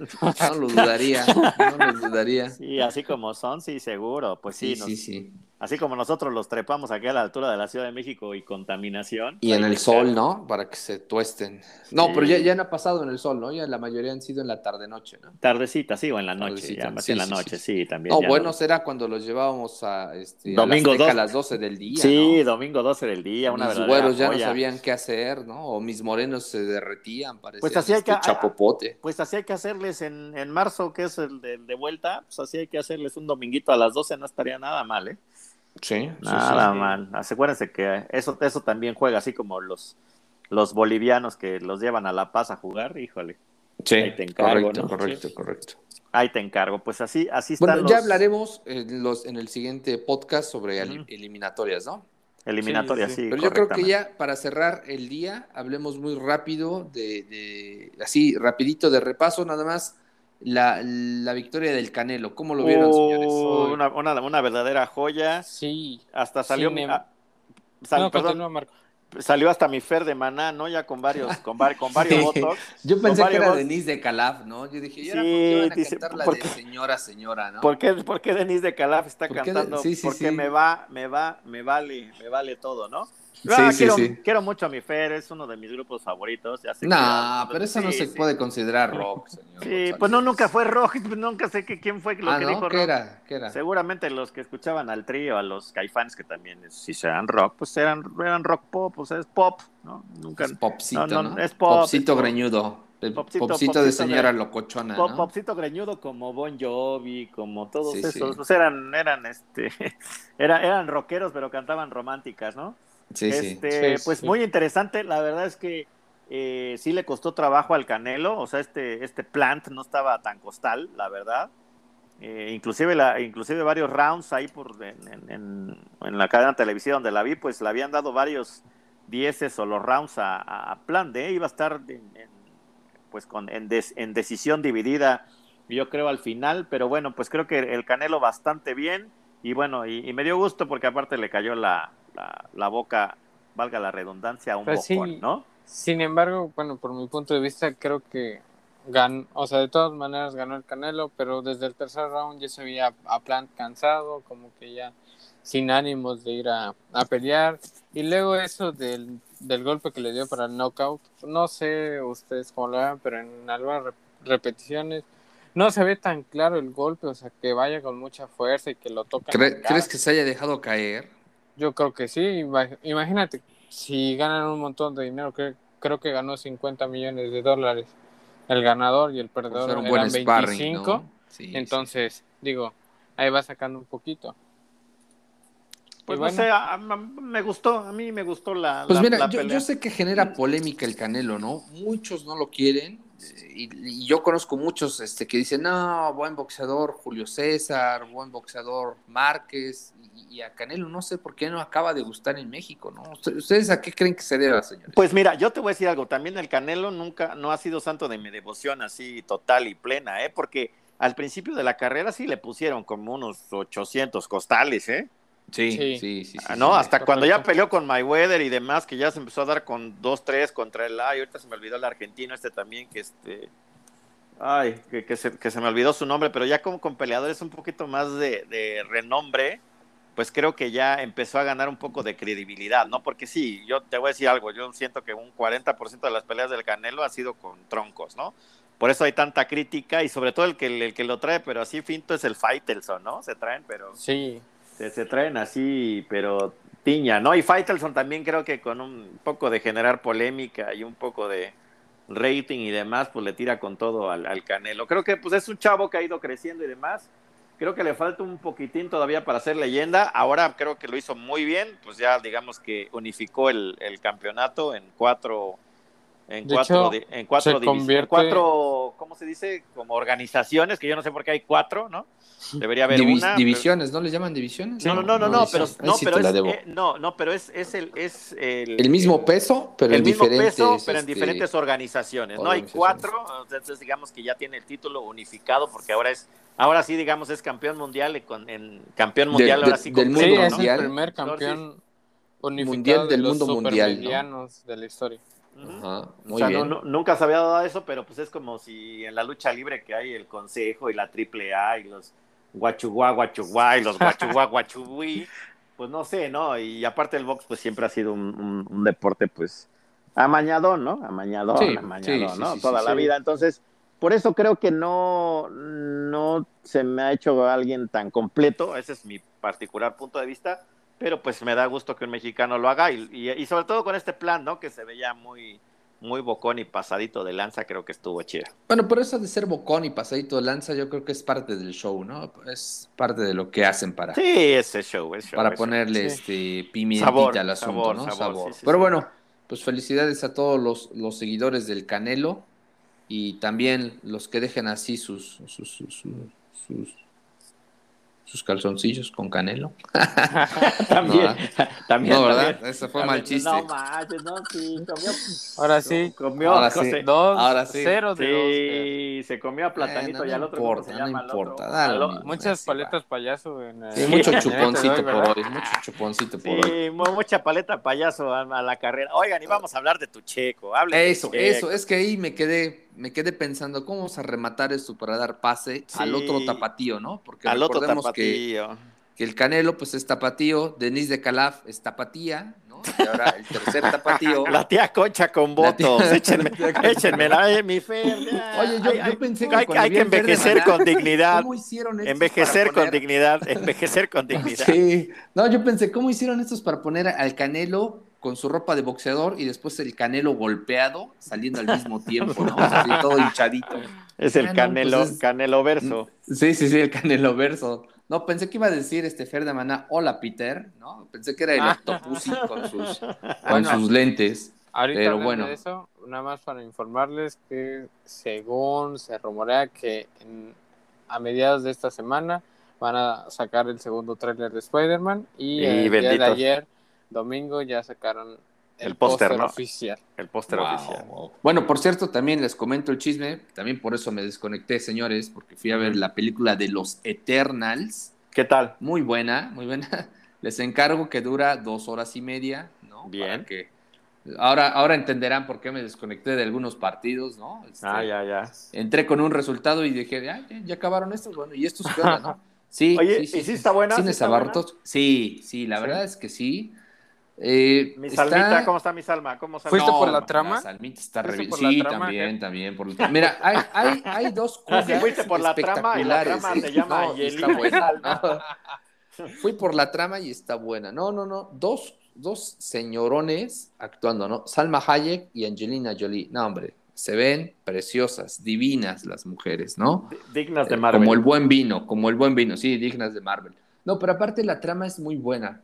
no lo dudaría, no lo dudaría. Sí, así como son, sí, seguro. Pues Sí, sí, sí, nos, sí. así como nosotros los trepamos aquí a la altura de la Ciudad de México y contaminación, Y pues en ahí el te sol, encargo. ¿no? Para que se tuesten. No, pero ya, Sí, ya no ha pasado en el sol, ¿no? Ya la mayoría han sido en la tarde-noche, ¿no? tardecita, sí, o en la noche, ya Tardecita. más en Sí, la sí, sí, noche, sí. sí, también No, ya bueno, no. será cuando los llevábamos a, este, al Domingo Azteca a dos, las doce del día, sí, ¿no? domingo doce del día, una Mis verdadera güeros ya no joya. sabían qué hacer, ¿no? O mis morenos se derretían, Pues parecían así hay que, este chapopote. pues así hay que hacerles en, en marzo, que es el de, de vuelta, pues así hay que hacerles un dominguito a las doce, no estaría nada mal, ¿eh? Sí, sí, sí. Nada Sí. mal. Acuérdense que eso, eso también juega así como los, los bolivianos que los llevan a La Paz a jugar, híjole. Ahí Sí, te encargo, correcto, ¿no? Sí. correcto, correcto. Ahí te encargo. Pues así, así Bueno, están ya los hablaremos en, los, en el siguiente podcast sobre eli- ujú, eliminatorias, ¿no? Sí, sí, eliminatorias, sí. sí, Pero yo creo que correctamente. ya para cerrar el día, hablemos muy rápido de, de así, rapidito de repaso, nada más, la, la victoria del Canelo. ¿Cómo lo vieron, señores? Uh, Uy, una, una, una verdadera joya. sí. Hasta salió Sin mi, em- ah, sal- No, perdón, continúa, Marco. salió hasta mi Fer de Maná, ¿no? Ya con varios, con, var- con varios Sí, botox, yo con pensé que varios era botox. Denise de Calaf, ¿no? Yo dije, ¿y ahora con qué Sí, van a dice, cantar la ¿por de qué, señora, señora, no? por qué, por qué Denise de Calaf está ¿Por qué de- cantando? Sí, sí, Porque me sí. va, me va, me vale, me vale todo, ¿no? Sí, Ah, sí, quiero, sí. quiero mucho a mi Fer, es uno de mis grupos favoritos. Ya sé que No, algunos, pero eso no sí, se sí. puede considerar rock, señor Sí, pues no, nunca González. fue rock, pues nunca sé que, quién fue lo Ah, que ¿no? dijo ¿Qué rock. era? ¿Qué era? Seguramente los que escuchaban al trío, a los Caifanes, que también es- si serán rock, pues eran, eran rock pop, pues es pop, ¿no? Nunca, Es no, popcito, no, ¿no? es pop, es Popcito pop. greñudo. El Popcito, popcito de popcito, señora gre- locochona, pop, ¿no? popcito greñudo como Bon Jovi, como todos Sí, esos, sí. pues eran, eran, este, era- eran rockeros, pero cantaban románticas, ¿no? Sí, sí. Sí, Este, pues sí. muy interesante, la verdad es que eh, sí le costó trabajo al Canelo, o sea, este, este plant no estaba tan costal, la verdad. Eh, inclusive, la, inclusive varios rounds ahí por, en, en, en, en la cadena televisiva donde la vi, pues le habían dado varios dieces o los rounds a, a, a Plan D, iba a estar en, en, pues con, en, des, en decisión dividida, yo creo al final, pero bueno, pues creo que el Canelo bastante bien y bueno, y, y me dio gusto porque aparte le cayó la, la, la boca, valga la redundancia, a un Pues bocón, sí, ¿no? sin embargo, bueno, por mi punto de vista, creo que ganó, o sea, de todas maneras ganó el Canelo, pero desde el tercer round ya se veía a Plant cansado, como que ya sin ánimos de ir a, a pelear. Y luego eso del, del golpe que le dio para el knockout, no sé ustedes cómo lo vean, pero en algunas rep- repeticiones no se ve tan claro el golpe, o sea, que vaya con mucha fuerza y que lo toca en la ¿Cre- cara. ¿Crees que se haya dejado caer? Yo creo que sí, ima- imagínate, si ganan un montón de dinero, creo, creo que ganó cincuenta millones de dólares el ganador y el Por ser perdedor un buen eran sparring, veinticinco, ¿no? Sí, sí. entonces, digo, ahí va sacando un poquito. Pues bueno. no sé, a, a, me gustó, a mí me gustó la, Pues la, mira, la yo, pelea. yo sé que genera polémica el Canelo, ¿no? Muchos no lo quieren. Y, y yo conozco muchos este, que dicen, no, buen boxeador Julio César, buen boxeador Márquez, y, y a Canelo no sé por qué no acaba de gustar en México, ¿no? ¿Ustedes a qué creen que se deba, señores? Pues mira, yo te voy a decir algo, también el Canelo nunca, no ha sido santo de mi devoción así total y plena, ¿eh? Porque al principio de la carrera sí le pusieron como unos ochocientos costales, ¿eh? Sí, Sí. sí, sí. sí, No, sí, hasta correcto. cuando ya peleó con Mayweather y demás, que ya se empezó a dar con dos tres contra el A, y ahorita se me olvidó el argentino este también, que este, ay, que, que, se, que se me olvidó su nombre, pero ya como con peleadores un poquito más de, de renombre, pues creo que ya empezó a ganar un poco de credibilidad, ¿no? Porque sí, yo te voy a decir algo, yo siento que un cuarenta por ciento de las peleas del Canelo ha sido con troncos, ¿no? Por eso hay tanta crítica y sobre todo el que, el que lo trae, pero así finto es el Faitelson, ¿no? Se traen, pero... Sí. Se, se traen así, pero tiña, ¿no? Y Faitelson también creo que con un poco de generar polémica y un poco de rating y demás, pues le tira con todo al, al Canelo. Creo que pues es un chavo que ha ido creciendo y demás. Creo que le falta un poquitín todavía para ser leyenda. Ahora creo que lo hizo muy bien, pues ya digamos que unificó el, el campeonato en cuatro... En De cuatro, hecho, en cuatro se divisiones, en convierte- cuatro, ¿cómo se dice? Como organizaciones, que yo no sé por qué hay cuatro, ¿no? Debería haber Divis- una. divisiones, ¿no les llaman divisiones? No, no, no, no, no, pero ahí no, sí pero te la es, debo. eh, no, no, pero es, es el, es el, El mismo peso, pero el en mismo diferentes, peso, pero en este, diferentes organizaciones. No hay organizaciones. cuatro, entonces digamos que ya tiene el título unificado, porque ahora es, ahora sí, digamos, es campeón mundial y con en campeón mundial De- ahora de- sí del completo, Sí, mundo es ¿no? mundial. el primer Entonces, campeón unificado Mundial de del los mundo mundial, ¿no? supermedianos de la historia. Ujú. Ajá, O muy sea, bien. no, no, nunca se había dado eso, pero pues es como si en la lucha libre que hay el Consejo y la Triple A y los guachuguá, guachuguá y los guachuguá, guachuguí, pues no sé, ¿no? Y aparte el box pues siempre ha sido un, un, un deporte pues amañadón, ¿no? Amañadón, Sí, amañadón, sí, ¿no? sí, sí, Toda sí, la sí. vida. Entonces, por eso creo que no, no se me ha hecho alguien tan completo, ese es mi particular punto de vista, pero pues me da gusto que un mexicano lo haga y, y, y sobre todo con este plan, ¿no? Que se veía muy, muy bocón y pasadito de lanza, creo que estuvo chido. Bueno, por eso de ser bocón y pasadito de lanza, yo creo que es parte del show, ¿no? Es parte de lo que hacen para, Sí, ese show, ese show. para ese ponerle Sí. este pimientita Sabor, al asunto, sabor, ¿no? sabor, Sabor. sí, sí, Pero sí. bueno, pues felicidades a todos los, los seguidores del Canelo y también los que dejen así sus, sus, sus, sus, sus, sus calzoncillos con Canelo. También, No, también, no, ¿verdad? también. Ese fue También, mal chiste. No manches, no, sí, comió. Ahora sí, Comió, Ahora sí. José. dos, Ahora sí. cero de dos. Sí, se comió a Platanito Bueno, y no al otro, ¿cómo importa, se no llama? El importa, otro. da lo Al o- mismo. Muchas Sí, paletas va. payaso en el Sí, mucho mañanero de chuponcito hoy, por ¿verdad? hoy, mucho chuponcito por hoy. Sí, mu- mucha paleta payaso a, a la carrera. Oigan, y vamos a hablar de tu Checo. Hablen del Eso, Checo. eso, es que ahí me quedé, me quedé pensando cómo vamos a rematar esto para dar pase al otro Sí, tapatío, ¿no? Porque al otro recordemos que, tapatío. que el Canelo pues es tapatío, Denise de Calaf es tapatía, ¿no? Y ahora el tercer tapatío. La tía Concha con La tía- votos. Échenme, la tía Concha. échenmela, eh, mi Fer. ya. Oye, yo, Hay- yo hay- pensé que hay, cuando hay vi que el verde envejecer maná, con dignidad. ¿cómo hicieron estos Envejecer para con poner... dignidad. Envejecer con dignidad. Sí, no, yo pensé, ¿cómo hicieron estos para poner al Canelo con su ropa de boxeador y después el Canelo golpeado saliendo al mismo tiempo, ¿no? Así todo hinchadito. Es el Ah, no, Canelo, pues es- Canelo verso. Sí, sí, sí, el Canelo verso. No, pensé que iba a decir este Fer de Maná, hola Peter, ¿no? Pensé que era el Octopussy con sus, con Bueno, sus lentes. Ahorita Pero hablando bueno. de eso, nada más para informarles que según se rumorea que en- a mediados de esta semana van a sacar el segundo tráiler de Spider-Man y, Y el día de bendito. ayer, domingo, ya sacaron el, El póster, póster ¿no? oficial. El póster Wow, oficial. wow. Bueno, por cierto, también les comento el chisme, también por eso me desconecté, señores, porque fui a ver Ujú. la película de los Eternals. ¿Qué tal? Muy buena, muy buena. Les encargo que dura dos horas y media, ¿no? Bien. Para que ahora, ahora entenderán por qué me desconecté de algunos partidos, ¿no? Este, Ah, ya, ya. Entré con un resultado y dije, ah, ya, ya acabaron estos, bueno, ¿y estos qué onda, no? Sí, Oye, sí, sí. ¿y sí está buena? Cines ¿Sí está abarrotados. Sí, sí, la ¿Sí? verdad es que sí. Eh, Mi está- Salmita, ¿cómo está mi Salma? ¿Cómo está ¿Fuiste mi por la Salma? trama? La Salmita está ¿Fuiste re- por la Sí, trama, también, Ger? también. Por la... Mira, hay, hay, hay dos Ah, cosas sí, fuiste por la trama y la espectaculares. trama se llama No, Angelina está buena. Salma. No. Fui por la trama y está buena. No, no, no. Dos, dos señorones actuando, ¿no? Salma Hayek y Angelina Jolie. No, hombre, se ven preciosas, divinas las mujeres, ¿no? Dignas de Eh, Marvel. como el buen vino, como el buen vino, sí, dignas de Marvel. No, pero aparte la trama es muy buena.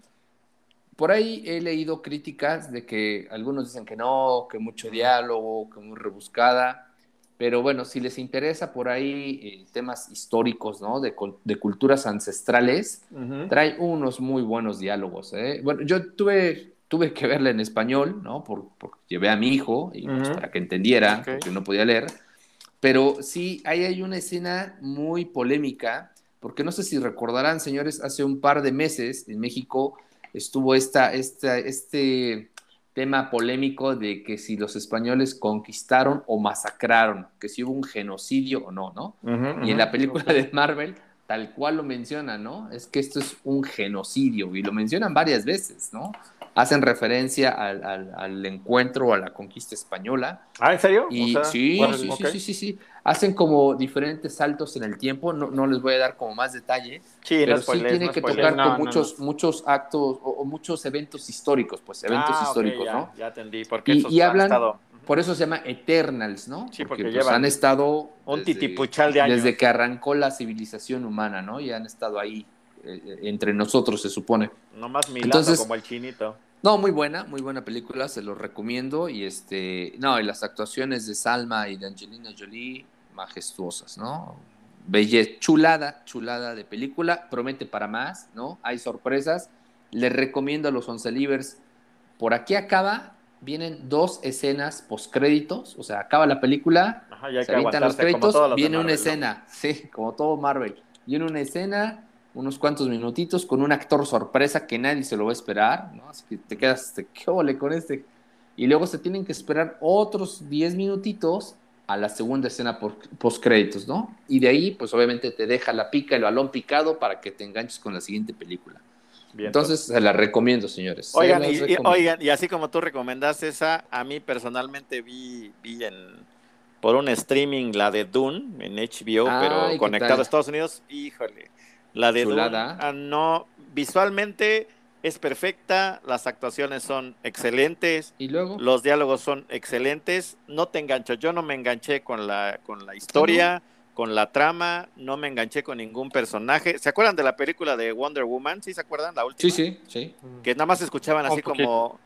Por ahí he leído críticas de que algunos dicen que no, que mucho diálogo, que muy rebuscada, pero bueno, si les interesa por ahí eh, temas históricos, ¿no? De, de culturas ancestrales, Uh-huh. trae unos muy buenos diálogos, ¿eh? Bueno, yo tuve, tuve que verla en español, ¿no? Por, porque llevé a mi hijo y pues, Uh-huh. para que entendiera, Okay. porque no podía leer, pero sí, ahí hay una escena muy polémica, porque no sé si recordarán, señores, hace un par de meses en México estuvo esta, esta, este tema polémico de que si los españoles conquistaron o masacraron, que si hubo un genocidio o no, ¿no? Uh-huh, uh-huh. Y en la película Okay. de Marvel, tal cual lo mencionan, ¿no? Es que esto es un genocidio, y lo mencionan varias veces, ¿no? Hacen referencia al, al, al encuentro, a la conquista española. Ah, ¿en serio? Y O sea, sí, bueno, sí, okay. sí, sí, sí, sí. Hacen como diferentes saltos en el tiempo. No, no les voy a dar como más detalle, Sí, pero no sí spoilers, tiene no que spoilers. tocar Sí, con no, no, muchos, no. muchos actos o, o muchos eventos históricos, pues eventos Ah, ok, históricos, ya, ¿no? ya entendí. Porque Y, esos y han hablan, estado. por eso se llama Eternals, ¿no? Sí, Porque porque pues han llevan estado un desde, titipuchal de años. desde que arrancó la civilización humana, ¿no? Y han estado ahí eh, entre nosotros, se supone. Nomás milando Entonces, como el chinito. no, muy buena, muy buena película, se los recomiendo. Y este, no, y las actuaciones de Salma y de Angelina Jolie, majestuosas, ¿no? Belle, chulada, chulada de película, promete para más, ¿no? Hay sorpresas. Les recomiendo a los once livers. Por aquí acaba, vienen dos escenas postcréditos, o sea, acaba la película, Ajá, y hay se que avientan los aguantarse como créditos, todos los de viene una Marvel, ¿no? escena, sí, como todo Marvel, viene una escena, unos cuantos minutitos con un actor sorpresa que nadie se lo va a esperar, ¿no? Así que te quedas, te, ¿qué ole con este? Y luego se tienen que esperar otros diez minutitos a la segunda escena post créditos, ¿no? Y de ahí, pues obviamente te deja la pica, el balón picado para que te enganches con la siguiente película. Bien, Entonces, se la recomiendo, señores. Se Oigan, y, las y- recomiendo. oigan, y así como tú recomendaste esa, a mí personalmente vi, vi en por un streaming la de Dune en H B O, pero Ay, ¿qué conectado a tal? Estados Unidos, híjole, la de Dune, Chulada. ah, no, visualmente es perfecta, las actuaciones son excelentes, ¿Y luego? los diálogos son excelentes, no te engancho, yo no me enganché con la, con la ¿Ah, historia, con la trama, no me enganché con ningún personaje. ¿Se acuerdan de la película de Wonder Woman? ¿Sí se acuerdan? La Sí, última. sí, sí. Que nada más escuchaban así Un poquito. como,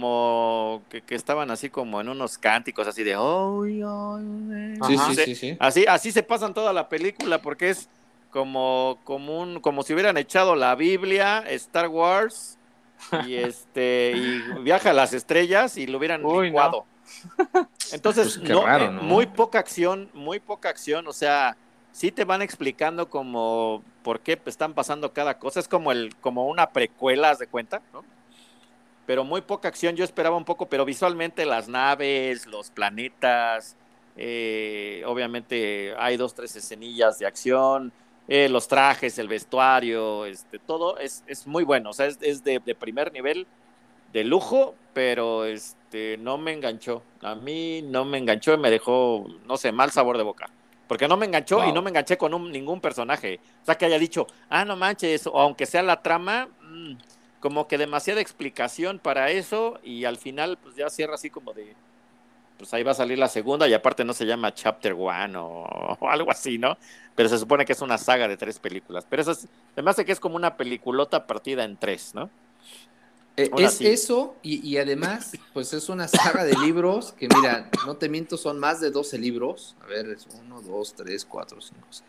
como que, que estaban así como en unos cánticos así de "Ay, ay, Sí, Ajá. sí, se- sí, sí. así, así se pasan toda la película porque es como, como un, como si hubieran echado la Biblia, Star Wars, y este, y Viaja a las Estrellas y lo hubieran Uy, no. licuado. Entonces, Pues qué no, raro, eh, ¿no? muy poca acción, muy poca acción, o sea, sí te van explicando como por qué están pasando cada cosa, es como el, como una precuela, haz de cuenta, ¿no? Pero muy poca acción, yo esperaba un poco, pero visualmente las naves, los planetas, eh, obviamente hay dos, tres escenillas de acción, eh, los trajes, el vestuario, este, todo es, es muy bueno, o sea, es, es de, de primer nivel, de lujo, pero este, no me enganchó. A mí no me enganchó y me dejó, no sé, mal sabor de boca. Porque no me enganchó y no Wow. me enganché con un, ningún personaje. O sea, que haya dicho, ah, no manches, o aunque sea la trama, mmm, como que demasiada explicación para eso y al final pues ya cierra así como de, pues ahí va a salir la segunda y aparte no se llama Chapter One o, o algo así, ¿no? Pero se supone que es una saga de tres películas. Pero eso es, además de que es como una peliculota partida en tres, ¿no? Eh, Aún es así. eso, y, y además, pues es una saga de libros que, mira, no te miento, son más de doce libros. A ver, es uno, dos, tres, cuatro, cinco, seis.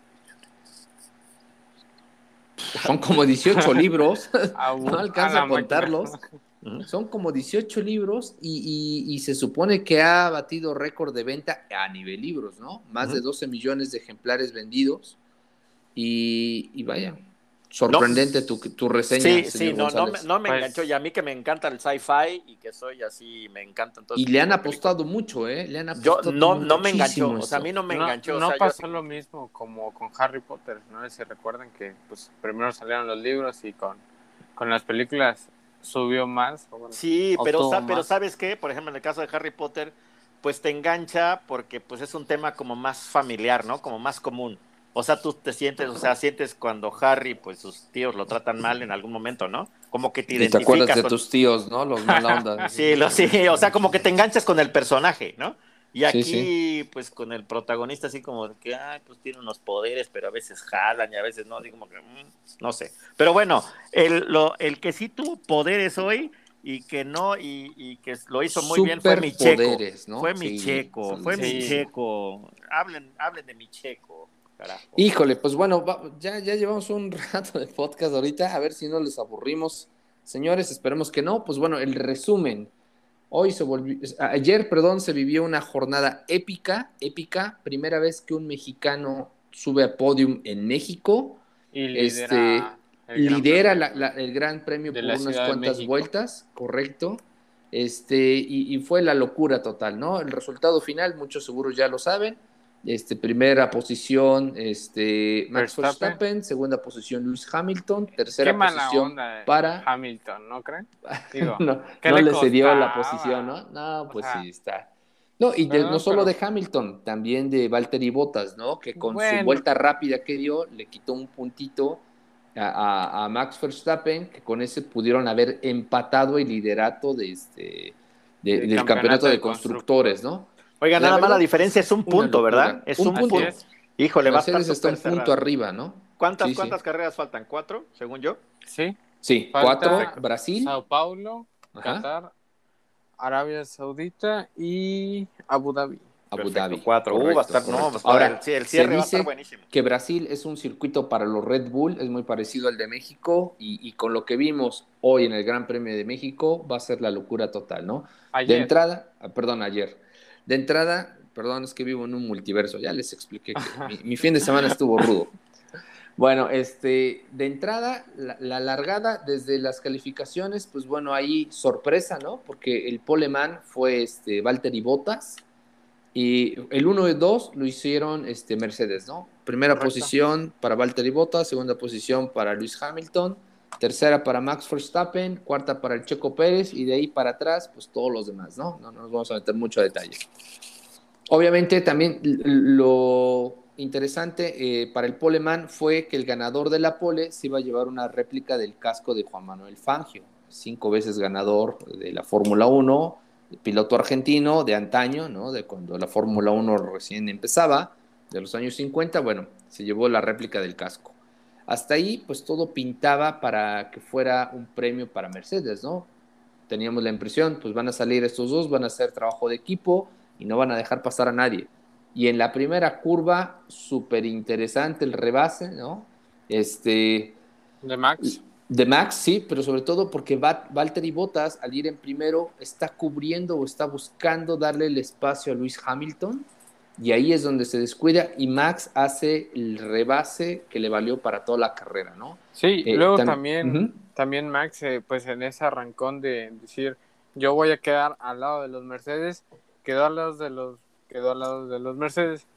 Son como dieciocho libros, no alcanzo a, a contarlos. Máquina. Son como dieciocho libros y, y, y se supone que ha batido récord de venta a nivel libros, ¿no? Más uh-huh. de doce millones de ejemplares vendidos. Y, y vaya, sorprendente no. tu, tu reseña, sí, señor sí, no, no, me, no me Pues- enganchó. Y a mí que me encanta el sci-fi y que soy así, me encanta. Entonces, Y le han tipo de apostado película. mucho, ¿eh? Le han Yo apostado no, no me enganchó. muchísimo O sea, a esto. mí no me No, enganchó. no o sea, pasó yo sí- lo mismo como con Harry Potter, no sé si recuerdan que pues primero salieron los libros y con, con las películas subió más. o bueno, Sí, pero, obtuvo sa- pero más. ¿sabes qué? Por ejemplo, en el caso de Harry Potter, pues te engancha porque pues es un tema como más familiar, ¿no? Como más común. O sea, tú te sientes, o sea, sientes cuando Harry, pues sus tíos lo tratan mal en algún momento, ¿no? Como que te Y te identificas acuerdas de con... tus tíos, ¿no? Los mala onda. Sí, lo, sí, o sea, como que te enganchas con el personaje, ¿no? Y aquí, sí, sí. pues con el protagonista así como de que, ay, pues tiene unos poderes, pero a veces jalan y a veces no, así como que, mm, no sé. Pero bueno, el, lo, el que sí tuvo poderes hoy y que no, y, y que lo hizo muy bien fue mi Checo. Superpoderes, ¿no? Fue mi Sí, Checo, fue mi sí. Checo. Hablen, hablen de mi Checo, carajo. Híjole, pues bueno, va- ya, ya llevamos un rato de podcast ahorita, a ver si no les aburrimos. Señores, esperemos que no. Pues bueno, el resumen. Hoy se volvió, ayer, perdón, se vivió una jornada épica, épica, primera vez que un mexicano sube a podium en México, Y este, lidera el Gran lidera Premio la- la- el Gran Premio de por la unas Ciudad de cuantas México. vueltas, correcto, este, y, y fue la locura total, ¿no? El resultado final, muchos seguros ya lo saben, este, primera posición, este, Max Verstappen. Verstappen, segunda posición Lewis Hamilton, Qué tercera mala posición onda para Hamilton, ¿no creen? Digo, no, ¿qué no le le cedió la costaba? posición, ¿no? No, O pues sea, sí, está. No, y de- no perdón, solo pero de Hamilton, también de Valtteri Bottas, ¿no? Que con su bueno, vuelta rápida que dio, le quitó un puntito a, a- a Max Verstappen, que con ese pudieron haber empatado el liderato de este, de- el del campeonato de constructores. constructores, ¿no? Oiga, La nada más la verdad diferencia es, es un una punto, ¿verdad? locura. Es Un un Así punto. punto. es. Híjole, va a estar Mercedes está súper un punto cerrado. arriba, ¿no? ¿Cuántas, Sí, sí. cuántas carreras faltan? ¿Cuatro, según yo? Sí, Sí, falta cuatro, Brasil. Sao Paulo, Ajá. Qatar, Arabia Saudita y Abu Dhabi. Abu Perfecto, Dhabi. cuatro. Uh, va a Correcto, estar, no, correcto. va a estar- Ahora, el, el se cierre va a estar dice buenísimo. que Brasil es un circuito para los Red Bull, es muy parecido al de México, y, y con lo que vimos hoy en el Gran Premio de México va a ser la locura total, ¿no? De Ayer. entrada, ah, perdón, ayer. De entrada, perdón, es que vivo en un multiverso, ya les expliqué que mi, mi fin de semana estuvo rudo. Bueno, este, de entrada, la, la largada desde las calificaciones, pues bueno, ahí sorpresa, ¿no? Porque el poleman fue este, Valtteri Bottas y el uno y dos lo hicieron este, Mercedes, ¿no? Primera Correcto. posición para Valtteri Bottas, segunda posición para Lewis Hamilton, tercera para Max Verstappen, cuarta para el Checo Pérez y de ahí para atrás, pues todos los demás, ¿no? No, no nos vamos a meter mucho a detalle. Obviamente también lo interesante eh, para el poleman fue que el ganador de la pole se iba a llevar una réplica del casco de Juan Manuel Fangio, cinco veces ganador de la Fórmula uno, piloto argentino de antaño, ¿no? De cuando la Fórmula uno recién empezaba, de los años cincuenta, bueno, se llevó la réplica del casco. Hasta ahí, pues todo pintaba para que fuera un premio para Mercedes, ¿no? Teníamos la impresión, pues van a salir estos dos, van a hacer trabajo de equipo y no van a dejar pasar a nadie. Y en la primera curva, súper interesante el rebase, ¿no? Este, De Max. de Max, sí, pero sobre todo porque Valtteri Bottas, al ir en primero, está cubriendo o está buscando darle el espacio a Lewis Hamilton, y ahí es donde se descuida, y Max hace el rebase que le valió para toda la carrera, ¿no? Sí, Eh, luego tam- también, Ujú. también Max, eh, pues en ese arrancón de decir, yo voy a quedar al lado de los Mercedes, quedó al lado de los, quedó al lado de los Mercedes,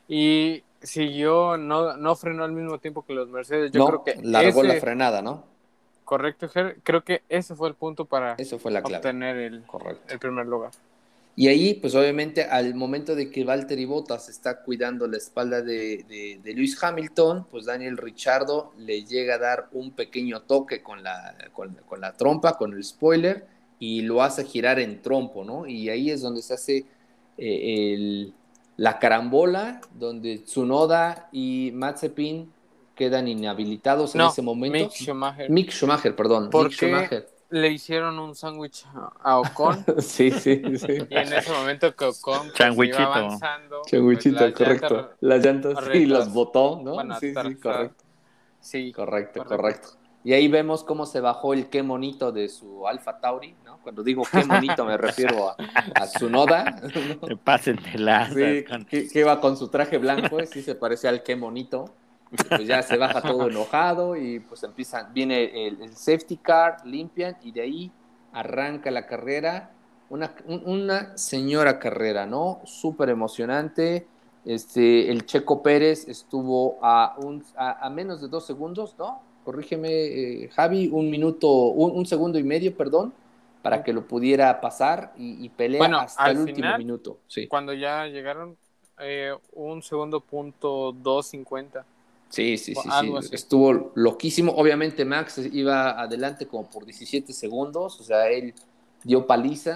y siguió, no, no frenó al mismo tiempo que los Mercedes. Yo No, creo que largó ese, la frenada, ¿no? correcto, Ger, creo que ese fue el punto para Eso fue la clave. obtener el, Correcto. el primer lugar. Y ahí, pues obviamente, al momento de que Valtteri Bottas está cuidando la espalda de, de, de Lewis Hamilton, pues Daniel Ricciardo le llega a dar un pequeño toque con la, con, con la trompa, con el spoiler, y lo hace girar en trompo, ¿no? Y ahí es donde se hace eh, el, la carambola, donde Tsunoda y Mazepin quedan inhabilitados en No, ese momento. Mick Schumacher. Mick Schumacher, perdón. Mick Porque Schumacher. le hicieron un sándwich a Ocon. Sí, sí, sí. Y en ese momento que Ocon pues, Changuichito. iba avanzando. Changuichito, pues, las correcto. llantas- Las llantas sí retras- las botó, ¿no? Bueno, sí, sí, atrás- correcto. Sí, Correcto, correcto. Y ahí vemos cómo se bajó el qué monito de su Alfa Tauri, ¿no? Cuando digo qué monito me refiero a, a Tsunoda, ¿no? Te pasen de lanzas Sí, con- que, que iba con su traje blanco, y sí se parecía al qué monito. Y pues ya se baja todo enojado y pues empieza, viene el, el safety car, limpian y de ahí arranca la carrera. Una, un- una señora carrera, ¿no? Súper emocionante. Este, el Checo Pérez estuvo a, un, a, a menos de dos segundos, ¿no? Corrígeme, eh, Javi, un minuto, un, un segundo y medio, perdón, para que lo pudiera pasar y, y pelea Bueno, hasta al el último final, minuto. Sí. cuando ya llegaron eh, un segundo punto dos cincuenta. Sí, sí, O sí, algo sí. así. Estuvo loquísimo. Obviamente Max iba adelante como por diecisiete segundos, o sea, él dio paliza.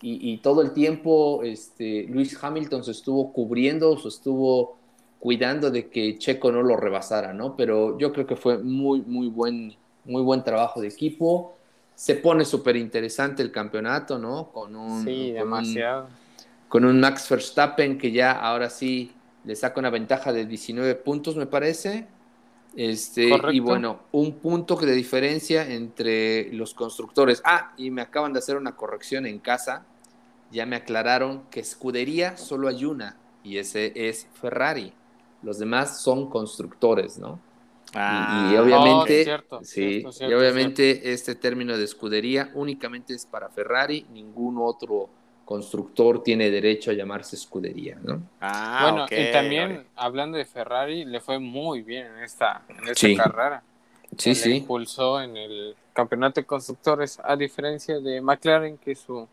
y, y todo el tiempo este, Lewis Hamilton se estuvo cubriendo, se estuvo cuidando de que Checo no lo rebasara, ¿no? Pero yo creo que fue muy, muy buen, muy buen trabajo de equipo. Se pone súper interesante el campeonato, ¿no? Con un, Sí, con un, demasiado. con un Max Verstappen que ya ahora sí le saca una ventaja de diecinueve puntos, me parece. Este, y Correcto. bueno, un punto de diferencia entre los constructores. Ah, y me acaban de hacer una corrección en casa. Ya me aclararon que escudería solo hay una, y ese es Ferrari. Los demás son constructores, ¿no? Y, y Ah, Oh, ok. obviamente, cierto, sí, cierto, y cierto, cierto. obviamente este término de escudería únicamente es para Ferrari, ningún otro constructor tiene derecho a llamarse escudería, ¿no? Ah, Bueno, ok. y Ore. también hablando de Ferrari, le fue muy bien en esta, en esta Sí, carrera. sí, Él le sí. impulsó en el campeonato de constructores, a diferencia de McLaren, que su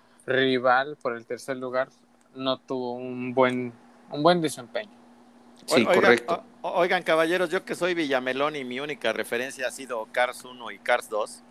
rival por el tercer lugar no tuvo un buen, un buen desempeño. O- Sí, Oigan, correcto. o- oigan, caballeros, yo que soy Villamelón y mi única referencia ha sido Cars uno y Cars dos.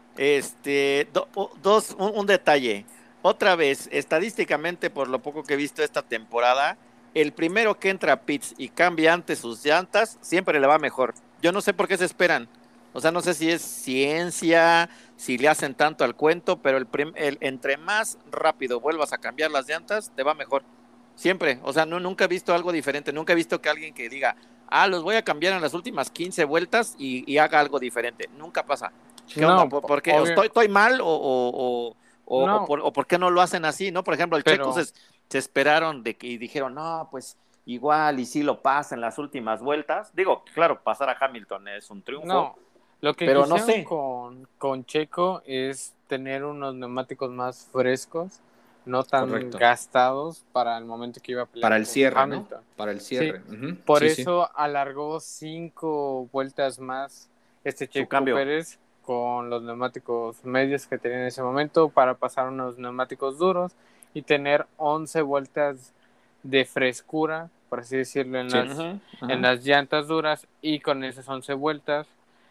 Este, do- o- dos, un, un detalle. Otra vez, estadísticamente, por lo poco que he visto esta temporada, el primero que entra a pits y cambia antes sus llantas, siempre le va mejor. Yo no sé por qué se esperan. O sea, no sé si es ciencia, si le hacen tanto al cuento, pero el, prim- el entre más rápido vuelvas a cambiar las llantas, te va mejor. Siempre. O sea, no, nunca he visto algo diferente. Nunca he visto que alguien que diga, ah, los voy a cambiar en las últimas quince vueltas y, y haga algo diferente. Nunca pasa. ¿Qué onda? No, ¿Por, po- por qué? ¿O obvio, ¿Estoy, estoy mal o, o, o, o, o no, por, o por qué no lo hacen así? ¿No? Por ejemplo, el Checo se, pero se esperaron de que, y dijeron, no, pues igual y sí lo pasa en las últimas vueltas. Digo, claro, pasar a Hamilton es un triunfo, no. Lo que pero no quisieron sé. con, con Checo es tener unos neumáticos más frescos, no tan Correcto. gastados para el momento que iba a Para pelear el con cierre, ¿no? Hamilton. Para el Sí, cierre. Ujú. por Sí, sí. eso alargó cinco vueltas más este Su Checo cambio. Pérez con los neumáticos medios que tenía en ese momento para pasar a unos neumáticos duros y tener once vueltas de frescura, por así decirlo, en Sí. las, Ujú, en ujú. las llantas duras, y con esas once vueltas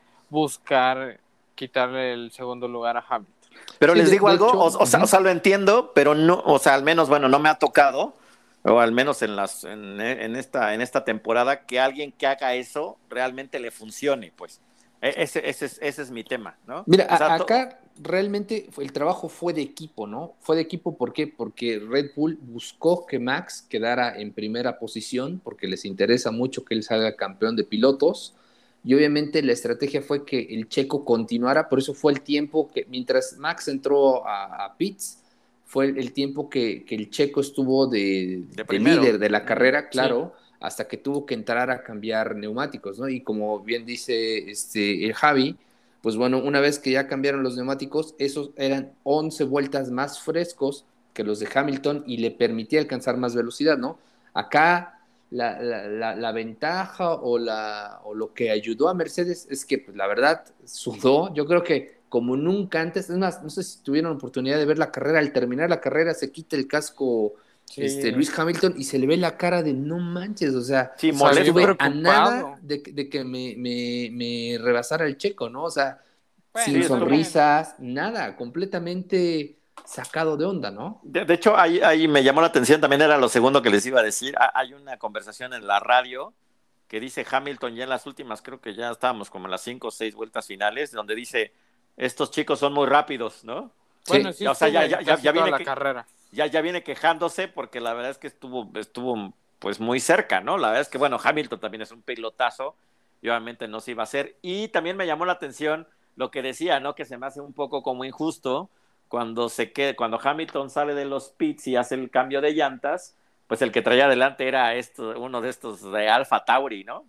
buscar quitarle el segundo lugar a Hamilton. Pero Sí, les de, digo de algo, hecho, o, o sea, o ujú. sea, lo entiendo, pero no, o sea, al menos, bueno, no me ha tocado, o al menos en las, en, en esta, en esta temporada, que alguien que haga eso realmente le funcione, pues. E- Ese, ese, es, ese es mi tema, ¿no? Mira, O sea, a- to- acá realmente fue- el trabajo fue de equipo, ¿no? Fue de equipo, ¿por qué? Porque Red Bull buscó que Max quedara en primera posición, porque les interesa mucho que él salga campeón de pilotos, y obviamente la estrategia fue que el checo continuara, por eso fue el tiempo que, mientras Max entró a, a pits, fue el, el tiempo que, que el checo estuvo de, de de primero. líder de la Ujú, carrera, sí. claro, hasta que tuvo que entrar a cambiar neumáticos, ¿no? Y como bien dice este, el Javi, pues bueno, una vez que ya cambiaron los neumáticos, esos eran once vueltas más frescos que los de Hamilton y le permitía alcanzar más velocidad, ¿no? Acá la, la, la, la ventaja o, la, o lo que ayudó a Mercedes es que, pues, la verdad, sudó. Yo creo que como nunca antes, es más, no sé si tuvieron oportunidad de ver la carrera, al terminar la carrera se quita el casco este, Sí, Luis Hamilton y se le ve la cara de no manches, o sea, Sí, salió estuve molesto. a nada preocupado. de, de que me, me, me rebasara el checo, ¿no? O sea, Sí, sin Bueno, estuvo. también. sonrisas, nada, completamente sacado de onda, ¿no? De, de hecho, ahí, ahí me llamó la atención, también era lo segundo que les iba a decir. Ha- Hay una conversación en la radio que dice Hamilton ya en las últimas, creo que ya estábamos como en las cinco o seis vueltas finales, donde dice, estos chicos son muy rápidos, ¿no? Bueno, Sí, sí Ya, o sea, estuvo ya, en ya, ya, casi ya toda viene la que, carrera. ya, ya viene quejándose porque la verdad es que estuvo, estuvo pues muy cerca, ¿no? La verdad es que, bueno, Hamilton también es un pilotazo y obviamente no se iba a hacer. Y también me llamó la atención lo que decía, ¿no? Que se me hace un poco como injusto cuando se quede, cuando Hamilton sale de los pits y hace el cambio de llantas, pues el que traía adelante era esto, uno de estos de Alfa Tauri, ¿no?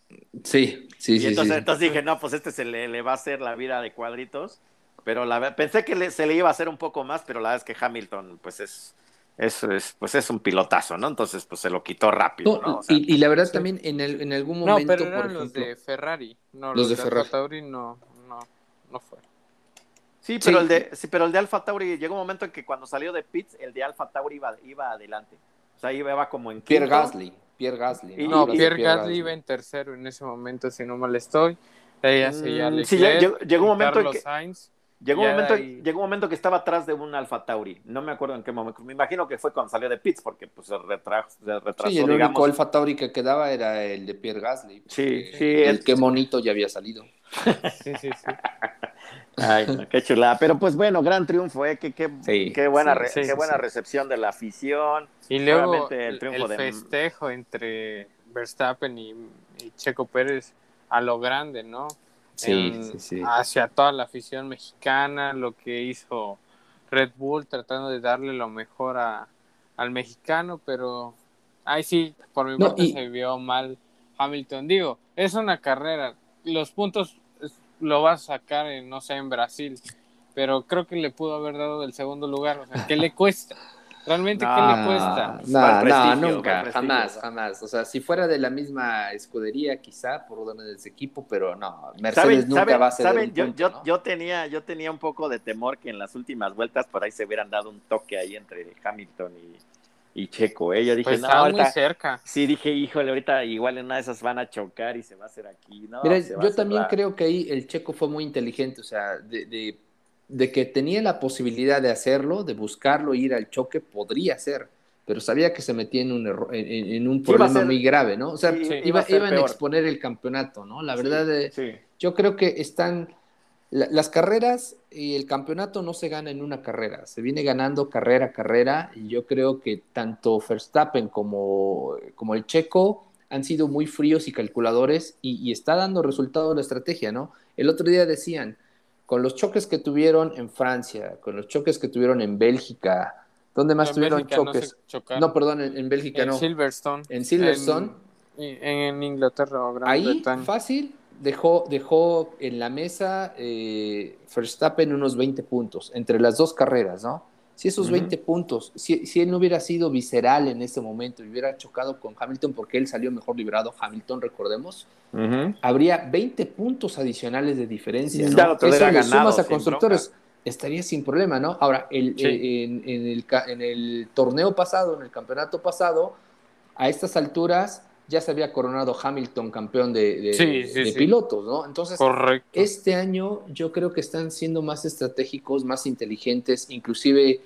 sí, sí, Y sí, entonces, sí. entonces dije, no, pues este se le, le va a hacer la vida de cuadritos, pero la, pensé que le, se le iba a hacer un poco más, pero la verdad es que Hamilton, pues es, es, es, pues es un pilotazo, ¿no? Entonces, pues se lo quitó rápido, No, ¿no? O sea, y, y la verdad Sí. también en, el, en algún No, pero momento, por eran los ejemplo, de Ferrari, no los los de de Alfa Ferrari. Tauri, no, no, no fue. sí, pero el Sí, de, sí, pero el de Alfa Tauri llegó un momento en que cuando salió de pits, el de Alfa Tauri iba, iba adelante. O sea, iba, iba como en Pierre quinto. Gasly, Pierre Gasly, ¿no? Y, No, y, Hablas de y Pierre Pierre Gasly iba Gasly. en tercero en ese momento, si no mal estoy. De ahí ya seguía mmm, sí, Leclerc llegó, llegó un y momento en Carlos que Sainz. Llegó un, Ya de momento, ahí- llegó un momento que estaba atrás de un Alfa Tauri. No me acuerdo en qué momento. Me imagino que fue cuando salió de pits, porque pues se retrajo, se retrasó, Sí, el único digamos. Alfa Tauri que quedaba era el de Pierre Gasly, Sí, porque sí. el es- qué monito ya había salido. Sí, sí, sí. Ay, no, qué chulada. Pero pues bueno, gran triunfo, ¿eh? Qué, qué, Sí, qué buena, sí, re- sí, qué sí, buena sí. recepción de la afición. Y luego Obviamente el el, triunfo el de... festejo entre Verstappen y, y Checo Pérez a lo grande, ¿no? Sí, En- sí, sí. hacia toda la afición mexicana, lo que hizo Red Bull tratando de darle lo mejor a, al mexicano, pero ahí sí, por mi No, parte y- se vio mal Hamilton. Digo, es una carrera, los puntos es- lo vas a sacar, en, no sé, en Brasil, pero creo que le pudo haber dado el segundo lugar, o sea, ¿qué le cuesta? Realmente, ¿qué le No, cuesta? No, para el no, prestigio, no, para el nunca, prestigio, jamás, ¿no? jamás. O sea, si fuera de la misma escudería, quizá, por orden de ese equipo, pero no, Mercedes ¿Saben, nunca saben, va a ceder un saben? Yo, punto, yo, ¿no? yo, tenía, yo tenía un poco de temor que en las últimas vueltas por ahí se hubieran dado un toque ahí entre Hamilton y, y Checo, ¿eh? Yo dije, Pues no, estaba muy ahorita, cerca. sí, dije, híjole, ahorita igual en una de esas van a chocar y se va a hacer aquí, Mira, no, se va a yo también cerrar. creo que ahí el Checo fue muy inteligente, o sea, de, de, de que tenía la posibilidad de hacerlo, de buscarlo, ir al choque, podría ser, pero sabía que se metía en un, error, en, en un Sí, iba a problema ser, muy grave, ¿no? O sea, sí, Sí. iba a iba, ser iban a peor. exponer el campeonato, ¿no? La Sí, verdad, eh, sí. yo creo que están, la- las carreras y el campeonato no se gana en una carrera, se viene ganando carrera a carrera, y yo creo que tanto Verstappen como, como el Checo han sido muy fríos y calculadores, y, y está dando resultado la estrategia, ¿no? El otro día decían, con los choques que tuvieron en Francia, con los choques que tuvieron en Bélgica, ¿dónde más En tuvieron Bélgica no se choques? No, chocaron. perdón, en, en Bélgica En no, Silverstone, en Silverstone. en, en Inglaterra o Gran Ahí, Bretaña. fácil, dejó, dejó en la mesa eh, Verstappen unos veinte puntos entre las dos carreras, ¿no? Si esos Ujú. veinte puntos, si, si él no hubiera sido visceral en ese momento y hubiera chocado con Hamilton, porque él salió mejor librado, Hamilton, recordemos, Ujú. habría veinte puntos adicionales de diferencia, Ya ¿no? lo Eso hubiera le ganado sumas a sin bronca. constructores, estaría sin problema, ¿no? Ahora, el, Sí. eh, en, en el, ca- en el torneo pasado, en el campeonato pasado, a estas alturas ya se había coronado Hamilton campeón de, de- Sí, sí, de sí. pilotos, ¿no? Entonces, Correcto. este año yo creo que están siendo más estratégicos, más inteligentes, inclusive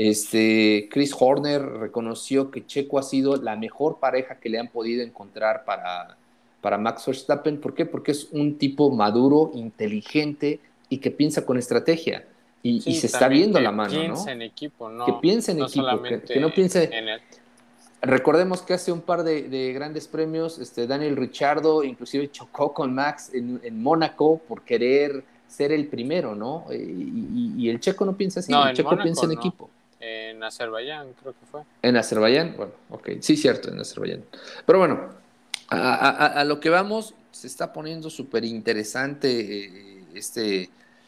este, Chris Horner reconoció que Checo ha sido la mejor pareja que le han podido encontrar para, para Max Verstappen. ¿Por qué? Porque es un tipo maduro, inteligente y que piensa con estrategia. Y, y Sí, se está también viendo que la mano, piensa ¿no? en equipo, Que no, piense en no equipo, que, solamente que no piense... en él. Recordemos que hace un par de, de grandes premios, este, Daniel Ricciardo inclusive chocó con Max en, en Mónaco por querer ser el primero, ¿no? Y, y- y el checo no piensa así, No, el en checo piensa Mónaco en no. equipo. En Azerbaiyán creo que fue. En Azerbaiyán, bueno, ok, sí, cierto, en Azerbaiyán. Pero bueno, a, a- a lo que vamos, se está poniendo súper interesante eh, este,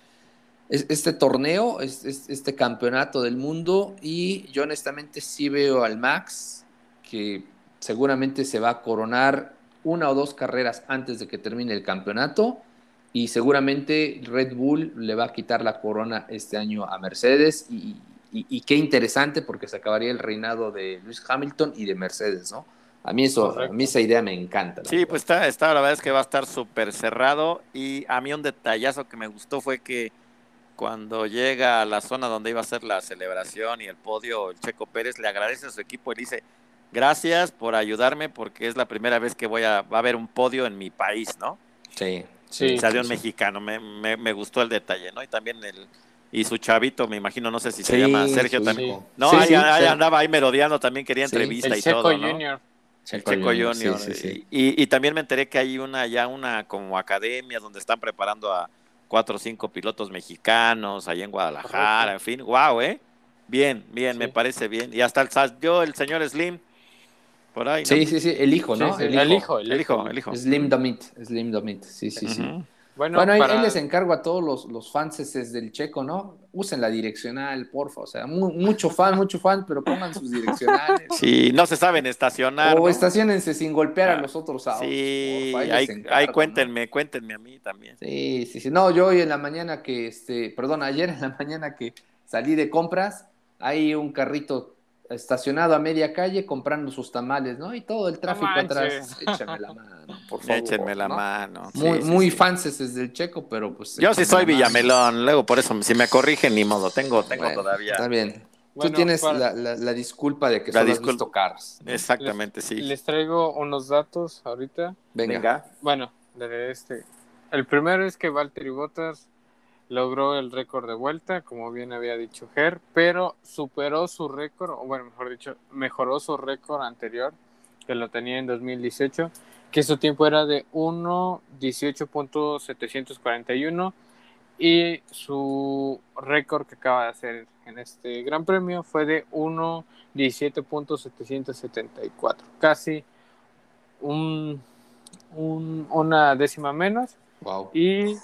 es- este torneo, es- es- este campeonato del mundo, y yo honestamente sí veo al Max, que seguramente se va a coronar una o dos carreras antes de que termine el campeonato, y seguramente Red Bull le va a quitar la corona este año a Mercedes, y, y- y qué interesante porque se acabaría el reinado de Lewis Hamilton y de Mercedes, ¿no? A mí, eso, a mí Correcto. esa idea me encanta, la Sí, verdad. pues está, está, la verdad es que va a estar súper cerrado. Y a mí un detallazo que me gustó fue que cuando llega a la zona donde iba a ser la celebración y el podio, el Checo Pérez le agradece a su equipo y le dice, gracias por ayudarme porque es la primera vez que voy a, va a haber un podio en mi país, ¿no? Sí, Sí. O sea, de un sí. mexicano, me, me, me gustó el detalle, ¿no? Y también el, y su chavito, me imagino, no sé si se Sí, llama Sergio su también. hijo. No, Sí, ahí, sí, ahí sí. andaba ahí merodeando, también quería Sí. entrevista El y Checo todo, ¿no? Junior. El Checo Junior. Sí, sí, sí. Y, y también me enteré que hay una ya una como academia donde están preparando a cuatro o cinco pilotos mexicanos allá en Guadalajara, Correcto. en fin, wow, ¿eh? Bien, bien, Sí. me parece bien. Y hasta el salió el señor Slim por ahí, ¿no? Sí, sí, sí, el hijo, Sí, ¿no? sí, El el hijo. hijo, el El hijo. hijo, el hijo. Slim Domit, Slim Domit, sí, sí, sí. Ujú. Bueno, Bueno, ahí, ahí para... les encargo a todos los, los fanses del Checo, ¿no? Usen la direccional, porfa. O sea, mu- mucho fan, mucho fan, pero pongan sus direccionales. Sí, no se saben estacionar, O ¿no? estacionense sin golpear a Ah, los otros autos, sí, porfa. Ahí les ahí, encargo, ahí ¿no? cuéntenme, cuéntenme a mí también. Sí, sí, sí. No, yo hoy en la mañana que, este, perdón, ayer en la mañana que salí de compras, hay un carrito estacionado a media calle comprando sus tamales, ¿no? Y todo el tráfico No atrás. Échame la mano, por favor. Échenme la ¿no? mano. Muy, sí, sí, muy sí. fanses desde el Checo, pero pues... Yo sí échame soy la mano. Villamelón, luego por eso, si me corrigen, ni modo, tengo, tengo Bueno, todavía está bien. Bueno, Tú tienes para- la, la- la disculpa de que La solo has disculpa. visto Cars, ¿no? Exactamente, les, sí. les traigo unos datos ahorita. Venga. Venga. Bueno, de este. El primero es que Valtteri Bottas logró el récord de vuelta, como bien había dicho Ger, pero superó su récord, o bueno, mejor dicho, mejoró su récord anterior, que lo tenía en dos mil dieciocho, que su tiempo era de uno dieciocho punto setecientos cuarenta y uno, y su récord que acaba de hacer en este Gran Premio fue de uno diecisiete punto setecientos setenta y cuatro, casi un, un, una décima menos. Wow. Y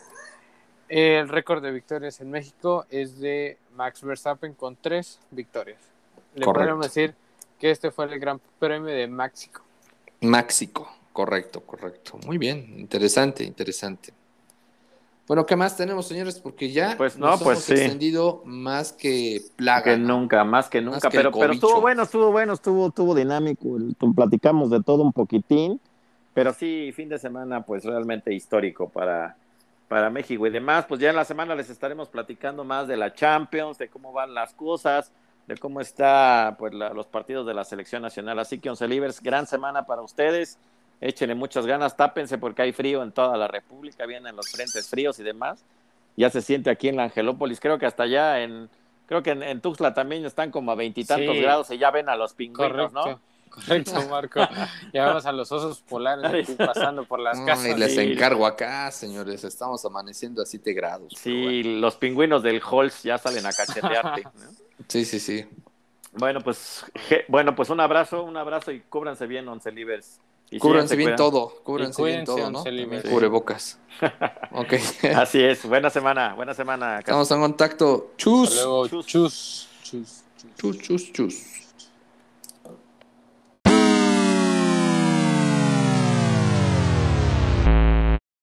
el récord de victorias en México es de Max Verstappen con tres victorias. Le Correcto. podríamos decir que este fue el Gran Premio de México. México, correcto, correcto. Muy bien, interesante, interesante. Bueno, ¿qué más tenemos, señores? Porque ya Pues no, nos pues hemos sí. extendido más que plaga, Que ¿no? nunca, más que Más nunca, que el pero, pero cobicho. estuvo bueno, estuvo bueno, estuvo, estuvo dinámico, el- tu- platicamos de todo un poquitín, pero sí, fin de semana pues realmente histórico para, para México y demás, pues ya en la semana les estaremos platicando más de la Champions, de cómo van las cosas, de cómo está pues la- los partidos de la selección nacional, así que Once Libres, gran semana para ustedes, échenle muchas ganas, tápense porque hay frío en toda la República, vienen los frentes fríos y demás, ya se siente aquí en la Angelópolis, creo que hasta allá en, creo que en, en Tuxtla también están como a veintitantos Sí. grados y ya ven a los pingüinos, Correcto, ¿no? correcto, Marco. Ya vamos a los osos polares aquí pasando por las No, casas. y les Sí. encargo acá, señores, estamos amaneciendo a siete grados. pero Sí, bueno. los pingüinos del Halls ya salen a cachetearte, ¿no? Sí, sí, sí. Bueno, pues, je- bueno, pues un abrazo, un abrazo y cúbranse bien, Once Libres. Y Cúbranse síganse bien cuidando. todo, cúbranse Y bien cuídense, todo, ¿no? Once Libres. También cubrebocas. Ok. Así es, buena semana, buena semana. Estamos en contacto. Hasta Chus. luego. Chus. Chus. Chus. Chus. Chus, chus, chus.